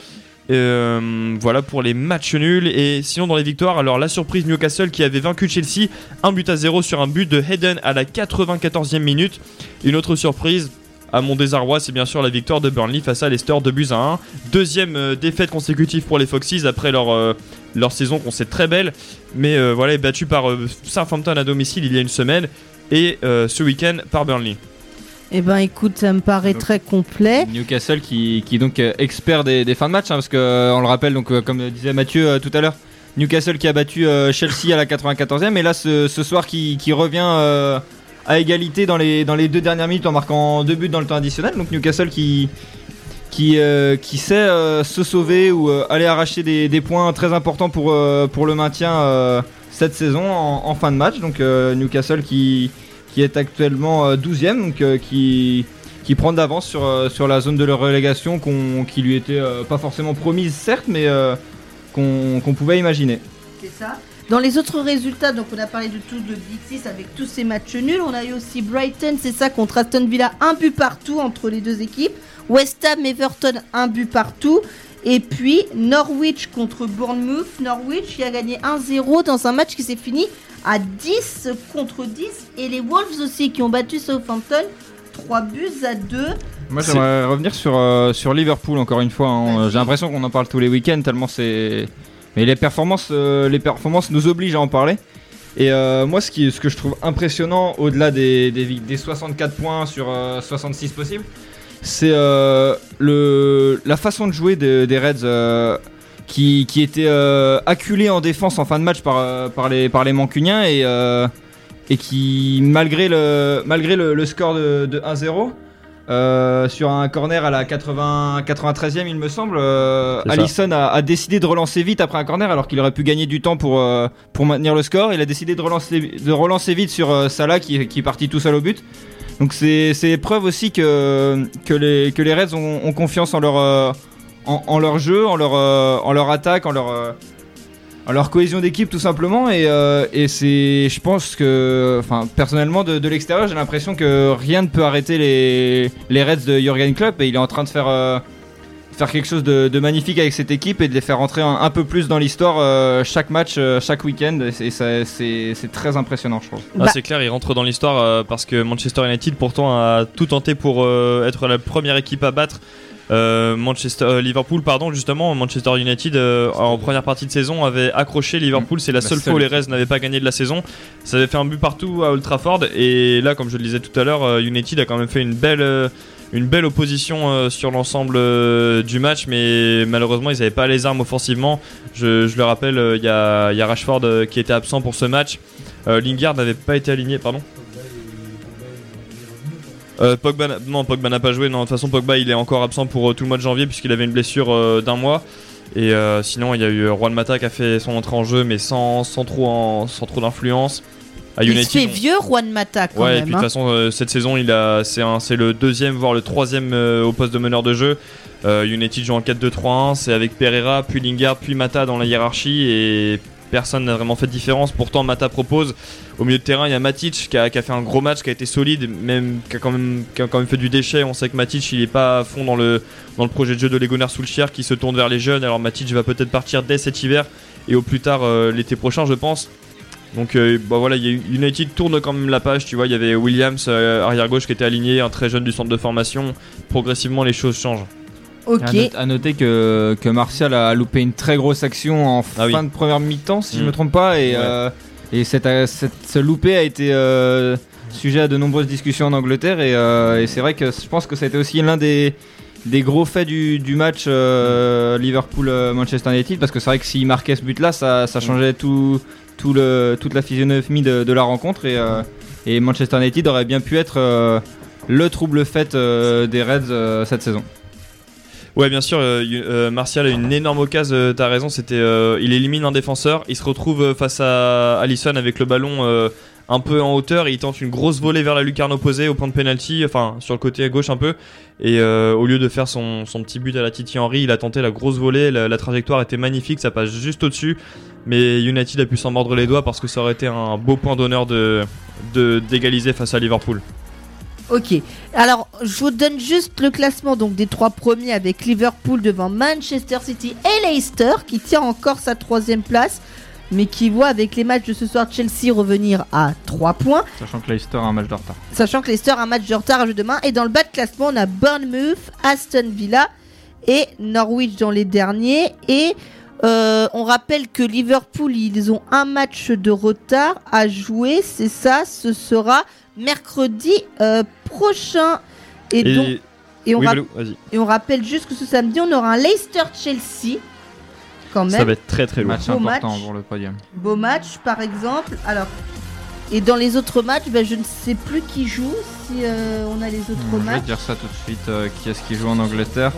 Euh, voilà pour les matchs nuls. Et sinon dans les victoires, alors la surprise Newcastle qui avait vaincu Chelsea, un but à zéro sur un but de Hayden à la quatre-vingt-quatorzième minute. Une autre surprise à mon désarroi, c'est bien sûr la victoire de Burnley face à Leicester, deux buts à un. Deuxième euh, défaite consécutive pour les Foxes après leur, euh, leur saison qu'on sait très belle, mais euh, voilà, est battue par euh, Southampton à domicile il y a une semaine et euh, ce week-end par Burnley. Eh ben écoute, ça me paraît très complet. Newcastle qui, qui est donc euh, expert des, des fins de match, hein, parce que euh, on le rappelle, donc euh, comme disait Mathieu euh, tout à l'heure, Newcastle qui a battu euh, Chelsea à la quatre-vingt-quatorzième, et là ce, ce soir qui, qui revient euh, à égalité dans les, dans les deux dernières minutes en marquant deux buts dans le temps additionnel. Donc Newcastle qui, qui, euh, qui sait euh, se sauver ou euh, aller arracher des, des points très importants pour, euh, pour le maintien euh, cette saison en, en fin de match. Donc euh, Newcastle qui, qui est actuellement euh, douzième, donc euh, qui, qui prend d'avance sur, euh, sur la zone de la relégation qu'on, qui lui était euh, pas forcément promise certes, mais euh, qu'on, qu'on pouvait imaginer. C'est ça. Dans les autres résultats, donc on a parlé de tout de Big Six avec tous ces matchs nuls. On a eu aussi Brighton, c'est ça, contre Aston Villa, un but partout entre les deux équipes. West Ham, Everton, un but partout. Et puis Norwich contre Bournemouth. Norwich qui a gagné un zéro dans un match qui s'est fini à dix contre dix. Et les Wolves aussi qui ont battu Southampton, trois buts à deux. Moi j'aimerais revenir sur, euh, sur Liverpool encore une fois. Hein. J'ai l'impression qu'on en parle tous les week-ends tellement c'est. Mais les performances, euh, les performances nous obligent à en parler. Et euh, moi ce, qui, ce que je trouve impressionnant au-delà des, des, des soixante-quatre points sur euh, soixante-six possibles, c'est euh, le, la façon de jouer de, des Reds euh, qui, qui était euh, acculés en défense en fin de match par, euh, par, les, par les Mancuniens et, euh, et qui malgré le, malgré le, le score de, de un zéro, Euh, sur un corner à la quatre-vingts, quatre-vingt-treizième il me semble, euh, Alisson a, a décidé de relancer vite après un corner alors qu'il aurait pu gagner du temps pour, euh, pour maintenir le score. Il a décidé de relancer, de relancer vite sur euh, Salah qui, qui est parti tout seul au but. Donc c'est, c'est preuve aussi que, que, les, que les Reds ont, ont confiance en leur, euh, en, en leur jeu, en leur, euh, en leur attaque, en leur... Euh, leur cohésion d'équipe tout simplement et, euh, et c'est je pense que enfin personnellement de, de l'extérieur j'ai l'impression que rien ne peut arrêter les, les Reds de Jürgen Klopp et il est en train de faire, euh, faire quelque chose de, de magnifique avec cette équipe et de les faire rentrer un, un peu plus dans l'histoire euh, chaque match, euh, chaque week-end et, et ça, c'est, c'est très impressionnant je trouve. Ah, c'est clair, il rentre dans l'histoire euh, parce que Manchester United pourtant a tout tenté pour euh, être la première équipe à battre Euh, Manchester, euh, Liverpool, pardon, justement, Manchester United euh, en première partie de saison avait accroché Liverpool. C'est la, la seule fois où les Reds n'avaient pas gagné de la saison. Ça avait fait un but partout à Old Trafford. Et là, comme je le disais tout à l'heure, euh, United a quand même fait une belle, euh, une belle opposition euh, sur l'ensemble euh, du match. Mais malheureusement, ils n'avaient pas les armes offensivement. Je, je le rappelle, il euh, y, y a Rashford euh, qui était absent pour ce match. Euh, Lingard n'avait pas été aligné, pardon. Euh, Pogba, non, Pogba n'a pas joué. Non, de toute façon, Pogba il est encore absent pour euh, tout le mois de janvier puisqu'il avait une blessure euh, d'un mois. Et euh, sinon, il y a eu Juan Mata qui a fait son entrée en jeu, mais sans, sans trop, en, sans trop d'influence. À il United, se fait on... vieux, Juan Mata quand ouais, même. Et puis de hein. toute façon, euh, cette saison, il a, c'est, un, c'est le deuxième, voire le troisième euh, au poste de meneur de jeu. Euh, United joue en quatre deux trois un. C'est avec Pereira, puis Lingard, puis Mata dans la hiérarchie. Et personne n'a vraiment fait de différence. Pourtant, Mata propose. Au milieu de terrain, il y a Matic qui a, qui a fait un gros match, qui a été solide, même qui a quand même, qui a quand même fait du déchet. On sait que Matic, il est pas à fond dans le, dans le projet de jeu de Gunnar Solskjaer qui se tourne vers les jeunes. Alors Matic va peut-être partir dès cet hiver et au plus tard euh, l'été prochain, je pense. Donc euh, bah voilà, United tourne quand même la page. Tu vois, il y avait Williams euh, arrière gauche qui était aligné, un très jeune du centre de formation. Progressivement, les choses changent. Ok. À, not- à noter que, que Martial a loupé une très grosse action en ah fin oui. de première mi-temps, si mmh. je me trompe pas, et, ouais. euh, et cette, cette, ce loupé a été euh, sujet à de nombreuses discussions en Angleterre, et, euh, et c'est vrai que je pense que ça a été aussi l'un des, des gros faits du, du match euh, Liverpool-Manchester United, parce que c'est vrai que s'il marquait ce but-là, ça, ça changeait tout, tout le, toute la physionomie de, de la rencontre, et, euh, et Manchester United aurait bien pu être euh, le trouble fait euh, des Reds euh, cette saison. Ouais, bien sûr, euh, euh, Martial a une énorme occasion, euh, t'as raison, c'était, euh, il élimine un défenseur, il se retrouve euh, face à Alisson avec le ballon euh, un peu en hauteur, et il tente une grosse volée vers la lucarne opposée au point de penalty, enfin sur le côté gauche un peu, et euh, au lieu de faire son, son petit but à la Titi Henry, il a tenté la grosse volée, la, la trajectoire était magnifique, ça passe juste au-dessus, mais United a pu s'en mordre les doigts parce que ça aurait été un beau point d'honneur de, de, d'égaliser face à Liverpool. Ok, alors je vous donne juste le classement donc des trois premiers avec Liverpool devant Manchester City et Leicester qui tient encore sa troisième place mais qui voit avec les matchs de ce soir Chelsea revenir à trois points. Sachant que Leicester a un match de retard. Sachant que Leicester a un match de retard à jouer demain et dans le bas de classement on a Bournemouth, Aston Villa et Norwich dans les derniers et euh, on rappelle que Liverpool ils ont un match de retard à jouer, c'est ça, ce sera mercredi euh, prochain et, Et, donc et on, oui, rap- Valou, vas-y. et on rappelle juste que ce samedi on aura un Leicester-Chelsea quand même. Ça va être très très lourd. Match Beau important match. pour le podium. Beau match par exemple. Alors et dans les autres matchs, ben, je ne sais plus qui joue si euh, on a les autres Hmm, je vais matchs. te dire ça tout de suite. euh, qui est-ce qui joue en Angleterre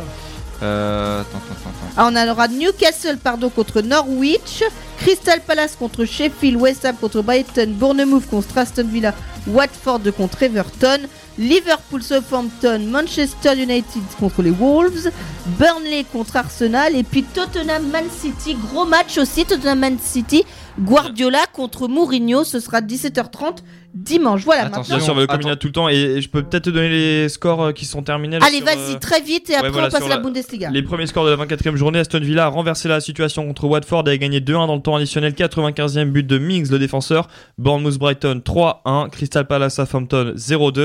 euh, Attends, attends, attends. Ah, on aura Newcastle pardon contre Norwich, Crystal Palace contre Sheffield, West Ham contre Brighton, Bournemouth contre Aston Villa, Watford contre Everton, Liverpool Southampton, Manchester United contre les Wolves, Burnley contre Arsenal et puis Tottenham Man City, gros match aussi Tottenham Man City, Guardiola contre Mourinho, ce sera dix-sept heures trente dimanche. Voilà Attention. maintenant. Bien sûr, on va le combiner tout le temps et, et je peux peut-être te donner les scores euh, qui sont terminés. là, Allez, sur, vas-y euh, très vite et après voilà, on passe sur à la la- Bundesliga. Les premiers scores de la vingt-quatrième journée, Aston Villa a renversé la situation contre Watford et a gagné deux un dans le temps additionnel, quatre-vingt-quinzième but de Mings le défenseur, Bournemouth Brighton trois un, Crystal Palace Southampton zéro deux,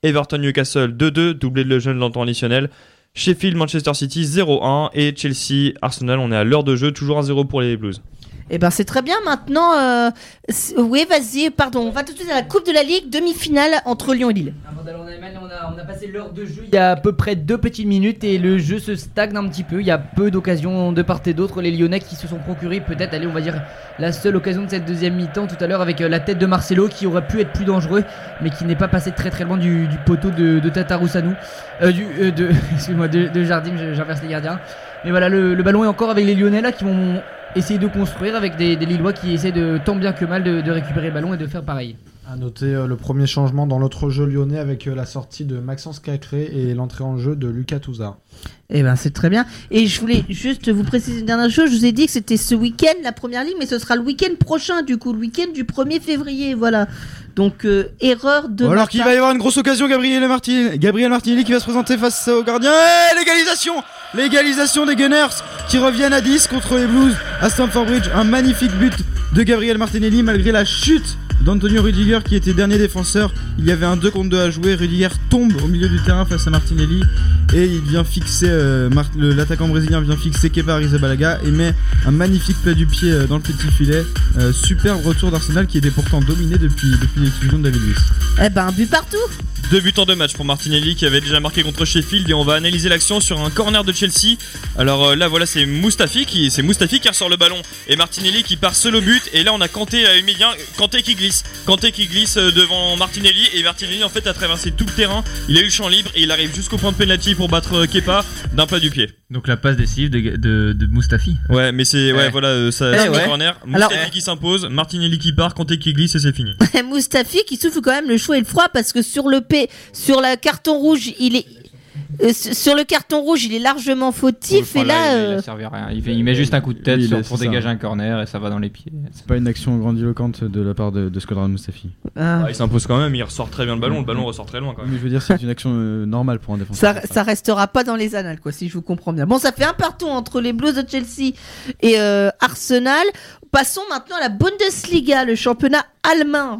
Everton Newcastle deux deux, doublé de le jeune dans le temps additionnel. Sheffield Manchester City zéro un et Chelsea Arsenal, on est à l'heure de jeu, toujours un zéro pour les Blues. Eh ben c'est très bien maintenant. Euh... c'est- Oui, vas-y, pardon. On va tout de suite à la Coupe de la Ligue, demi-finale entre Lyon et Lille. Avant d'aller en Allemagne, on a, on a passé l'heure de jeu il y a à peu près deux petites minutes et le jeu se stagne un petit peu. Il y a peu d'occasions de part et d'autre. Les Lyonnais qui se sont procurés peut-être, allez, on va dire la seule occasion de cette deuxième mi-temps tout à l'heure avec euh, la tête de Marcelo qui aurait pu être plus dangereux mais qui n'est pas passé très très loin du, du poteau de, de Tatarusanu. Euh, du, euh, de, excuse-moi, de, de Jardim, j'inverse les gardiens. Mais voilà, le, le ballon est encore avec les Lyonnais là qui vont essayer de construire avec des, des Lillois qui essaient de tant bien que mal de, de récupérer le ballon et de faire pareil. À noter euh, le premier changement dans l'autre jeu lyonnais avec euh, la sortie de Maxence Cacré et l'entrée en jeu de Lucas Touzard. Eh ben c'est très bien. Et je voulais juste vous préciser une dernière chose. Je vous ai dit que c'était ce week-end la première ligue, mais ce sera le week-end prochain du coup, le week-end du premier février. Voilà. Donc euh, erreur de. Bon, ma alors qu'il part. va y avoir une grosse occasion, Gabriel Martinelli, Gabriel Martinelli qui va se présenter face au gardien. Et l'égalisation L'égalisation des Gunners qui reviennent à dix contre les Blues à Stamford Bridge. Un magnifique but de Gabriel Martinelli malgré la chute d'Antonio Rudiger qui était dernier défenseur. Il y avait un deux contre deux à jouer. Rudiger tombe au milieu du terrain face à Martinelli et il vient fixer euh, Mar- le- l'attaquant brésilien vient fixer Kepa Arrizabalaga et met un magnifique plat du pied euh, dans le petit filet. Euh, superbe retour d'Arsenal qui était pourtant dominé depuis, depuis l'exclusion de David Luiz. Eh ben un but partout. Deux buts en deux matchs pour Martinelli qui avait déjà marqué contre Sheffield et on va analyser l'action sur un corner de Chelsea. Alors euh, là voilà c'est Mustafi qui c'est Mustafi qui ressort le ballon et Martinelli qui part seul au but et là on a Kanté à Emilien Kanté qui glisse Kanté qui glisse euh, devant Martinelli et Martinelli en fait a traversé tout le terrain, il a eu le champ libre et il arrive jusqu'au point de penalty pour battre euh, Kepa d'un plat du pied. Donc la passe décisive de, de, de Mustafi. Ouais mais c'est ouais, Ouais. voilà euh, ça Eh c'est ouais. un corner, Alors- Mustafi qui s'impose, Martinelli qui part, Kanté qui glisse et c'est fini. Mustafi qui souffle quand même le chaud et le froid parce que sur le P, sur la carton rouge, il est euh, sur le carton rouge, il est largement fautif Enfin, et là, il, a- il euh, a servi à rien. Il, fait- il met juste un coup de tête Oui, sur- là, pour c'est ça. dégager un corner et ça va dans les pieds. C'est pas une action grandiloquente de la part de, de Skodran Mustafi. ah, Ah, il s'impose quand même, il ressort très bien le ballon, le ballon ressort très loin quand même. Mais je veux dire, c'est une action euh, normale pour un défenseur. ça, ça restera pas dans les annales quoi, si je vous comprends bien. Bon, ça fait un partout entre les Blues de Chelsea et euh, Arsenal. Passons maintenant à la Bundesliga, le championnat allemand.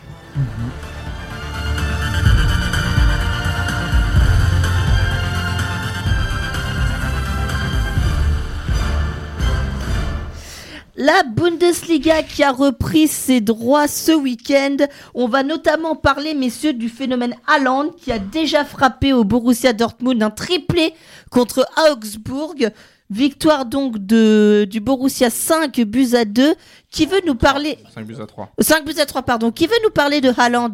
La Bundesliga qui a repris ses droits ce week-end. On va notamment parler, messieurs, du phénomène Haaland qui a déjà frappé au Borussia Dortmund un triplé contre Augsbourg. Victoire donc de, du Borussia cinq buts à deux. Qui veut nous parler... cinq buts à trois. cinq buts à trois, pardon. Qui veut nous parler de Haaland?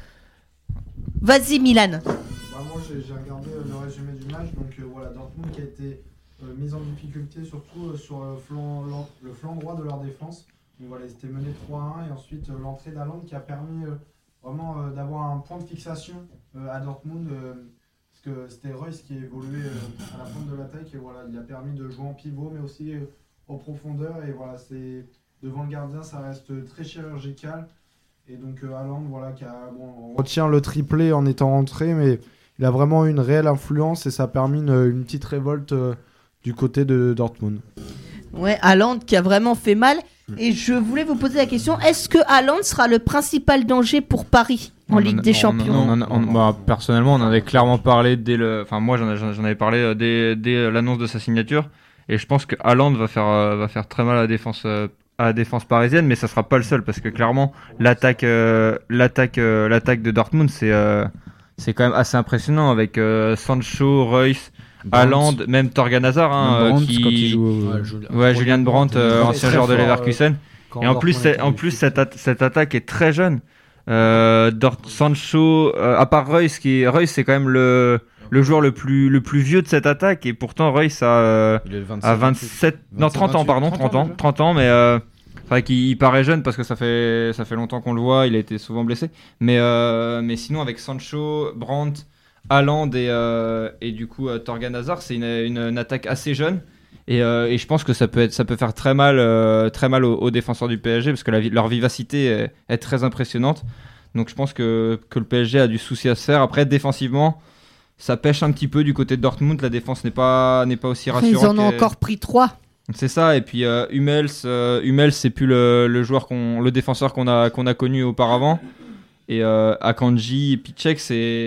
Vas-y, Milan. Bah, moi j'ai j'ai regardé euh, le résumé du match, donc euh, voilà, Dortmund qui a été euh, mise en difficulté surtout euh, sur le flanc, l'en- le flanc droit de leur défense. Donc voilà, ils étaient menés trois à un et ensuite euh, l'entrée d'Haaland qui a permis euh, vraiment euh, d'avoir un point de fixation euh, à Dortmund. euh, parce que c'était Reus qui évoluait euh, à la pointe de l'attaque et voilà, il a permis de jouer en pivot mais aussi euh, en profondeur et voilà, c'est devant le gardien ça reste très chirurgical. Et donc euh, Haaland, voilà, qui a, bon, on retient le triplé en étant rentré, mais il a vraiment eu une réelle influence et ça a permis une, une petite révolte euh, du côté de Dortmund. Ouais, Haaland qui a vraiment fait mal. Et je voulais vous poser la question, est-ce que Haaland sera le principal danger pour Paris en On Ligue en a- des on- Champions? on en a- on- bah, personnellement, on en avait clairement parlé dès le. Enfin, moi, j'en ai- j'en avais parlé euh, dès, dès euh, l'annonce de sa signature. Et je pense que Haaland va faire, euh, va faire très mal à la défense, euh, à la défense parisienne, mais ça sera pas le seul parce que clairement, l'attaque, euh, l'attaque, euh, l'attaque de Dortmund, c'est, euh, c'est quand même assez impressionnant avec euh, Sancho, Reus, Haaland, même Torgan Hazard, hein, Même euh, Brandt, qui. quand il joue au- Ouais, Julian, ouais, Julian Brandt, euh, Ouais, ancien très joueur de fort, Leverkusen. quand Et en plus, Dortmund c'est- était en plus cette, at- cette attaque est très jeune. Euh, Dort, Sancho, euh, à part Reus, qui Reus c'est quand même le, le joueur le plus, le plus vieux de cette attaque. Et pourtant, Reus a, euh, Il est vingt-sept, a vingt-sept, non trente ans, pardon, trente ans, trente ans, mais euh, c'est vrai qu'il paraît jeune parce que ça fait, ça fait longtemps qu'on le voit. Il a été souvent blessé. Mais, euh, mais sinon, avec Sancho, Brandt, Haaland et, euh, et du coup euh, Torgan Hazard, c'est une, une, une attaque assez jeune. Et, euh, et je pense que ça peut, être, ça peut faire très mal, euh, très mal aux, aux défenseurs du P S G parce que la, vi- leur vivacité est, est très impressionnante. Donc je pense que, que le P S G a du souci à se faire. Après, défensivement, ça pêche un petit peu du côté de Dortmund. La défense n'est pas, n'est pas aussi rassurante. Ils en ont qu'elle- encore pris trois. C'est ça. Et puis euh, Hummels, euh, Hummels, c'est plus le, le joueur qu'on, le défenseur qu'on a, qu'on a connu auparavant. Et euh, Akanji et Piszczek, c'est,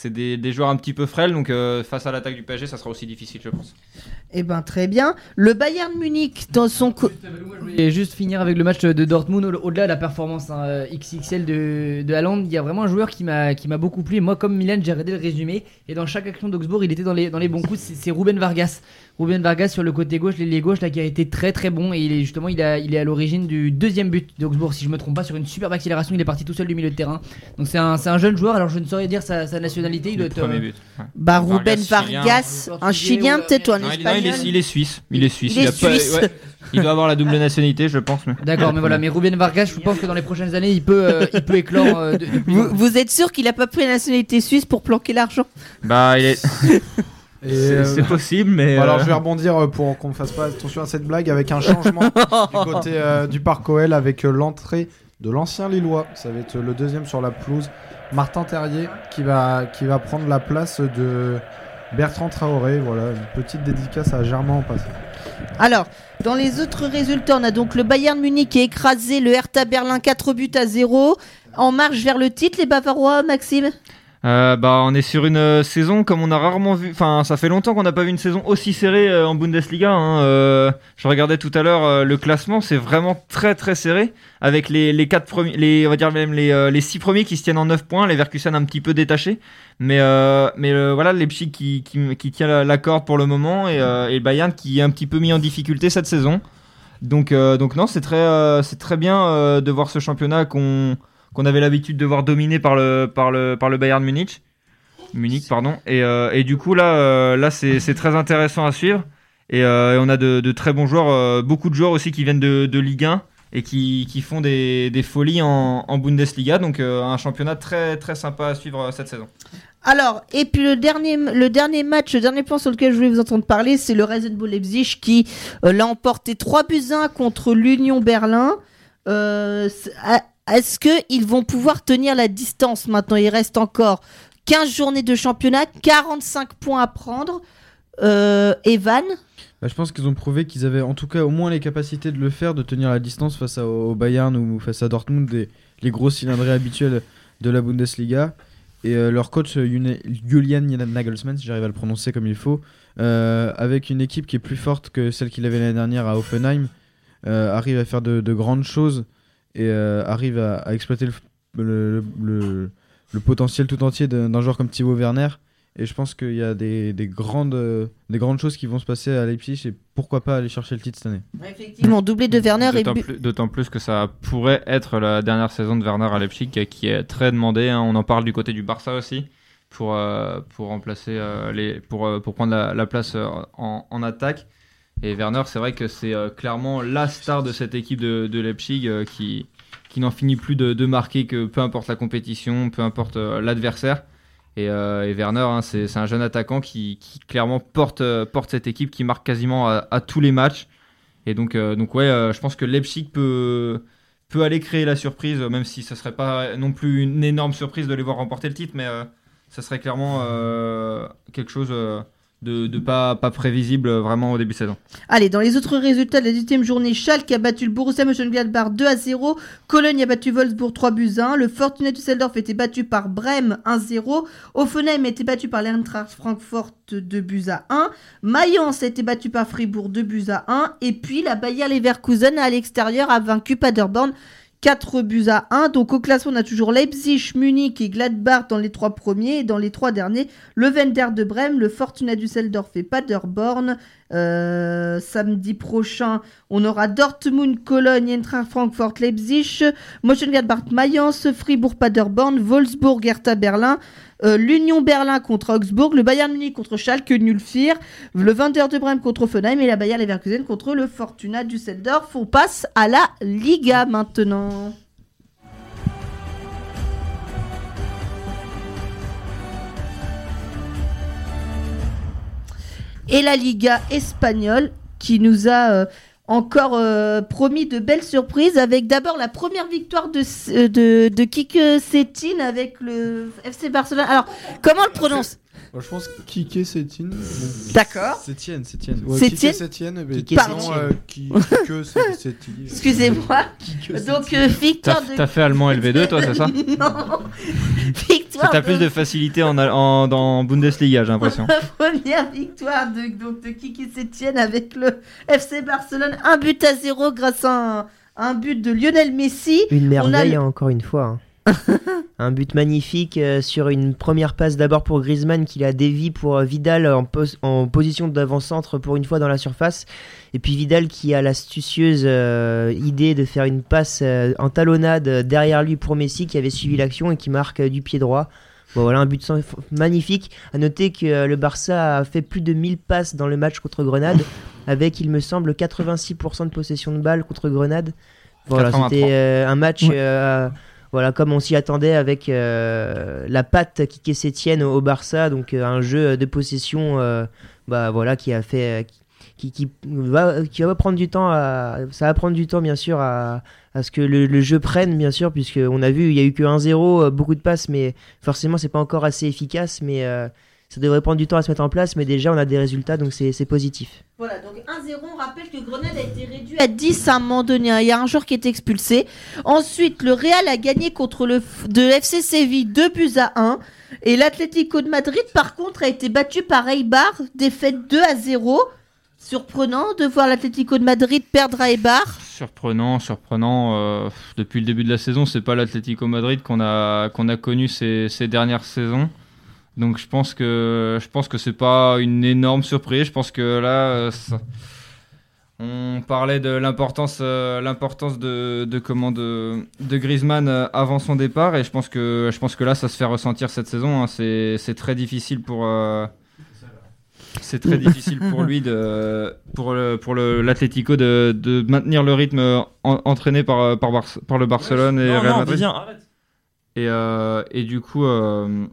c'est des, des joueurs un petit peu frêles, donc euh, face à l'attaque du P S G, ça sera aussi difficile, je pense. Eh ben très bien. Le Bayern Munich dans son co- Et juste finir avec le match de Dortmund, au- au-delà de la performance hein, X X L de, de Haaland, il y a vraiment un joueur qui m'a, qui m'a beaucoup plu. Et moi, comme Milan, j'ai regardé le résumé. Et dans chaque action d'Augsbourg, il était dans les, dans les bons coups. C'est, c'est Ruben Vargas. Ruben Vargas sur le côté gauche, l'ailier gauche, là, qui a été très très bon. Et il est justement, il, a, il est à l'origine du deuxième but d'Augsbourg, si je me trompe pas, sur une superbe accélération. Il est parti tout seul du milieu de terrain. Donc c'est un, c'est un jeune joueur. Alors je ne saurais dire sa, sa nationalité. Il doit être. Premier euh, but. Ouais. Bah Ruben Vargas, Vargas, un Chilien peut-être ou un Non, il, non, Espagnol. il est, il est suisse. Il est suisse. Il est a pas- suisse. ouais. Il doit avoir la double nationalité, je pense. Mais... D'accord, mais voilà, mais Ruben Vargas, je pense que dans les prochaines années, il peut, euh, il peut éclore. euh, de, de plus en Vous, vous êtes sûr qu'il a pas pris la nationalité suisse pour planquer l'argent? Bah, il est. Et, c'est, euh, c'est possible, mais. Alors euh, je vais rebondir euh, pour qu'on ne fasse pas attention à cette blague avec un changement du côté euh, du Parc O L avec euh, l'entrée de l'ancien Lillois. Ça va être le deuxième sur la pelouse, Martin Terrier, qui va, qui va prendre la place de Bertrand Traoré. Voilà, une petite dédicace à Germain en passant. Alors, dans les autres résultats, on a donc le Bayern Munich qui a écrasé le Hertha Berlin quatre buts à zéro. En marche vers le titre, les Bavarois, Maxime? Euh, bah, on est sur une euh, saison comme on a rarement vu. Enfin, ça fait longtemps qu'on n'a pas vu une saison aussi serrée euh, en Bundesliga. Hein. Euh, je regardais tout à l'heure euh, le classement, c'est vraiment très très serré avec les les quatre premiers, les on va dire même les euh, les six premiers qui se tiennent en neuf points, les Leverkusen un petit peu détachés. Mais euh, mais euh, voilà, Leipzig qui qui qui tient la, la corde pour le moment et euh, et Bayern qui est un petit peu mis en difficulté cette saison. Donc euh, donc non, c'est très euh, c'est très bien euh, de voir ce championnat qu'on qu'on avait l'habitude de voir dominé par le par le par le Bayern Munich, Munich pardon. Et euh, et du coup là euh, là c'est c'est très intéressant à suivre et, euh, et on a de, de très bons joueurs, euh, beaucoup de joueurs aussi qui viennent de, de Ligue un et qui qui font des des folies en en Bundesliga. Donc euh, un championnat très très sympa à suivre euh, cette saison. Alors, et puis le dernier, le dernier match, le dernier point sur lequel je voulais vous entendre parler, c'est le Red Bull Leipzig qui euh, l'a emporté trois buts à un contre l'Union Berlin. Euh, c'est- à- Est-ce qu'ils vont pouvoir tenir la distance maintenant? Il reste encore quinze journées de championnat, quarante-cinq points à prendre. Euh, Evan? Bah, je pense qu'ils ont prouvé qu'ils avaient en tout cas au moins les capacités de le faire, de tenir la distance face à, au Bayern ou face à Dortmund, des, les gros cylindrés habituels de la Bundesliga. Et euh, leur coach euh, June- Julian Nagelsmann, si j'arrive à le prononcer comme il faut, euh, avec une équipe qui est plus forte que celle qu'il avait l'année dernière à Hoffenheim, euh, arrive à faire de, de grandes choses et euh, arrive à, à exploiter le, le, le, le potentiel tout entier d'un, d'un joueur comme Timo Werner. Et je pense qu'il y a des, des, grandes, euh, des grandes choses qui vont se passer à Leipzig et pourquoi pas aller chercher le titre cette année. Effectivement, doublé de Werner et D'autant, but- plus, d'autant plus que ça pourrait être la dernière saison de Werner à Leipzig euh, qui est très demandée. Hein. On en parle du côté du Barça aussi pour, euh, pour remplacer euh, les, pour, euh, pour prendre la, la place euh, en, en attaque. Et Werner, c'est vrai que c'est euh, clairement la star de cette équipe de, de Leipzig euh, qui, qui n'en finit plus de, de marquer, que peu importe la compétition, peu importe euh, l'adversaire. Et, euh, et Werner, hein, c'est, c'est un jeune attaquant qui, qui clairement porte, euh, porte cette équipe, qui marque quasiment à, à tous les matchs. Et donc, euh, donc ouais, euh, je pense que Leipzig peut, peut aller créer la surprise, même si ce serait pas non plus une énorme surprise de les voir remporter le titre, mais euh, ça serait clairement euh, quelque chose euh, de, de pas, pas prévisible euh, vraiment au début de saison. Allez, dans les autres résultats de la deuxième journée, Schalke a battu le Borussia Mönchengladbach deux à zéro. Cologne a battu Wolfsburg trois buts à un. Le Fortuna Düsseldorf était battu par Brême un zéro. Offenheim a été battu par l'Eintracht Francfort deux buts à un. Mayence a été battu par Fribourg deux buts à un. Et puis la Bayer Leverkusen à l'extérieur a vaincu Paderborn quatre buts à un. Donc au classement, on a toujours Leipzig, Munich et Gladbach dans les trois premiers. Et dans les trois derniers, le Wender de Brême, le Fortuna Düsseldorf et Paderborn. Euh, samedi prochain, on aura Dortmund, Cologne, Eintracht Francfort, Leipzig, Mönchengladbach, Mayence, Fribourg, Paderborn, Wolfsburg, Hertha Berlin, euh, l'Union Berlin contre Augsbourg, le Bayern Munich contre Schalke, nul vier, le Wender de Brême contre Offenheim et la Bayer Leverkusen contre le Fortuna Düsseldorf. On passe à la Liga maintenant. Et la Liga espagnole qui nous a euh, encore euh, promis de belles surprises avec d'abord la première victoire de, de, de Quique Setién avec le F C Barcelone. Alors, comment on le prononce? Moi, je pense Kike Sétine. D'accord. C'est Tienne, c'est Tienne. Ouais, Sétienne Kike Sétienne, mais Kike sinon, Sétienne. euh, qui que c'est Sétine. Excusez-moi. Donc, euh, victoire T'as de. t'as fait allemand L V deux, toi, c'est ça? Non. Victoire. T'as plus de facilité en, en, dans Bundesliga, j'ai l'impression. Première victoire de, donc, de Kike Sétienne avec le F C Barcelone. Un but à zéro grâce à un, un but de Lionel Messi. Une merveille, le- hein, encore une fois. hein. Un but magnifique euh, sur une première passe d'abord pour Griezmann qui la dévie pour euh, Vidal en, pos- en position d'avant-centre pour une fois dans la surface. Et puis Vidal qui a l'astucieuse euh, idée de faire une passe euh, en talonnade euh, derrière lui pour Messi qui avait suivi l'action et qui marque euh, du pied droit. Bon, voilà un but sans- magnifique. À noter que euh, le Barça a fait plus de mille passes dans le match contre Grenade avec, il me semble, quatre-vingt-six pour cent de possession de balle contre Grenade. Voilà, quatre-vingt-trois. c'était euh, un match... Ouais. euh, Voilà, comme on s'y attendait avec euh, la patte Kike Sétienne au, au Barça, donc euh, un jeu de possession, euh, bah voilà, qui a fait, qui, qui va, qui va prendre du temps, à, ça va prendre du temps bien sûr à, à ce que le, le jeu prenne bien sûr, puisque on a vu il y a eu que un zéro, euh, beaucoup de passes, mais forcément c'est pas encore assez efficace, mais euh, ça devrait prendre du temps à se mettre en place, mais déjà on a des résultats, donc c'est c'est positif. Voilà, donc un zéro, on rappelle que Grenade a été réduit à dix à un moment donné. Il y a un joueur qui est expulsé. Ensuite, le Real a gagné contre le F- de F C Séville deux buts à un. Et l'Atlético de Madrid, par contre, a été battu par Eibar, défaite deux à zéro. Surprenant de voir l'Atlético de Madrid perdre à Eibar. Surprenant, surprenant. euh, depuis le début de la saison, c'est pas l'Atlético Madrid qu'on a, qu'on a connu ces, ces dernières saisons. Donc je pense que je pense que c'est pas une énorme surprise. Je pense que là, euh, ça- on parlait de l'importance euh, l'importance de, de comment de, de Griezmann euh, avant son départ, et je pense que je pense que là, ça se fait ressentir cette saison. hein. C'est c'est très difficile pour euh, c'est très difficile pour lui de pour le pour le l'Atlético de, de maintenir le rythme en- entraîné par par, Bar- par le Barcelone et Non, Real non, Madrid. viens, arrête. Et, euh, et du coup, euh,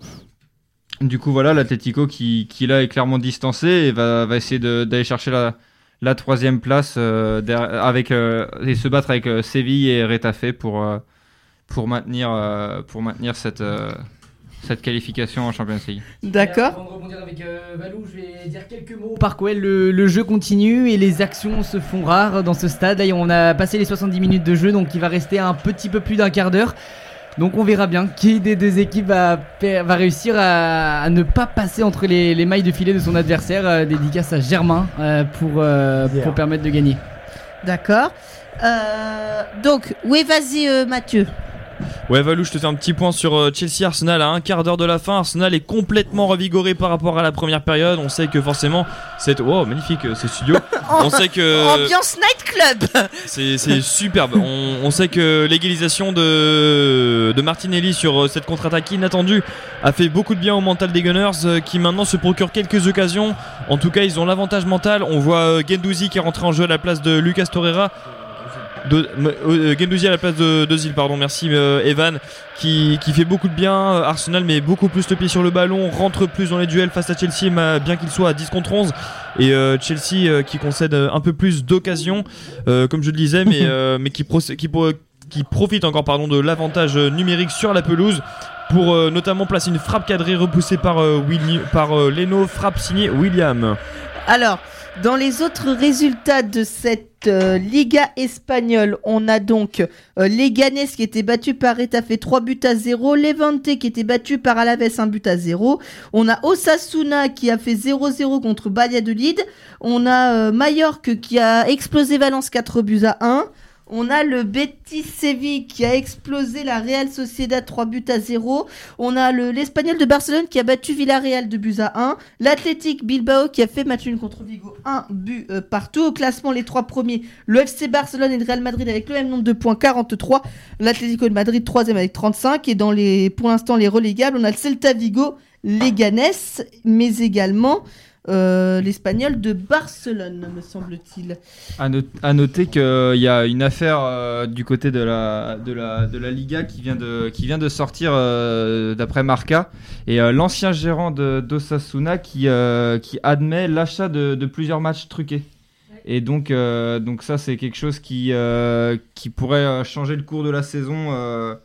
du coup voilà, l'Atlético qui, qui là est clairement distancé et va, va essayer de- d'aller chercher la, la troisième place euh, derrière- avec, euh, et se battre avec euh, Séville et Retafe pour, euh, pour maintenir, euh, pour maintenir cette, euh, cette qualification en Champions League. D'accord. Avant de rebondir avec euh, Valou, je vais dire quelques mots. Par quoi le, le jeu continue et les actions se font rares dans ce stade. Là, on a passé les soixante-dix minutes de jeu, donc il va rester un petit peu plus d'un quart d'heure. Donc on verra bien qui des deux équipes va, per- va réussir à, à ne pas passer entre les, les mailles de filet de son adversaire. Euh, dédicace à Germain euh, pour, euh, pour permettre de gagner. D'accord. Euh, donc, oui, vas-y, euh, Mathieu. Ouais, Valou, je te fais un petit point sur euh, Chelsea-Arsenal à un quart d'heure de la fin. Arsenal est complètement revigoré par rapport à la première période. On sait que forcément, c'est wow, magnifique euh, ce studio. On sait que Ambiance nightclub. c'est c'est superbe. On, on sait que l'égalisation de de Martinelli sur euh, cette contre-attaque inattendue a fait beaucoup de bien au mental des Gunners, euh, qui maintenant se procurent quelques occasions. En tout cas, ils ont l'avantage mental. On voit euh, Guendouzi qui est rentré en jeu à la place de Lucas Torreira. De, euh, Guendouzi à la place de, de Zil, pardon, merci euh, Evan, qui, qui fait beaucoup de bien. Euh, Arsenal met beaucoup plus le pied sur le ballon, rentre plus dans les duels face à Chelsea, mais, bien qu'il soit à dix contre onze. Et euh, Chelsea euh, qui concède euh, un peu plus d'occasions, euh, comme je le disais, mais, euh, mais qui, procè- qui, pro- qui profite encore pardon, de l'avantage euh, numérique sur la pelouse pour euh, notamment placer une frappe cadrée repoussée par, euh, Willi- par euh, Leno, frappe signée William. Alors, dans les autres résultats de cette euh, Liga espagnole, on a donc euh, Leganés qui était battu par Retafe trois buts à zéro, Levante qui était battu par Alaves un but à zéro, on a Osasuna qui a fait zéro zéro contre Valladolid, on a euh, Mallorca qui a explosé Valence quatre buts à un, on a le Betis Séville qui a explosé la Real Sociedad trois buts à zéro. On a le, l'Espagnol de Barcelone qui a battu Villarreal deux buts à un. L'Athletic Bilbao qui a fait match nul contre Vigo un but euh, partout. Au classement, les trois premiers, le F C Barcelone et le Real Madrid avec le même nombre de points, quarante-trois. L'Atlético de Madrid troisième avec trente-cinq. Et dans les, pour l'instant, les relégables, on a le Celta Vigo, Leganés, mais également euh, l'Espagnol de Barcelone, me semble-t-il. À, not- à noter qu'il y a une affaire euh, du côté de la, de, la, de la Liga qui vient de, qui vient de sortir euh, d'après Marca. Et euh, l'ancien gérant de, d'Osasuna qui, euh, qui admet l'achat de, de plusieurs matchs truqués. Et donc, euh, donc ça, c'est quelque chose qui, euh, qui pourrait euh, changer le cours de la saison. Euh,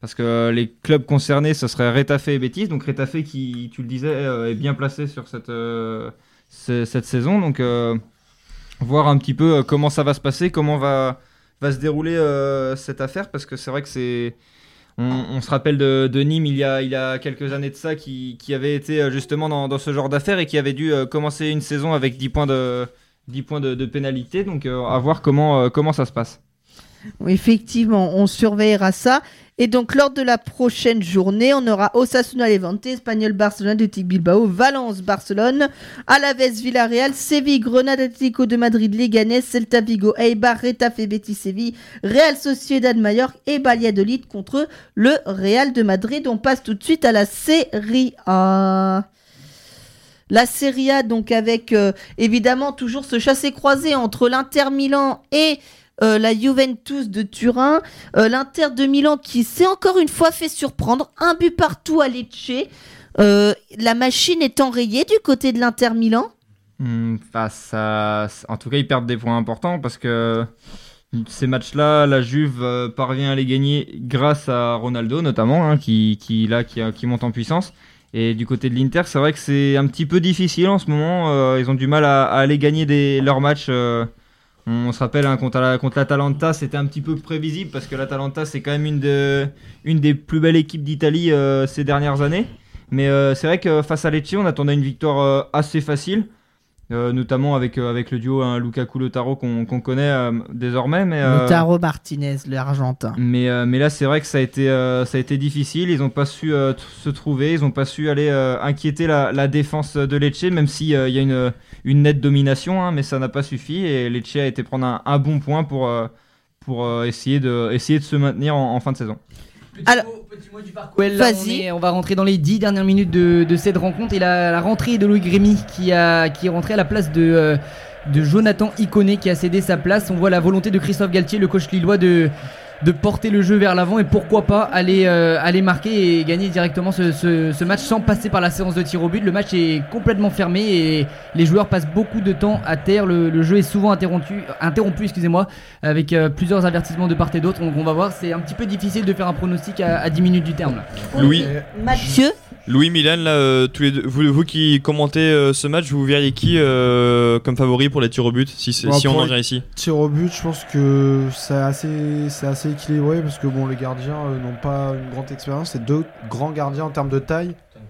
Parce que les clubs concernés, ce serait Retafe et Betis. Donc Retafe qui, tu le disais, euh, est bien placé sur cette, euh, ce- cette saison. Donc euh, voir un petit peu euh, comment ça va se passer, comment va, va se dérouler euh, cette affaire. Parce que c'est vrai que c'est... On, on se rappelle de, de Nîmes il y, a, il y a quelques années de ça qui, qui avait été euh, justement dans, dans ce genre d'affaires et qui avait dû euh, commencer une saison avec dix points de, dix points de, de pénalité. Donc euh, à voir comment, euh, comment ça se passe. Oui, effectivement, on surveillera ça. Et donc, lors de la prochaine journée, on aura Osasuna Levante, Espanyol Barcelone, Athletic Bilbao, Valence Barcelone, Alaves Villarreal, Séville Grenade, Atlético de Madrid Leganés, Celta Vigo Eibar, Retafe Betis Séville, Real Sociedad Mallorca et Valladolid contre le Real de Madrid. On passe tout de suite à la Serie A. La Serie A, donc avec euh, évidemment toujours ce chassé-croisé entre l'Inter Milan et euh, la Juventus de Turin. Euh, L'Inter de Milan qui s'est encore une fois fait surprendre, un but partout à Lecce. Euh, la machine est enrayée du côté de l'Inter Milan. Hmm, face à... En tout cas, ils perdent des points importants parce que ces matchs-là, la Juve euh, parvient à les gagner grâce à Ronaldo notamment, hein, qui, qui, là, qui, qui monte en puissance. Et du côté de l'Inter, c'est vrai que c'est un petit peu difficile en ce moment. Euh, ils ont du mal à, à aller gagner des, leurs matchs. Euh, on se rappelle hein, contre, la, contre l'Atalanta, c'était un petit peu prévisible parce que l'Atalanta, c'est quand même une, de, une des plus belles équipes d'Italie euh, ces dernières années. Mais euh, c'est vrai que face à Lecce, on attendait une victoire euh, assez facile. Euh, notamment avec, euh, avec le duo hein, Lukaku-Lautaro qu'on, qu'on connaît euh, désormais. Mais, euh, Lautaro Martinez, l'Argentin. Mais, euh, mais là, c'est vrai que ça a été, euh, ça a été difficile. Ils n'ont pas su euh, t- se trouver. Ils n'ont pas su aller euh, inquiéter la, la défense de Lecce, même s'il euh, y a une, une nette domination. Hein, mais ça n'a pas suffi. Et Lecce a été prendre un, un bon point pour, euh, pour euh, essayer, de, essayer de se maintenir en, en fin de saison. Alors, Ouais, là, on, est- on va rentrer dans les dix dernières minutes de, de cette rencontre et la, la rentrée de Louis Grémy qui, a, qui est rentré à la place de, euh, de Jonathan Iconé qui a cédé sa place. On voit la volonté de Christophe Galtier, le coach lillois, de, de porter le jeu vers l'avant et pourquoi pas aller, euh, aller marquer et gagner directement ce, ce, ce match sans passer par la séance de tir au but. Le match est complètement fermé et les joueurs passent beaucoup de temps à terre. Le, le jeu est souvent interrompu, interrompu excusez-moi, avec euh, plusieurs avertissements de part et d'autre. Donc on va voir, c'est un petit peu difficile de faire un pronostic à, à dix minutes du terme. Là. Louis, Mathieu Louis Milan, là, euh, tous les deux, vous, vous qui commentez euh, ce match, vous verriez qui euh, comme favori pour les tirs au but si, c'est- Bon, si on pour en les vient ici? Tir au but, je pense que c'est assez, c'est assez équilibré parce que bon, les gardiens euh, n'ont pas une grande expérience. C'est deux grands gardiens en termes de taille.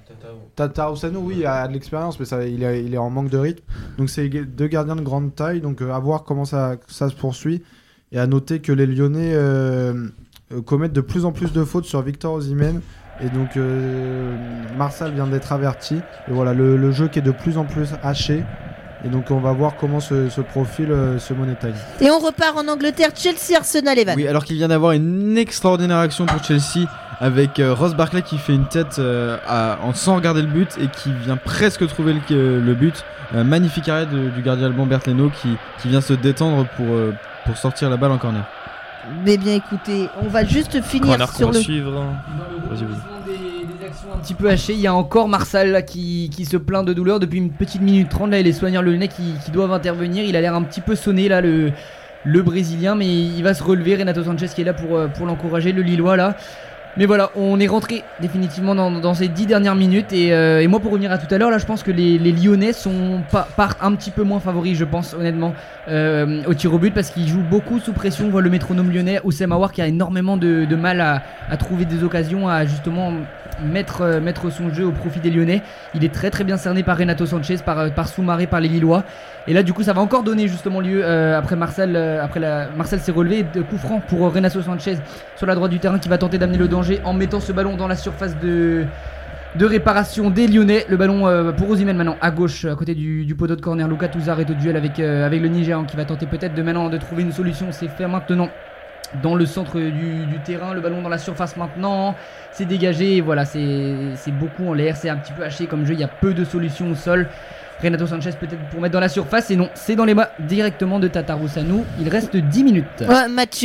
Tata Oussano, oui, a de l'expérience, mais ça, il, est, il est en manque de rythme. Donc c'est deux gardiens de grande taille. Donc euh, à voir comment ça, ça se poursuit. Et à noter que les Lyonnais euh, euh, commettent de plus en plus de fautes sur Victor Osimhen. Et donc euh, Marsal vient d'être averti. Et voilà, le, le jeu qui est de plus en plus haché. Et donc on va voir comment se, se profile euh, ce Money Time. Et on repart en Angleterre, Chelsea Arsenal, Evan. Oui, alors qu'il vient d'avoir une extraordinaire action pour Chelsea avec euh, Ross Barkley qui fait une tête euh, à- en sans regarder le but et qui vient presque trouver le, euh, le but. Euh, magnifique arrêt de- du gardien allemand Bernd Leno qui, qui vient se détendre pour, euh, pour sortir la balle en corner. Mais bien écoutez, on va juste finir Corner qu'on sur va le... suivre. Vas-y, vas-y. Des, des actions un petit peu hachées. Il y a encore Marsal là, qui, qui se plaint de douleur depuis une petite minute trente. Là, et les soigneurs lyonnais qui, qui doivent intervenir. Il a l'air un petit peu sonné là, le, le Brésilien, mais il va se relever. Renato Sanchez qui est là pour, euh, pour l'encourager, le Lillois là. Mais voilà, on est rentré définitivement dans, dans ces dix dernières minutes. Et, euh, et moi, pour revenir à tout à l'heure, là, je pense que les, les Lyonnais sont pas, partent un petit peu moins favoris, je pense, honnêtement, euh, au tir au but parce qu'ils jouent beaucoup sous pression. On voit le métronome lyonnais, Oussem Aouar, qui a énormément de, de mal à, à trouver des occasions, à justement mettre, euh, mettre son jeu au profit des Lyonnais. Il est très très bien cerné par Renato Sanchez, par, par Soumaré, par les Lillois. Et là, du coup, ça va encore donner justement lieu euh, après Marcel, euh, après la Marcel s'est relevé, de coup franc pour euh, Renato Sanchez sur la droite du terrain qui va tenter d'amener le danger en mettant ce ballon dans la surface de de réparation des Lyonnais. Le ballon euh, pour Osimhen maintenant à gauche, à côté du, du poteau de corner. Luka Touzard est au duel avec euh, avec le Nigérian qui va tenter peut-être de maintenant de trouver une solution. C'est fait maintenant dans le centre du, du terrain, le ballon dans la surface maintenant, c'est dégagé. Et voilà, c'est c'est beaucoup en l'air, c'est un petit peu haché comme jeu. Il y a peu de solutions au sol. Renato Sanchez peut-être pour mettre dans la surface et non, c'est dans les mains directement de Tataroussano. Il reste dix minutes. Ouais, Mathieu.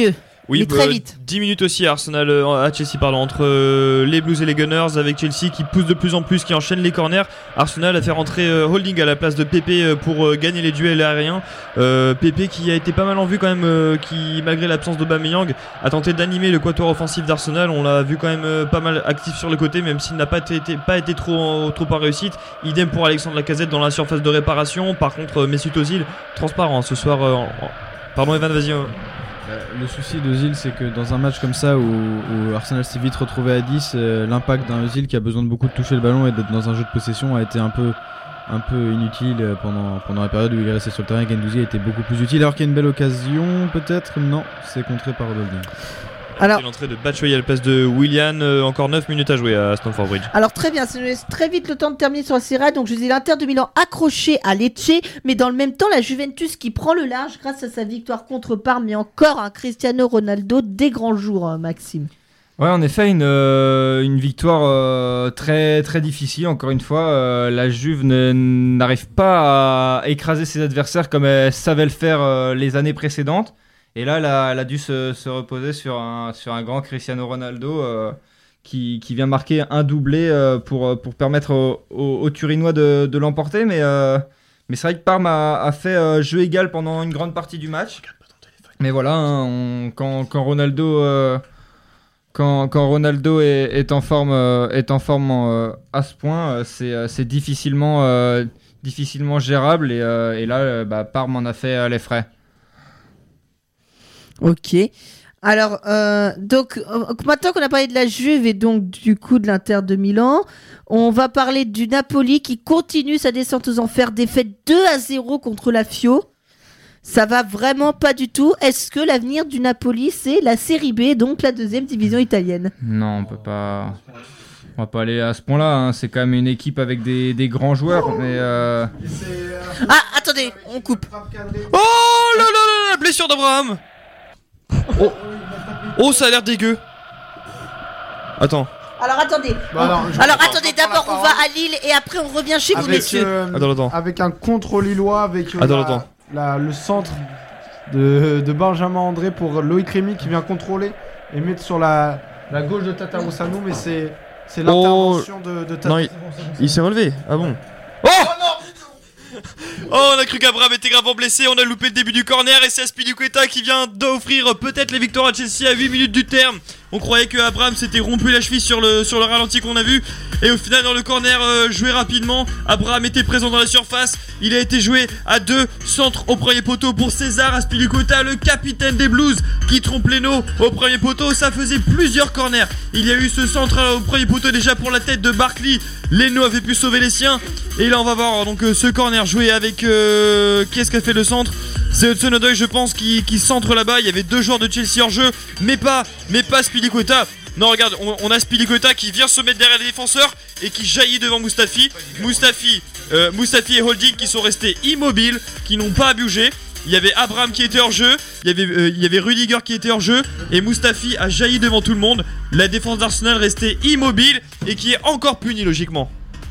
Oui, mais très euh, vite. dix minutes aussi à Arsenal, euh, à Chelsea, pardon, entre euh, les Blues et les Gunners, avec Chelsea qui pousse de plus en plus, qui enchaîne les corners. Arsenal a fait rentrer euh, Holding à la place de Pepe euh, pour euh, gagner les duels aériens. Euh, Pepe qui a été pas mal en vue quand même, euh, qui malgré l'absence d'Aubameyang a tenté d'animer le quatuor offensif d'Arsenal. On l'a vu quand même euh, pas mal actif sur le côté, même s'il n'a pas été, pas été trop, trop en réussite. Idem pour Alexandre Lacazette dans la surface de réparation. Par contre, euh, Mesut Ozil, transparent ce soir. Euh, en... Pardon Evan, vas-y. Euh... Le souci d'Ozil, c'est que dans un match comme ça où, où Arsenal s'est vite retrouvé à dix, euh, l'impact d'un Ozil qui a besoin de beaucoup de toucher le ballon et d'être dans un jeu de possession a été un peu, un peu inutile pendant, pendant la période où il est resté sur le terrain. Guendouzi a été beaucoup plus utile, alors qu'il y a une belle occasion, peut-être. Non, c'est contré par Holding. Alors, l'entrée de Batshuayi à la place de Willian, euh, encore neuf minutes à jouer à Stamford Bridge. Alors très bien, ça nous laisse très vite le temps de terminer sur la Serie A. Donc je dis l'Inter de Milan accroché à Lecce, mais dans le même temps la Juventus qui prend le large grâce à sa victoire contre Parme, mais encore un Cristiano Ronaldo des grands jours, hein, Maxime. Ouais, en effet, une, euh, une victoire euh, très, très difficile. Encore une fois, euh, la Juve ne- n'arrive pas à écraser ses adversaires comme elle savait le faire euh, les années précédentes. Et là, elle a, elle a dû se, se reposer sur un, sur un grand Cristiano Ronaldo euh, qui, qui vient marquer un doublé euh, pour, pour permettre aux au, au Turinois de, de l'emporter. Mais, euh, mais c'est vrai que Parme a, a fait euh, jeu égal pendant une grande partie du match. Mais voilà, hein, on- quand, quand Ronaldo, euh, quand, quand Ronaldo est, est en forme, euh, est en forme euh, à ce point, euh, c'est, euh, c'est difficilement, euh, difficilement gérable. Et, euh, et là, euh, bah, Parme en a fait euh, les frais. Ok. Alors, euh, donc, euh, maintenant qu'on a parlé de la Juve et donc du coup de l'Inter de Milan, on va parler du Napoli qui continue sa descente aux enfers, défaite deux à zéro contre la Fio. Ça va vraiment pas du tout. Est-ce que l'avenir du Napoli, c'est la Série B, donc la deuxième division italienne? Non, on peut pas. On va pas aller à ce point-là. Hein. C'est quand même une équipe avec des, des grands joueurs, mais. Euh... Ah, attendez, on coupe. Oh là là là, la blessure d'Abraham. Oh. Oh, ça a l'air dégueu. Attends. Alors attendez. Bah alors, je- Alors je- attendez, je prends la d'abord on va parole. à Lille et après on revient chez vous, Avec, messieurs. euh, Attends, attends. avec un contre lillois, avec euh, Attends, la- attends. la- le centre de, de Benjamin André pour Loïc Rémy qui vient contrôler et mettre sur la, la gauche de Tatarusanu, mais c'est c'est l'intervention de, de Non, Tatarusanu. il, il s'est relevé. Ah bon. Oh, Oh, on a cru qu'Abraham était gravement blessé, on a loupé le début du corner et c'est Azpilicueta qui vient d'offrir peut-être les victoires à Chelsea à huit minutes du terme. On croyait que Abraham s'était rompu la cheville sur le, sur le ralenti qu'on a vu. Et au final, dans le corner euh, joué rapidement, Abraham était présent dans la surface. Il a été joué à deux centres au premier poteau pour César Azpilicueta, le capitaine des Blues, qui trompe Leno au premier poteau. Ça faisait plusieurs corners. Il y a eu ce centre euh, au premier poteau déjà pour la tête de Barkley. Leno avait pu sauver les siens. Et là, on va voir donc euh, ce corner joué avec... Euh, qui est-ce qui a fait le centre? C'est Hudson-Odoi, je pense, qui, qui centre là-bas. Il y avait deux joueurs de Chelsea en jeu, mais pas, mais pas Azpilicueta. Non, regarde, on, on a Azpilicueta qui vient se mettre derrière les défenseurs et qui jaillit devant Mustafi. Mustafi, euh, Mustafi et Holding qui sont restés immobiles, qui n'ont pas bougé. Il y avait Abraham qui était hors jeu, il y avait, euh, il y avait Rudiger qui était hors jeu et Mustafi a jailli devant tout le monde. La défense d'Arsenal restait immobile et qui est encore punie logiquement.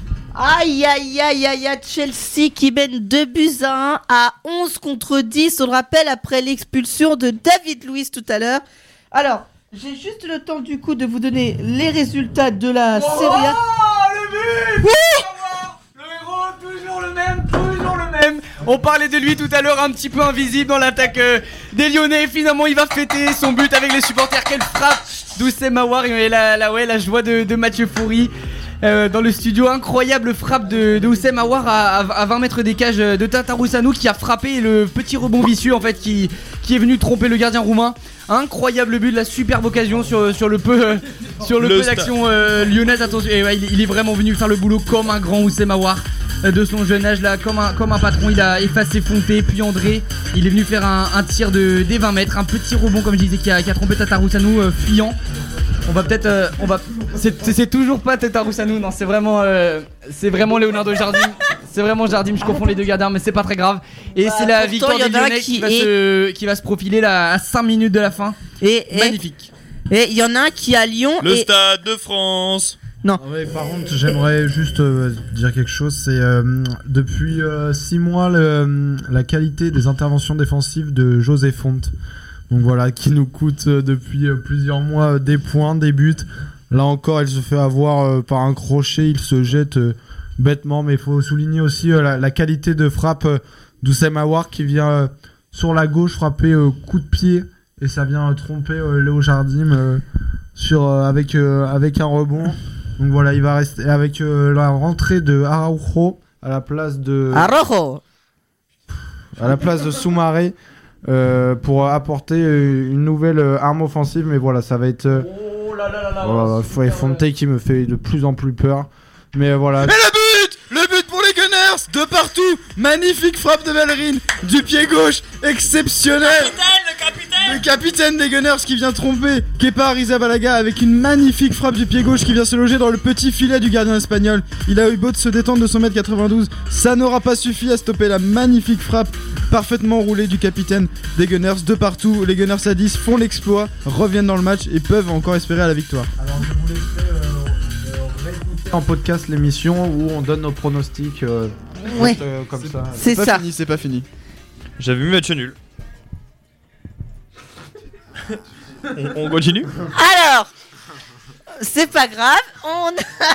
Aïe aïe aïe aïe aïe, Chelsea qui mène deux buts à un à onze contre dix, on le rappelle, après l'expulsion de David Luiz tout à l'heure. Alors, j'ai juste le temps du coup de vous donner les résultats de la Serie A. Le but Oui Le héros, toujours le même, toujours le même. On parlait de lui tout à l'heure, un petit peu invisible dans l'attaque euh, des Lyonnais. Finalement, il va fêter son but avec les supporters. Quelle frappe d'Oussem Aouar et la, la, ouais, la joie de, de Mathieu Foury. Euh, dans le studio, incroyable frappe de, de Oussem Aouar à, à, à vingt mètres des cages de Tatarusanu qui a frappé le petit rebond vicieux en fait qui, qui est venu tromper le gardien roumain. Incroyable but, la superbe occasion sur, sur le peu, euh, sur le Le peu sta- d'action euh, lyonnaise. Attention, et ouais, il, il est vraiment venu faire le boulot comme un grand Oussem Aouar euh, de son jeune âge là, comme un, comme un patron. Il a effacé Fonté, puis André. Il est venu faire un, un tir de, des vingt mètres, un petit rebond comme je disais qui a, qui a trompé Tatarusanu, euh, fuyant. On va peut-être, euh, on va, c'est, c'est toujours pas Tatarusanu, non, c'est vraiment, euh, c'est vraiment Leonardo Jardim, c'est vraiment Jardim, je confonds les deux gardiens, mais c'est pas très grave. Et Bah, c'est la pourtant, victoire il y des en a Lyonnais qui, qui va est- se, qui va se profiler là à cinq minutes de la fin. Et, et, Magnifique. et il y en a un qui est à Lyon Le et... Stade de France. Non. Ah ouais, par contre, j'aimerais juste euh, dire quelque chose. C'est euh, depuis six mois le, la qualité des interventions défensives de José Fonte. Donc voilà, qui nous coûte euh, depuis euh, plusieurs mois euh, des points, des buts. Là encore, elle se fait avoir euh, par un crochet, il se jette euh, bêtement, mais il faut souligner aussi euh, la, la qualité de frappe euh, d'Oussem Aouar qui vient euh, sur la gauche frapper euh, coup de pied et ça vient euh, tromper euh, Léo Jardim euh, sur, euh, avec, euh, avec un rebond. Donc voilà, il va rester avec euh, la rentrée de Araujo à la place de Araujo à la place de Soumaré euh, pour apporter euh, une nouvelle euh, arme offensive. Mais voilà, ça va être euh, Oh là là là là. oh là là, Fonte qui me fait de plus en plus peur. Mais euh, voilà. Et le but Le but pour les Gunners de partout. Magnifique frappe de Bellerin du pied gauche, exceptionnel. Le capitaine, le capitaine des Gunners qui vient tromper Kepa Arrizabalaga avec une magnifique frappe du pied gauche qui vient se loger dans le petit filet du gardien espagnol. Il a eu beau de se détendre de son mètre quatre-vingt-douze, ça n'aura pas suffi à stopper la magnifique frappe parfaitement roulée du capitaine des Gunners de partout. Les Gunners à dix font l'exploit, reviennent dans le match et peuvent encore espérer à la victoire. Alors je vous laisserai euh, euh, réécouter en podcast l'émission où on donne nos pronostics euh, Ouais. juste, euh, comme ça. C'est pas ça. fini, c'est pas fini. J'avais vu match nul. on, on continue. Alors, c'est pas grave, on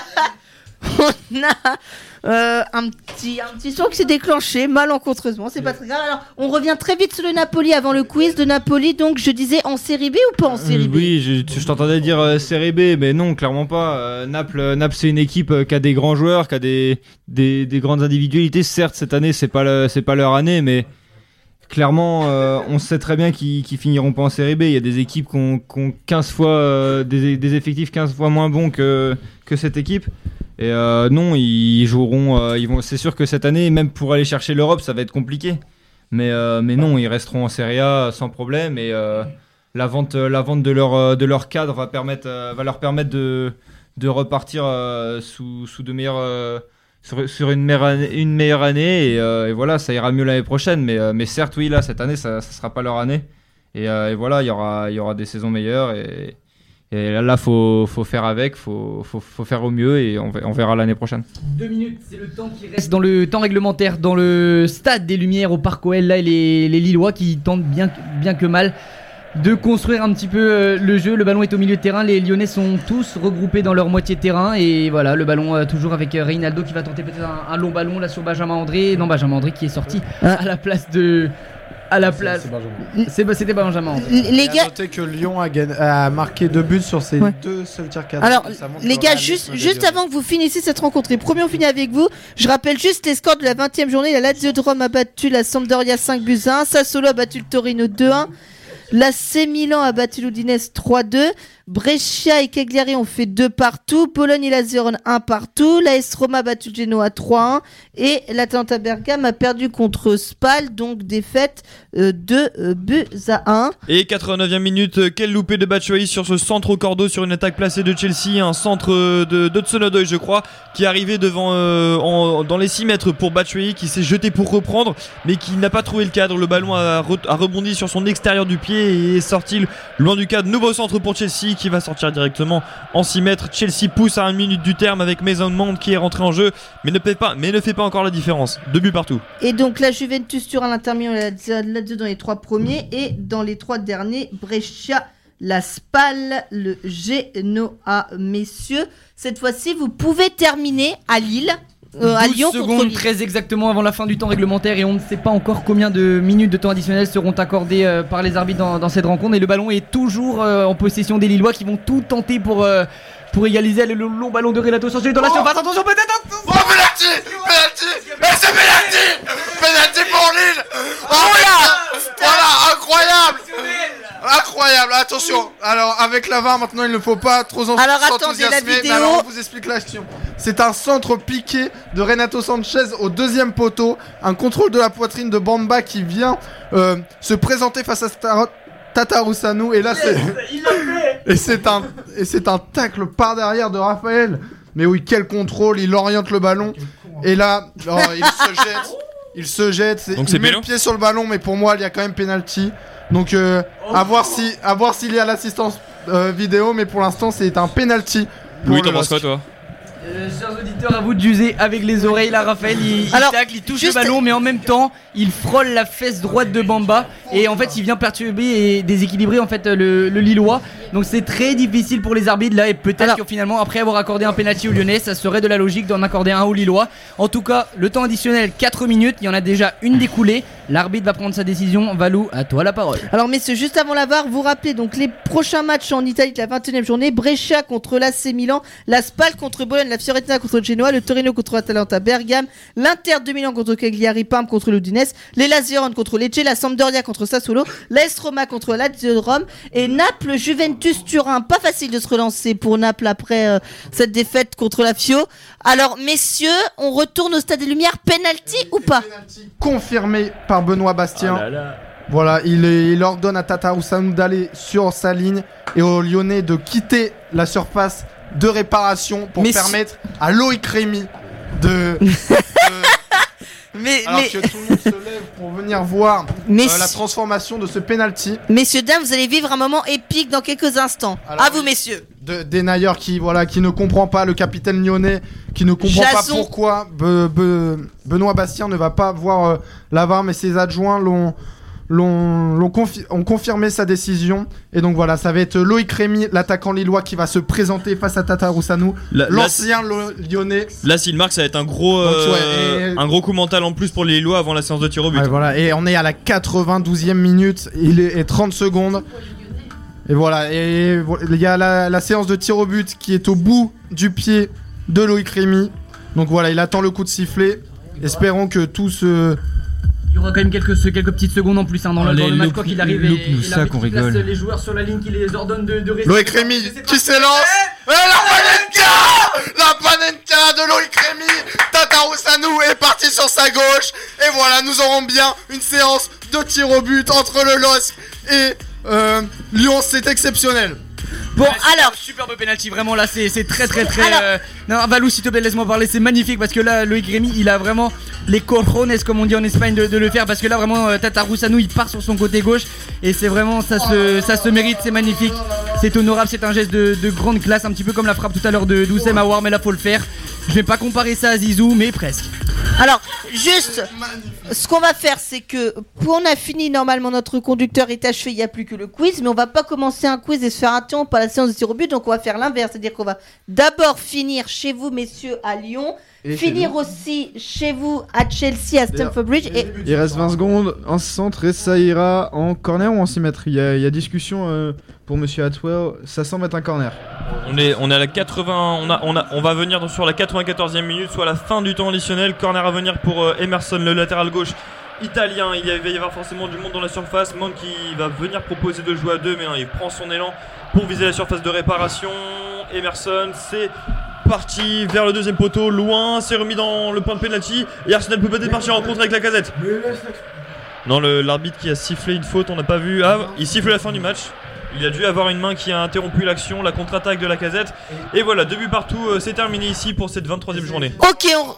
a, on a euh, un, petit, un petit son qui s'est déclenché malencontreusement, c'est pas très grave. Alors, on revient très vite sur le Napoli avant le quiz de Napoli. Donc, je disais en série B ou pas en série B? Oui, je, je t'entendais dire euh, série B, mais non, clairement pas. Euh, Naples, euh, Naples, c'est une équipe euh, qui a des grands joueurs, qui a des, des, des grandes individualités. Certes, cette année, c'est pas, le, c'est pas leur année, mais clairement, euh, on sait très bien qu'ils, qu'ils finiront pas en série B. Il y a des équipes qui ont, qui ont quinze fois, euh, des, des effectifs quinze fois moins bons que, que cette équipe. Et euh, non, ils joueront. Euh, ils vont. C'est sûr que cette année, même pour aller chercher l'Europe, ça va être compliqué. Mais euh, mais non, ils resteront en Serie A sans problème. Et euh, la vente, la vente de leur de leur cadre va permettre, euh, va leur permettre de de repartir euh, sous sous de meilleures euh, sur, sur une meilleure année, une meilleure année. Et, euh, et voilà, ça ira mieux l'année prochaine. Mais euh, mais certes, oui, là cette année, ça ça sera pas leur année. Et, euh, et voilà, il y aura il y aura des saisons meilleures et Et là, là, faut, faut faire avec, faut, faut, faut faire au mieux et on, on verra l'année prochaine. Deux minutes, c'est le temps qui reste dans le temps réglementaire, dans le stade des Lumières au Parc O L. Là, les, les Lillois qui tentent bien, bien que mal de construire un petit peu euh, le jeu. Le ballon est au milieu de terrain, les Lyonnais sont tous regroupés dans leur moitié de terrain. Et voilà, le ballon euh, toujours avec euh, Reynaldo qui va tenter peut-être un, un long ballon là sur Benjamin André. Non, Benjamin André qui est sorti à la place de... À la place. C'est Benjamin. C'est, c'était Benjamin. André. Les Et à gars, noter que Lyon a, gagné- a marqué deux buts sur ses Ouais. deux seuls tirs cadrés. alors, Ça montre les le gars, réalisme juste, des juste Lyonnais. avant que vous finissiez cette rencontre, et premier on finit avec vous, je rappelle juste les scores de la vingtième journée. La Lazio de Rome a battu la Sampdoria cinq buts à un, Sassuolo a battu le Torino deux un, l'A C Milan a battu l'Udinese trois deux, Brescia et Cagliari ont fait deux partout, Bologne et Lazio un partout, l'A S Roma a battu le Genoa trois un et l'Atalanta Bergame a perdu contre Spal, donc défaite euh, deux euh, buts à un. Et quatre-vingt-neuvième minute, euh, quel loupé de Batshuayi sur ce centre au cordeau sur une attaque placée de Chelsea, un centre euh, de d'Hudson-Odoi je crois, qui est arrivé devant euh, en- dans les six mètres pour Batshuayi, qui s'est jeté pour reprendre mais qui n'a pas trouvé le cadre. Le ballon a, re- a rebondi sur son extérieur du pied et est sorti loin du cadre. Nouveau centre pour Chelsea qui va sortir directement en six mètres. Chelsea pousse à une minute du terme avec Mason Mount qui est rentré en jeu mais ne fait pas, mais ne fait pas encore la différence. Deux buts partout. Et donc la Juventus sur l'Inter Milan et la Lazio dans les trois premiers, et dans les trois derniers, Brescia, la Spal, le Genoa. Messieurs, cette fois-ci vous pouvez terminer à Lille, euh, à douze Lyon contre secondes Lille. très exactement avant la fin du temps réglementaire et on ne sait pas encore combien de minutes de temps additionnel seront accordées euh, par les arbitres dans, dans cette rencontre. Et le ballon est toujours euh, en possession des Lillois qui vont tout tenter pour, euh, pour égaliser. Le long ballon de Renato Sanchez dans la surface. Attention peut-être. Oh, penalty Penalty Mais c'est penalty Penalty pour Lille. Oh, putain. Voilà, incroyable Incroyable, attention. Alors avec la V A R maintenant il ne faut pas trop en Alors, attendez, s'enthousiasmer. la Mais vidéo. alors on vous explique l'action. C'est un centre piqué de Renato Sanchez au deuxième poteau, un contrôle de la poitrine de Bamba qui vient euh, se présenter face à Star- Tatarusanu et là c'est et c'est un et c'est un tacle par derrière de Raphaël. Mais oui, quel contrôle, il oriente le ballon et là oh, il se jette. Il se jette, c'est, Donc il c'est met péno le pied sur le ballon, mais pour moi, il y a quand même penalty. Donc, euh, à voir si, à voir s'il y a l'assistance euh, vidéo, mais pour l'instant, c'est un penalty. pour Oui, le t'en penses L O S C. quoi toi? Euh, chers auditeurs, à vous de juger avec les oreilles. Là, Raphaël, il, il Alors, tacle, il touche juste- le ballon, mais en même temps, il frôle la fesse droite de Bamba et en fait, il vient perturber et déséquilibrer en fait le, le Lillois. Donc c'est très difficile pour les arbitres là et peut-être que finalement, après avoir accordé un penalty au Lyonnais, ça serait de la logique d'en accorder un au Lillois. En tout cas, le temps additionnel quatre minutes, il y en a déjà une découlée. L'arbitre va prendre sa décision. Valou, à toi la parole. Alors messieurs, juste avant la V A R, vous rappelez donc les prochains matchs en Italie de la vingt et unième journée: Brescia contre l'A C Milan, la Spal contre Bologne, la Fiorentina contre le Genoa, le Torino contre l'Atalanta Bergame, l'Inter de Milan contre Cagliari, Parme contre l'Udinese, les Lazio contre Lecce, la Sampdoria contre Sassuolo, l'A S Roma contre Lazio de Rome et Naples Juventus Turin. Pas facile de se relancer pour Naples après euh, cette défaite contre la Fio. Alors messieurs, on retourne au Stade des Lumières, penalty ou pas? Confirmé par Benoît Bastien. Ah là là. Voilà, il, est- il ordonne à Tatarusanu d'aller sur sa ligne et aux Lyonnais de quitter la surface de réparation pour Mais permettre à Loïc Rémy de. Mais, Alors mais- que tout le monde se lève pour venir voir Mais euh, la si- transformation de ce penalty. Messieurs, dames, vous allez vivre un moment épique dans quelques instants. Alors, à vous, messieurs. De, Denayer qui, voilà, qui ne comprend pas, le capitaine lyonnais, qui ne comprend pas Jason. pourquoi Be- Be- Benoît Bastien ne va pas voir euh, la V A R, mais ses adjoints l'ont, l'ont, l'ont confi- ont confirmé sa décision. Et donc voilà, ça va être Loïc Rémy, l'attaquant lillois, qui va se présenter face à Tatarusanu, Là- là, l'ancien lo- lyonnais. Là, s'il marque, ça va être un gros, Donc, euh, ouais, et- un gros coup mental en plus pour les Lillois avant la séance de tir au but. Ouais, voilà, et on est à la quatre-vingt-douzième minute, il est et trente secondes. Et voilà, et vo- il y a la, la séance de tir au but qui est au bout du pied de Loïc Rémy. Donc voilà, il attend le coup de sifflet. Espérons que tout se. Il y aura quand même quelques, quelques petites secondes en plus hein, dans, le, Allez, dans le match loupe- quoi qu'il arrive. loupe-nous et, ça, l'arbitre qu'on qui place rigole. les joueurs sur la ligne qui les ordonne de, de rester. Loïc Rémy qui s'élance. Et la panenka La panenka de Loïc Rémy. Tatarusanu est parti sur sa gauche. Et voilà, nous aurons bien une séance de tir au but entre le L O S C et euh, Lyon. C'est exceptionnel. Bon, alors. Superbe penalty, vraiment là c'est c'est très très très. Alors- euh, Non, Valou, s'il te plaît, laisse-moi parler, c'est magnifique parce que là, Loïc Rémy, il a vraiment les cojones, comme on dit en Espagne, de, de le faire parce que là, vraiment, euh, Tatarusanu, il part sur son côté gauche et c'est vraiment, ça se, ça se mérite, c'est magnifique, c'est honorable, c'est un geste de, de grande classe, un petit peu comme la frappe tout à l'heure de d'Oussem Aouar, mais là, faut le faire. Je vais pas comparer ça à Zizou, mais presque. Alors, juste, ce qu'on va faire, c'est que pour on a fini normalement notre conducteur est achevé, il n'y a plus que le quiz, mais on va pas commencer un quiz et se faire un temps par la séance de tir au but, donc on va faire l'inverse, c'est-à-dire qu'on va d'abord finir chez vous, messieurs, à Lyon, Et chez finir nous. aussi chez vous à Chelsea, à Stamford Bridge, et Il reste vingt secondes en centre et ça ira en corner ou en six mètres. Il y a, il y a discussion euh, pour Monsieur Atwell. Ça semble être un corner. On est, on est à la quatre-vingts, on, a, on, a, on va venir donc sur la quatre-vingt-quatorzième minute, soit la fin du temps additionnel. Corner à venir pour euh, Emerson, le latéral gauche italien. Il va y avoir forcément du monde dans la surface. Mount qui va venir proposer de jouer à deux, mais non, il prend son élan pour viser la surface de réparation. Emerson, c'est parti vers le deuxième poteau, loin, c'est remis dans le point de pénalty. Et Arsenal peut peut-être partir en contre avec la Casette. Non, le- l'arbitre qui a sifflé une faute, on n'a pas vu. Ah, il siffle la fin du match. Il a dû avoir une main qui a interrompu l'action, la contre-attaque de la Casette. Et voilà, deux buts partout, euh, c'est terminé ici pour cette vingt-troisième journée. ok, on...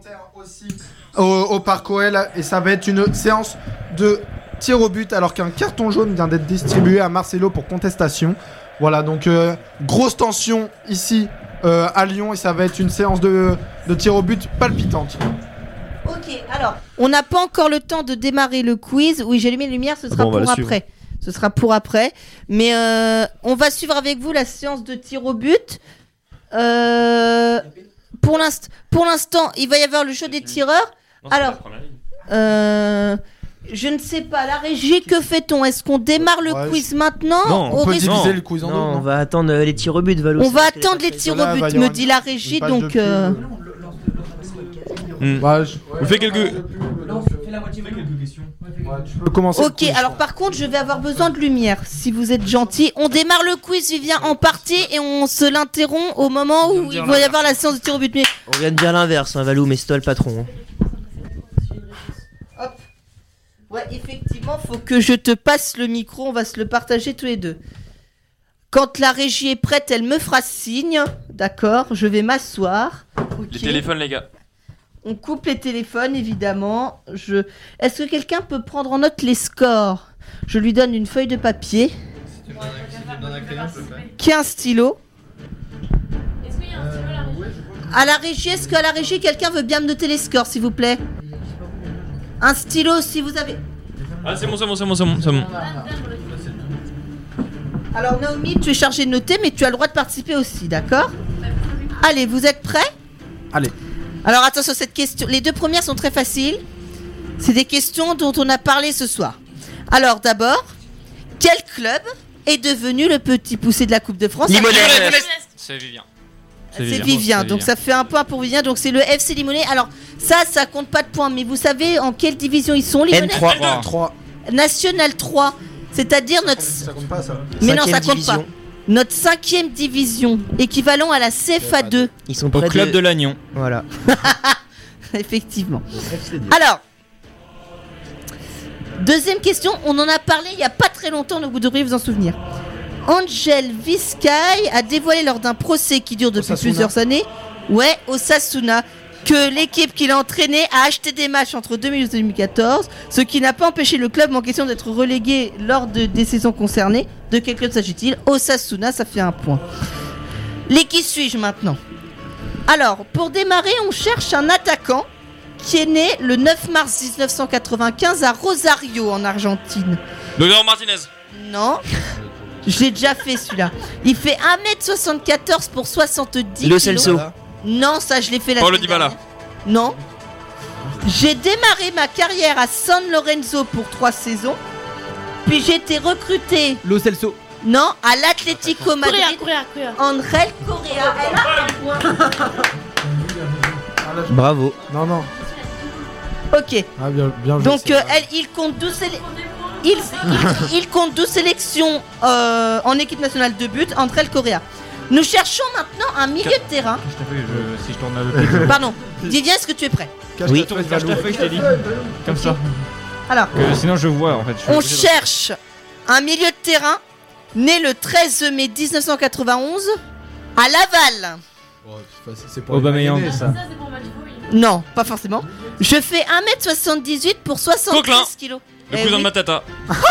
Au, au Parc O L, et ça va être une séance de tir au but alors qu'un carton jaune vient d'être distribué à Marcelo pour contestation. Voilà, donc euh, grosse tension ici euh, à Lyon et ça va être une séance de, de tir au but palpitante. Ok, alors, on n'a pas encore le temps de démarrer le quiz. Oui, j'ai allumé les lumières, ce sera Bon, on va pour la suivre. après. Ce sera pour après. Mais euh, on va suivre avec vous la séance de tir au but. Euh, pour l'inst- pour l'instant, il va y avoir le jeu des tireurs. Alors, euh, je ne sais pas, la régie, que fait-on? Est-ce qu'on démarre le Ouais, quiz maintenant? Non, on Au peut risque- diviser le quiz en Non, deux. on non va attendre euh, les tirs au but, Valo. On c'est va vrai qu'elle est attendre pas les très- tirs Là, au va but, y me avoir dit une- la une régie, page donc... de pub. euh, Hmm. Bah, je- On fait quelques. je peux commencer. le Ok, quiz, je alors crois. par contre, je vais avoir besoin de lumière, si vous êtes gentil. On démarre le quiz, Vivien, en partie, et on se l'interrompt au moment où il va y avoir la séance de tir au but. Mais On vient de dire l'inverse, hein, Valou, mais c'est toi le patron. hein. hop. Ouais, effectivement, faut que je te passe le micro, on va se le partager tous les deux. Quand la régie est prête, elle me fera signe. D'accord, je vais m'asseoir. Ok. Les téléphones, les gars. On coupe les téléphones, évidemment. Je... Est-ce que quelqu'un peut prendre en note les scores? Je lui donne une feuille de papier. Qui a un stylo? Est-ce qu'il y a un stylo à la régie À la régie, est-ce qu'à la régie, quelqu'un veut bien me noter les scores, s'il vous plaît? Un stylo, si vous avez. Ah, c'est bon, c'est bon, c'est bon, c'est bon, c'est bon. Alors, Naomi, tu es chargée de noter, mais tu as le droit de participer aussi, d'accord? Allez, vous êtes prêts? Allez. Alors, attention, cette question. Les deux premières sont très faciles. C'est des questions dont on a parlé ce soir. Alors, d'abord, quel club est devenu le petit poussé de la Coupe de France? Limonest. C'est Vivien. C'est Vivien, donc ça fait un point pour Vivien, donc c'est le F C Limonest. Alors ça, ça compte pas de points, mais vous savez en quelle division ils sont, Limonest? N trois. N trois. National trois, c'est-à-dire notre... Ça compte pas ça. Mais non, ça Cinquième compte division. pas. Notre cinquième division, équivalent à la C F A deux. Ils sont Au près club de, de... l'Agnon. Voilà. Effectivement. Alors, deuxième question, on en a parlé il y a pas très longtemps, donc vous devriez vous en souvenir. Angel Vizcay a dévoilé lors d'un procès qui dure depuis Osasuna. plusieurs années, ouais, Osasuna, que l'équipe qu'il a entraînée a acheté des matchs entre deux mille douze et deux mille quatorze, ce qui n'a pas empêché le club en question d'être relégué lors de, des saisons concernées. De quel club s'agit-il? Osasuna, ça fait un point. Les qui suis-je maintenant? Alors, pour démarrer, on cherche un attaquant qui est né le neuf mars dix-neuf cent quatre-vingt-quinze à Rosario, en Argentine. Lautaro Martinez. Non. Je l'ai déjà fait celui-là. Il fait un mètre soixante-quatorze pour soixante-dix Lo kilos. Celso. Non, ça je l'ai fait la Paulo semaine Dybala. dernière. Non. J'ai démarré ma carrière à San Lorenzo pour trois saisons. Puis j'ai été recruté, Lo Celso. non, à l'Atlético Madrid. Correa, Correa, Correa. Angel Correa. Elle a un point. Bravo. Non, non. Ok. Ah, bien, bien joué. Donc c'est euh, vrai. elle, il compte douze séle- il, il- il compte douze sélections euh, en équipe nationale de but entre El Correa. Nous cherchons maintenant un milieu de terrain. Je t'ai fait, je- si je tourne le Pardon. Didier, est-ce que tu es prêt? Cache Oui. ta feuille, Cache ta Valou. feuille, je t'ai dit. Comme ça. Alors, Que sinon je vois en fait. je suis on obligé de- cherche un milieu de terrain né le treize mai dix-neuf cent quatre-vingt-onze à Laval. Oh, c'est facile, c'est pour Aubameyang. les Mayennais, ça. Ça, c'est pour Mathieu. Non, pas forcément. Je fais un mètre soixante-dix-huit pour Coquelin. soixante-treize kilos. Le Eh cousin oui. de Matata.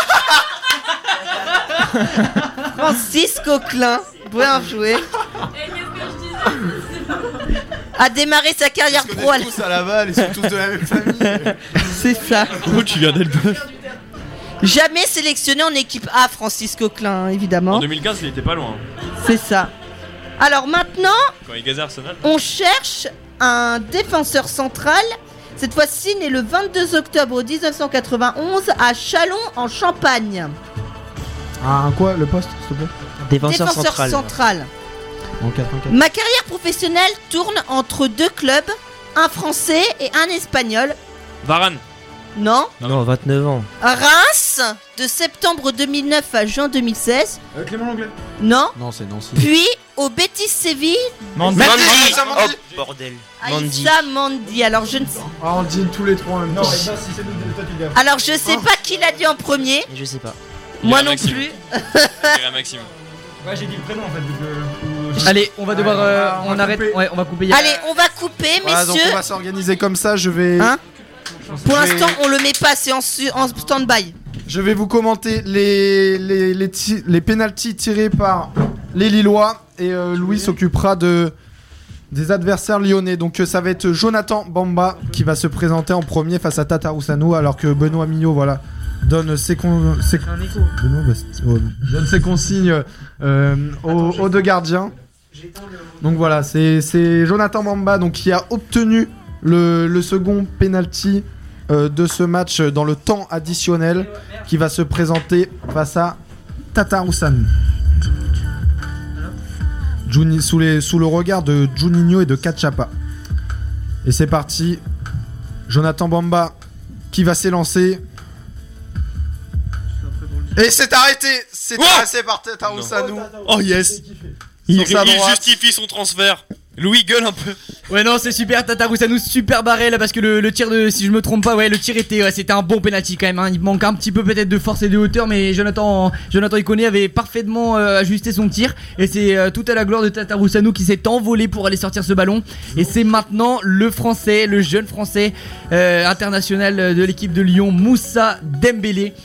Francis Coquelin, bien joué. Et qu'est-ce que je disais? A démarré sa carrière Ils se pro à connaissent tous à Laval, ils sont tous de la même famille. C'est ça. Oh, tu viens d'Elbeuf. Jamais sélectionné en équipe A, Francis Coquelin, En évidemment. deux mille quinze, il était pas loin. C'est ça. Alors maintenant, Quand il gazait Arsenal. on cherche un défenseur central. Cette fois-ci, né le vingt-deux octobre dix-neuf cent quatre-vingt-onze à Châlons en Champagne. Ah, un quoi, le poste, s'il te plaît? Défenseur, Défenseur central. central. En quatre-vingt-quatre. Ma carrière professionnelle tourne entre deux clubs, un français et un espagnol. Varane. Non. Non, vingt-neuf ans. Reims, de septembre deux mille neuf à juin deux mille seize. Euh, Clément Langlais. Non. Non, c'est Nancy. Puis au Betis Séville, Mandy. Mandy. Mandy. Aïssa Mandy. Oh, bordel. Mandy. Aïssa Mandy. Alors je ne sais, Ah, on dit tous les trois en même temps. alors je sais pas qui l'a dit en premier. Je sais pas. Moi Dirait non Maxime. plus. Je dirais Maxime. Ouais, j'ai dit le prénom en fait. vu que- Allez, on va devoir. Ouais, on euh, va- on on va arrête. couper. Ouais, on va couper. Il y a- Allez, on va couper, Voilà, donc messieurs. on va s'organiser comme ça. Je vais, Hein Pour Je vais- l'instant, on le met pas, c'est en, su- en stand-by. je vais vous commenter les les les, ti- les pénaltys tirés par les Lillois et euh, Louis s'occupera de des adversaires lyonnais. Donc euh, ça va être Jonathan Bamba qui va se présenter en premier face à Tatarusanu, alors que Benoît Mignot, voilà, donne ses, con- ses... Benoît, bah, c'est- oh, donne ses consignes euh, aux, aux deux gardiens. Donc voilà, c'est c'est Jonathan Bamba donc qui a obtenu le, le second penalty euh, de ce match dans le temps additionnel, qui va se présenter face à Tatarusanu. Juni- sous, les, sous le regard de Juninho et de Cachapa. Et c'est parti. Jonathan Bamba qui va s'élancer. Et c'est arrêté. C'est Oh arrêté par Tatarusanu. Oh yes. Il, Sur sa il droite. justifie son transfert. Louis gueule un peu. Ouais, non, c'est super. Tatarusanu super barré là parce que le, le tir de. Si je me trompe pas, ouais, le tir était. Ouais, c'était un bon penalty quand même. Hein. Il manque un petit peu peut-être de force et de hauteur, mais Jonathan Jonathan Iconé avait parfaitement euh, ajusté son tir. Et c'est euh, tout à la gloire de Tatarusanu qui s'est envolé pour aller sortir ce ballon. Et c'est maintenant le français, le jeune français euh, international de l'équipe de Lyon, Moussa Dembélé,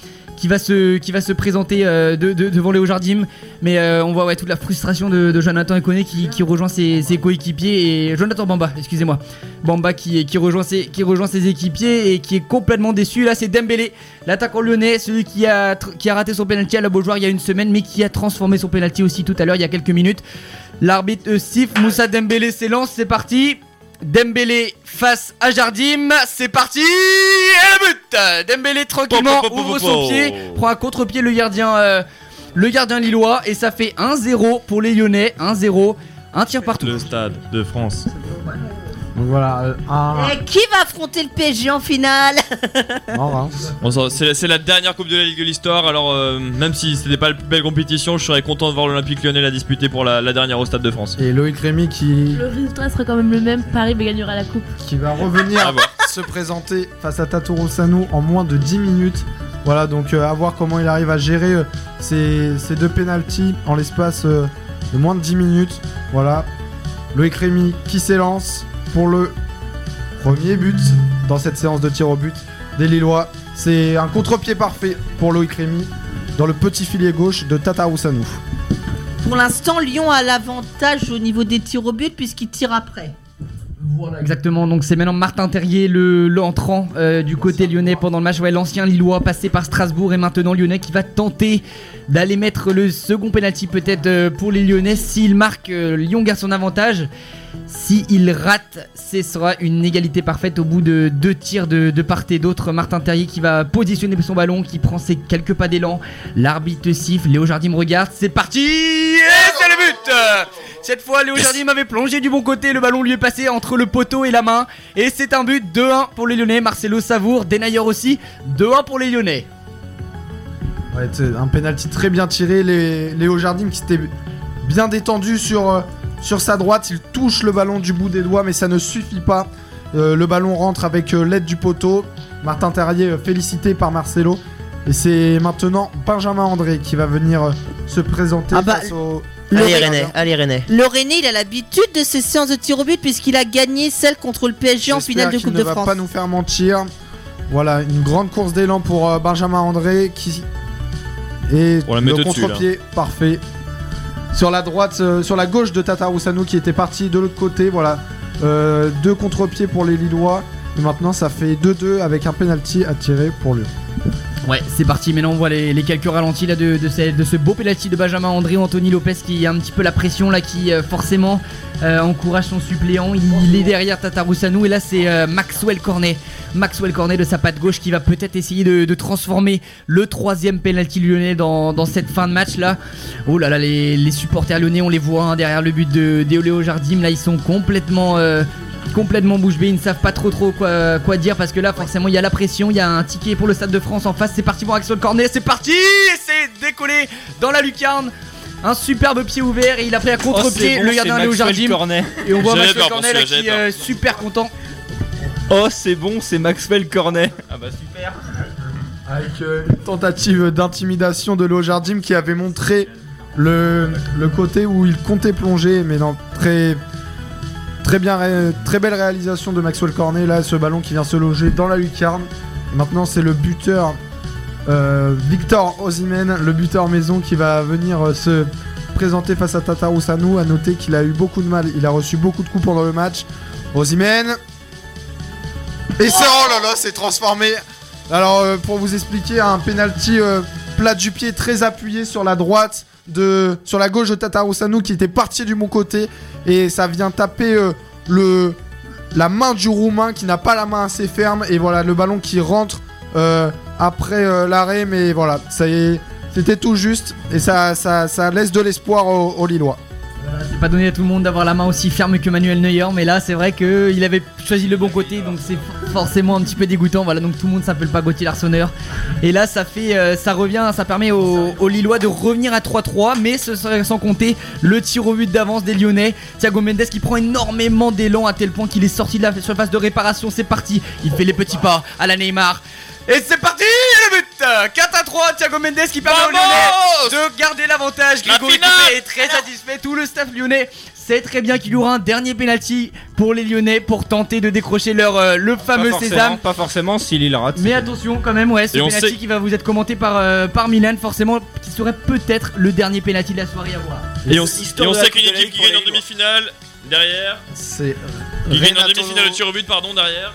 qui va se, qui va se présenter euh, de, de, devant Léo Jardim. Mais euh, on voit ouais, toute la frustration de, de Jonathan Ekoné qui, qui rejoint ses, ses coéquipiers et Jonathan Bamba, excusez-moi. Bamba qui, qui, rejoint ses, qui rejoint ses équipiers et qui est complètement déçu. Là c'est Dembélé, l'attaquant lyonnais, celui qui a, qui a raté son penalty à la Beaujoire il y a une semaine mais qui a transformé son penalty aussi tout à l'heure il y a quelques minutes. L'arbitre siffle, Moussa Dembélé s'élance, c'est parti. Dembélé face à Jardim, c'est parti. Et le but. Dembélé tranquillement ouvre son pied, prend un contre-pied le gardien, euh, le gardien lillois et ça fait un zéro pour les Lyonnais, un zéro, un tir partout. Le Stade de France. Donc voilà, euh, un... Et qui va affronter le P S G en finale? Non, Reims. Bon, ça, c'est, la, c'est la dernière Coupe de la Ligue de l'histoire, alors euh, même si c'était pas la plus belle compétition, je serais content de voir l'Olympique Lyonnais la disputer pour la, la dernière au Stade de France. Et Loïc Rémy qui, Le résultat sera quand même le même. Paris gagnera la coupe. qui va revenir Ah bon. se présenter face à Tataru Sanou en moins de dix minutes. Voilà, donc euh, à voir comment il arrive à gérer euh, ces, ces deux pénaltys en l'espace euh, de moins de dix minutes. Voilà, Loïc Rémy qui s'élance pour le premier but dans cette séance de tir au but des Lillois. C'est un contre-pied parfait pour Loïc Rémy dans le petit filet gauche de Tataru Sanou. Pour l'instant, Lyon a l'avantage au niveau des tirs au but puisqu'il tire après. Voilà, exactement. Donc c'est maintenant Martin Terrier, le l'entrant euh, du côté lyonnais pendant le match. Ouais, l'ancien Lillois passé par Strasbourg et maintenant lyonnais qui va tenter d'aller mettre le second penalty peut-être euh, pour les Lyonnais. S'il marque, euh, Lyon garde son avantage. S'il rate, ce sera une égalité parfaite au bout de deux tirs de, de part et d'autre. Martin Terrier qui va positionner son ballon, qui prend ses quelques pas d'élan. L'arbitre siffle, Léo Jardim regarde, c'est parti et c'est le but. Cette fois, Léo Jardim avait plongé du bon côté, le ballon lui est passé entre le poteau et la main. Et c'est un but, deux un pour les Lyonnais. Marcelo Savour, Denayer aussi, deux un pour les Lyonnais. Ouais, c'est un penalty très bien tiré. Les, Léo Jardim qui s'était bien détendu sur, euh, sur sa droite. Il touche le ballon du bout des doigts, mais ça ne suffit pas. Euh, le ballon rentre avec euh, l'aide du poteau. Martin Terrier euh, félicité par Marcelo. Et c'est maintenant Benjamin André qui va venir euh, se présenter Ah bah, face au... Allez René, allez René. Le Rennais, il a l'habitude de ces séances de tir au but puisqu'il a gagné celle contre le P S G en finale de J'espère Coupe qu'il de ne France. va pas nous faire mentir. Voilà, une grande course d'élan pour euh, Benjamin André qui... Et On la le met au-dessus, contre-pied parfait. Sur la droite, euh, sur la gauche de Tataru Sanou qui était parti de l'autre côté. Voilà, euh, deux contre-pieds pour les Lillois. Et maintenant, ça fait deux deux avec un penalty à tirer pour Lyon. Ouais, c'est parti. Maintenant, on voit les, les quelques ralentis là de, de, ce, de ce beau penalty de Benjamin André. Anthony Lopez qui a un petit peu la pression là, qui euh, forcément euh, encourage son suppléant. Il, il est derrière Tataru Sanou et là c'est euh, Maxwell Cornet. Maxwell Cornet de sa patte gauche qui va peut-être essayer de, de transformer le troisième penalty lyonnais dans, dans cette fin de match là. Oh là là, les, les supporters lyonnais, on les voit hein, derrière le but de, de Léo Jardim. Là, ils sont complètement. Euh, complètement bouche bée, ils ne savent pas trop trop quoi, quoi dire parce que là forcément il y a la pression, il y a un ticket pour le Stade de France en face. C'est parti pour Maxwell Cornet, c'est parti et c'est décollé dans la lucarne. Un superbe pied ouvert et il a pris à contre-pied Oh, bon, le gardien Léo Jardim. Cornet. Et on voit J'avais Maxwell peur, Cornet là pour celui-là, qui j'avais est euh, super content. Oh, c'est bon, c'est Maxwell Cornet. Ah bah super. Avec euh, une tentative d'intimidation de Léo Jardim qui avait montré le, le côté où il comptait plonger. Mais non, très, très, bien, ré- très belle réalisation de Maxwell Cornet. Là, ce ballon qui vient se loger dans la lucarne. Et maintenant, c'est le buteur euh, Victor Osimhen, le buteur maison, qui va venir euh, se présenter face à Tataru Sanou. À noter qu'il a eu beaucoup de mal. Il a reçu beaucoup de coups pendant le match. Osimhen. Et c'est oh là là, c'est transformé. Alors euh, pour vous expliquer, un penalty euh, plat du pied très appuyé sur la droite de sur la gauche de Tataru Sanou qui était parti du bon côté et ça vient taper euh, le la main du Roumain qui n'a pas la main assez ferme et voilà le ballon qui rentre euh, après euh, l'arrêt, mais voilà, ça y est, c'était tout juste et ça ça, ça laisse de l'espoir aux, aux Lillois. C'est pas donné à tout le monde d'avoir la main aussi ferme que Manuel Neuer, mais là c'est vrai qu'il avait choisi le bon côté, donc c'est forcément un petit peu dégoûtant. Voilà, donc tout le monde s'appelle pas Gauthier Larsonneur. Et là ça fait, euh, ça revient, ça permet aux, aux Lillois de revenir à trois trois, mais ce serait sans compter le tir au but d'avance des Lyonnais. Thiago Mendes qui prend énormément d'élan à tel point qu'il est sorti de la surface de réparation. C'est parti, il fait les petits pas à la Neymar. Et c'est parti, le but quatre à trois, Thiago Mendes qui permet aux Lyonnais de garder l'avantage. Grégory Coupé est très satisfait, tout le staff lyonnais c'est très bien qu'il y aura un dernier penalty pour les Lyonnais pour tenter de décrocher leur euh, le fameux pas forcément, sésame. Pas forcément si Lille rate. Mais attention quand même, ouais, ce Et on penalty sait- qui va vous être commenté par, euh, par Milan, forcément, qui serait peut-être le dernier penalty de la soirée à voir. Et on, L'histoire et on de la sait Coupe qu'une de la équipe Ligue qui pour gagne en les Lillois. demi-finale, derrière. C'est Qui gagne en Renato- demi-finale au tir au but, pardon, derrière.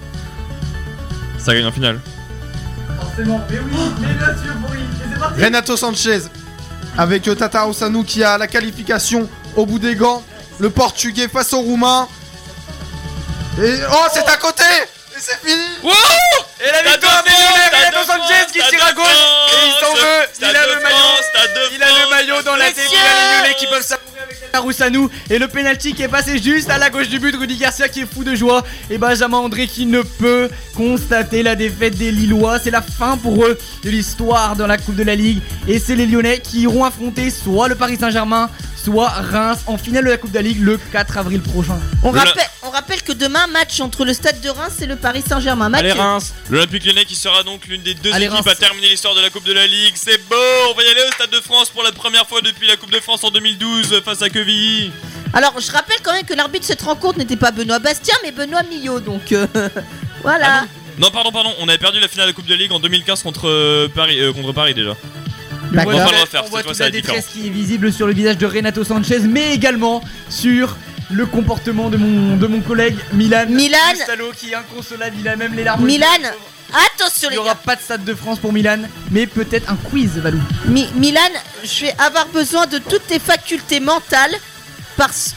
Ça gagne en finale. Forcément, mais oui, mais bien sûr, Boris, et c'est parti. Renato Sanchez avec euh, Tata Osanou qui a la qualification au bout des gants. Le Portugais face au Roumain. Et oh, c'est à côté. Et c'est fini. Wow. Et la victoire des Lyonnais, Renato Sanchez qui tire à gauche et il s'en veut. Il a le maillot, il a le maillot dans la tête. Il a les Lyonnais qui peuvent savourer avec Tata Roussanou et le penalty qui est passé juste à la gauche du but. Rudy Garcia qui est fou de joie et Benjamin André qui ne peut constater la défaite des Lillois. C'est la fin pour eux de l'histoire dans la Coupe de la Ligue et c'est les Lyonnais qui iront affronter soit le Paris Saint-Germain, soit Reims en finale de la Coupe de la Ligue le quatre avril prochain. On Voilà. rappelle, on rappelle que demain, match entre le Stade de Reims et le Paris Saint-Germain. Match Allez Reims. L'Olympique Lyonnais qui sera donc l'une des deux Allez, équipes Reims. à terminer l'histoire de la Coupe de la Ligue. C'est beau, on va y aller au Stade de France pour la première fois depuis la Coupe de France en deux mille douze face à Quevilly. Alors, je rappelle quand même que l'arbitre de cette rencontre n'était pas Benoît Bastien, mais Benoît Millot. Donc, euh, voilà. Non, pardon, pardon, on avait perdu la finale de la Coupe de la Ligue en deux mille quinze contre euh, Paris, euh, contre Paris déjà. On voit, On va toute le la- refaire, on voit cette fois, toute ça la va être différent. détresse qui est visible sur le visage de Renato Sanchez, mais également sur le comportement de mon, de mon collègue Milan. Milan. Le salaud qui est inconsolable, il a même les larmes. aux Milan, yeux. attention Il les n'y aura gars. pas de Stade de France pour Milan, mais peut-être un quiz, Valou. Mi- Milan, je vais avoir besoin de toutes tes facultés mentales parce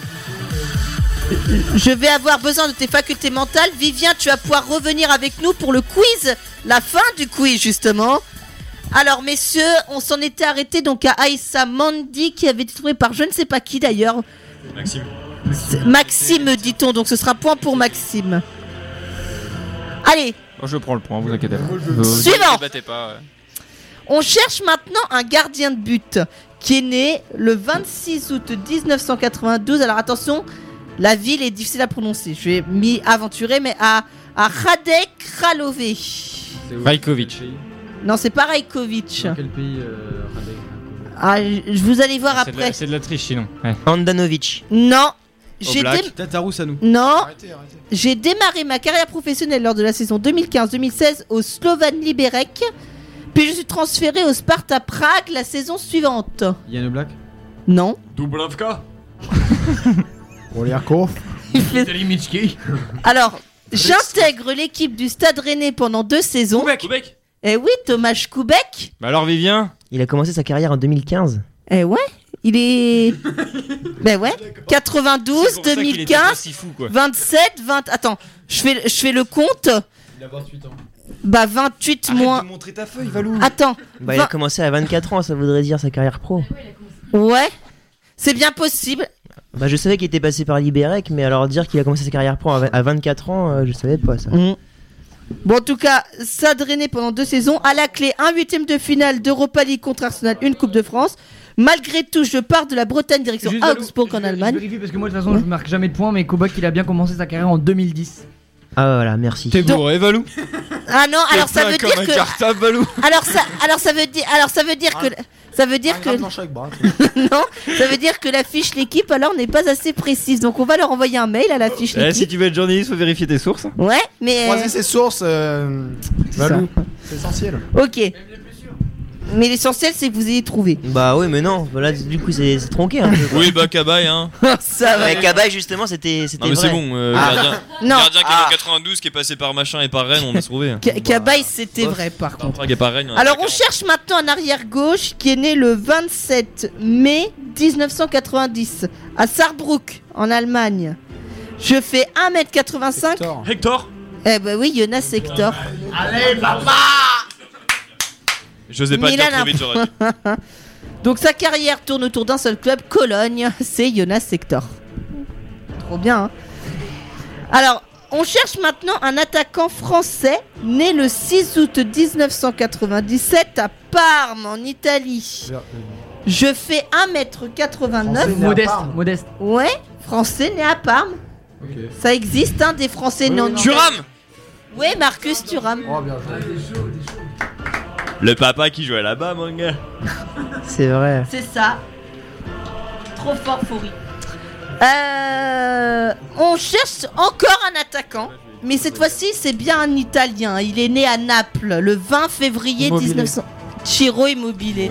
je vais avoir besoin de tes facultés mentales. Vivien, tu vas pouvoir revenir avec nous pour le quiz, la fin du quiz justement. Alors messieurs, on s'en était arrêté donc à Aïssa Mandi qui avait été trouvée par je ne sais pas qui d'ailleurs. Maxime. C'est- Maxime dit-on, donc ce sera point pour Maxime. Allez, Oh, je prends le point, vous inquiétez pas. Suivant. Ne battez pas. ouais. on cherche maintenant un gardien de but qui est né le vingt-six août dix-neuf cent quatre-vingt-douze. Alors attention, la ville est difficile à prononcer. Je vais m'y aventurer, mais à, à Radek Kralove. Rajkovic. Non, c'est pas Rajkovic. Dans quel pays euh, Radek Ah, je, je vous allez voir C'est de, après. la, c'est de la triche sinon. Ouais. Andanovic. Non. J'ai Oblak. dé- Tatarou Sanou. Non, Arrêtez, arrêtez. j'ai démarré ma carrière professionnelle lors de la saison deux mille quinze deux mille seize au Slovan Liberec. Puis je suis transféré au Sparta Prague la saison suivante. Yann Oblak. Non. Dubravka. Oliakov. Il fait- Alors, j'intègre l'équipe du Stade Rennais pendant deux saisons. Koubek. Eh oui, Tomasz Kubek. Bah alors Vivien. Il a commencé sa carrière en deux mille quinze. Eh ouais, il est. Ben ouais, quatre-vingt-douze, C'est pour ça deux qu'il mille était pas quinze, si fou, quoi. vingt-sept, vingt. Attends, je fais, je fais le compte. Il a vingt-huit ans. Bah vingt-huit moins. montrer ta feuille, Valou. Attends. Bah, il a vingt- commencé à vingt-quatre ans, ça voudrait dire sa carrière pro. Ouais, c'est bien possible. Bah, je savais qu'il était passé par Liberec, mais alors dire qu'il a commencé sa carrière pro à vingt- à vingt-quatre ans, euh, je savais pas ça. Mm. Bon, en tout cas, ça a drainé pendant deux saisons. À la clé, un huitième de finale d'Europa League contre Arsenal, une Coupe de France. Malgré tout, je pars de la Bretagne direction Juste, Valou, Augsbourg en je- je Allemagne. vérifie parce que moi de toute façon je marque jamais de points, mais Kubek il a bien commencé sa carrière en deux mille dix. Ah voilà, merci. T'es bourré, Valou. Ah non, alors ça veut dire comme un que. cartable, Valou. Alors ça, alors ça veut dire, alors ça veut dire que, ça veut dire que, non, ça veut dire que la fiche l'équipe alors n'est pas assez précise. Donc on va leur envoyer un mail à la fiche Eh, l'équipe. si tu veux être journaliste, faut vérifier tes sources. Ouais, mais. Croiser ses sources, euh, Valou. C'est essentiel. Ok. Mais l'essentiel c'est que vous ayez trouvé. Bah oui, mais non, voilà, du coup c'est c'est tronqué un peu. quoi. Oui, bah Cabaye, hein. Ça va. Ouais, Cabaye justement, c'était c'était Non, mais c'est vrai. bon, euh, Ah. gardien, Non. gardien qui est Ah. en quatre-vingt-douze, qui est passé par machin et par Rennes, on a trouvé. Ca- Cabaye c'était vrai par contre. Prague et par Rennes, il y en a Alors pas on quarante. cherche maintenant un arrière gauche qui est né le vingt-sept mai dix-neuf cent quatre-vingt-dix à Saarbrück en Allemagne. Je fais un mètre quatre-vingt-cinq. Hector. Eh bah oui, Jonas Hector. Allez, papa. J'osais pas le Milan dire trop vite, j'aurais dit. Donc sa carrière tourne autour d'un seul club, Cologne, c'est Jonas Hector. Trop bien, hein. Alors, on cherche maintenant un attaquant français né le six août dix-neuf cent quatre-vingt-dix-sept à Parme, en Italie. Je fais un mètre quatre-vingt-neuf. Français né à Modeste, Parme. modeste. Ouais, français né à Parme. Ok. Ça existe, hein, des français Oui, non oui, non. Thuram. Ouais, Marcus Thuram. Oh, bien joué. Le papa qui jouait là-bas, mon gars. C'est vrai. C'est ça. Trop fort, Foury. Euh, on cherche encore un attaquant, mais cette fois-ci c'est bien un Italien. Il est né à Naples le vingt février Immobilier. mille neuf cents. Ciro Immobilier.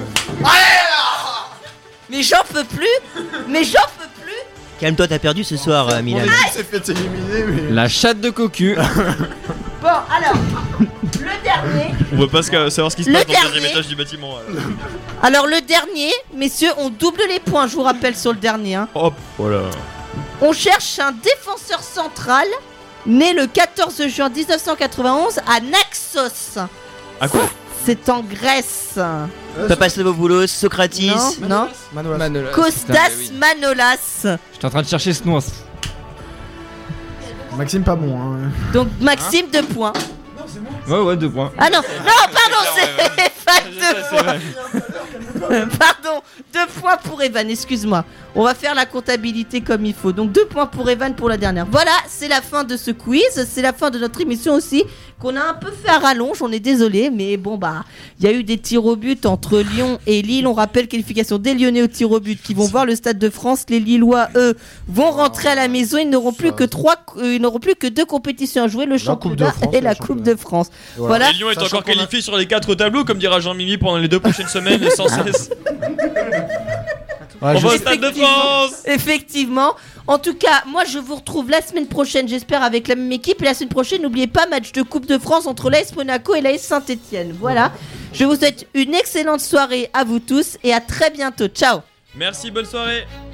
Mais j'en peux plus. Mais j'en peux plus. Calme-toi, t'as perdu ce soir, euh, Milan. On s'est fait éliminer, mais. La chatte de cocu. Bon, alors le dernier. On veut pas se- savoir ce qui se Le passe dans le deuxième dernier. étage du bâtiment. alors. Alors le dernier, messieurs, on double les points. Je vous rappelle sur le dernier. Hein. Hop, voilà. On cherche un défenseur central né le quatorze juin mille neuf cent quatre-vingt-onze à Naxos. À quoi? C'est en Grèce. Papaslavopoulos, Socrates. Non, non. Manolas. Manolas. Kostas Putain, mais oui. Manolas. J'étais en train de chercher ce nom. Maxime, pas bon. Hein. Donc Maxime, deux points. Ouais, ouais, deux points. Ah non, non, pardon, c'est pas deux points. Pardon, deux points pour Evan, excuse-moi. On va faire la comptabilité comme il faut. Donc deux points pour Evan pour la dernière. Voilà, c'est la fin de ce quiz. C'est la fin de notre émission aussi, qu'on a un peu fait à rallonge. On est désolé, mais bon bah, il y a eu des tirs au but entre Lyon et Lille. On rappelle qualification des Lyonnais au tir au but qui vont voir le Stade de France. Les Lillois, eux, vont rentrer à la maison. Ils n'auront plus que trois, euh, ils n'auront plus que deux compétitions à jouer, le Coupe de championnat France et et la le Coupe championnat. de France. Voilà. Voilà. Et Lyon est Sachant encore qu'on a- qualifié sur les quatre tableaux, comme dira Jean-Mimi pendant les deux prochaines semaines, et sans cesse. Ouais, On je- va au Stade de France. Effectivement. En tout cas, moi je vous retrouve la semaine prochaine, j'espère, avec la même équipe. Et la semaine prochaine, n'oubliez pas, match de Coupe de France entre l'A S Monaco et l'A S Saint-Etienne. Voilà. Je vous souhaite une excellente soirée à vous tous et à très bientôt. Ciao. Merci, bonne soirée.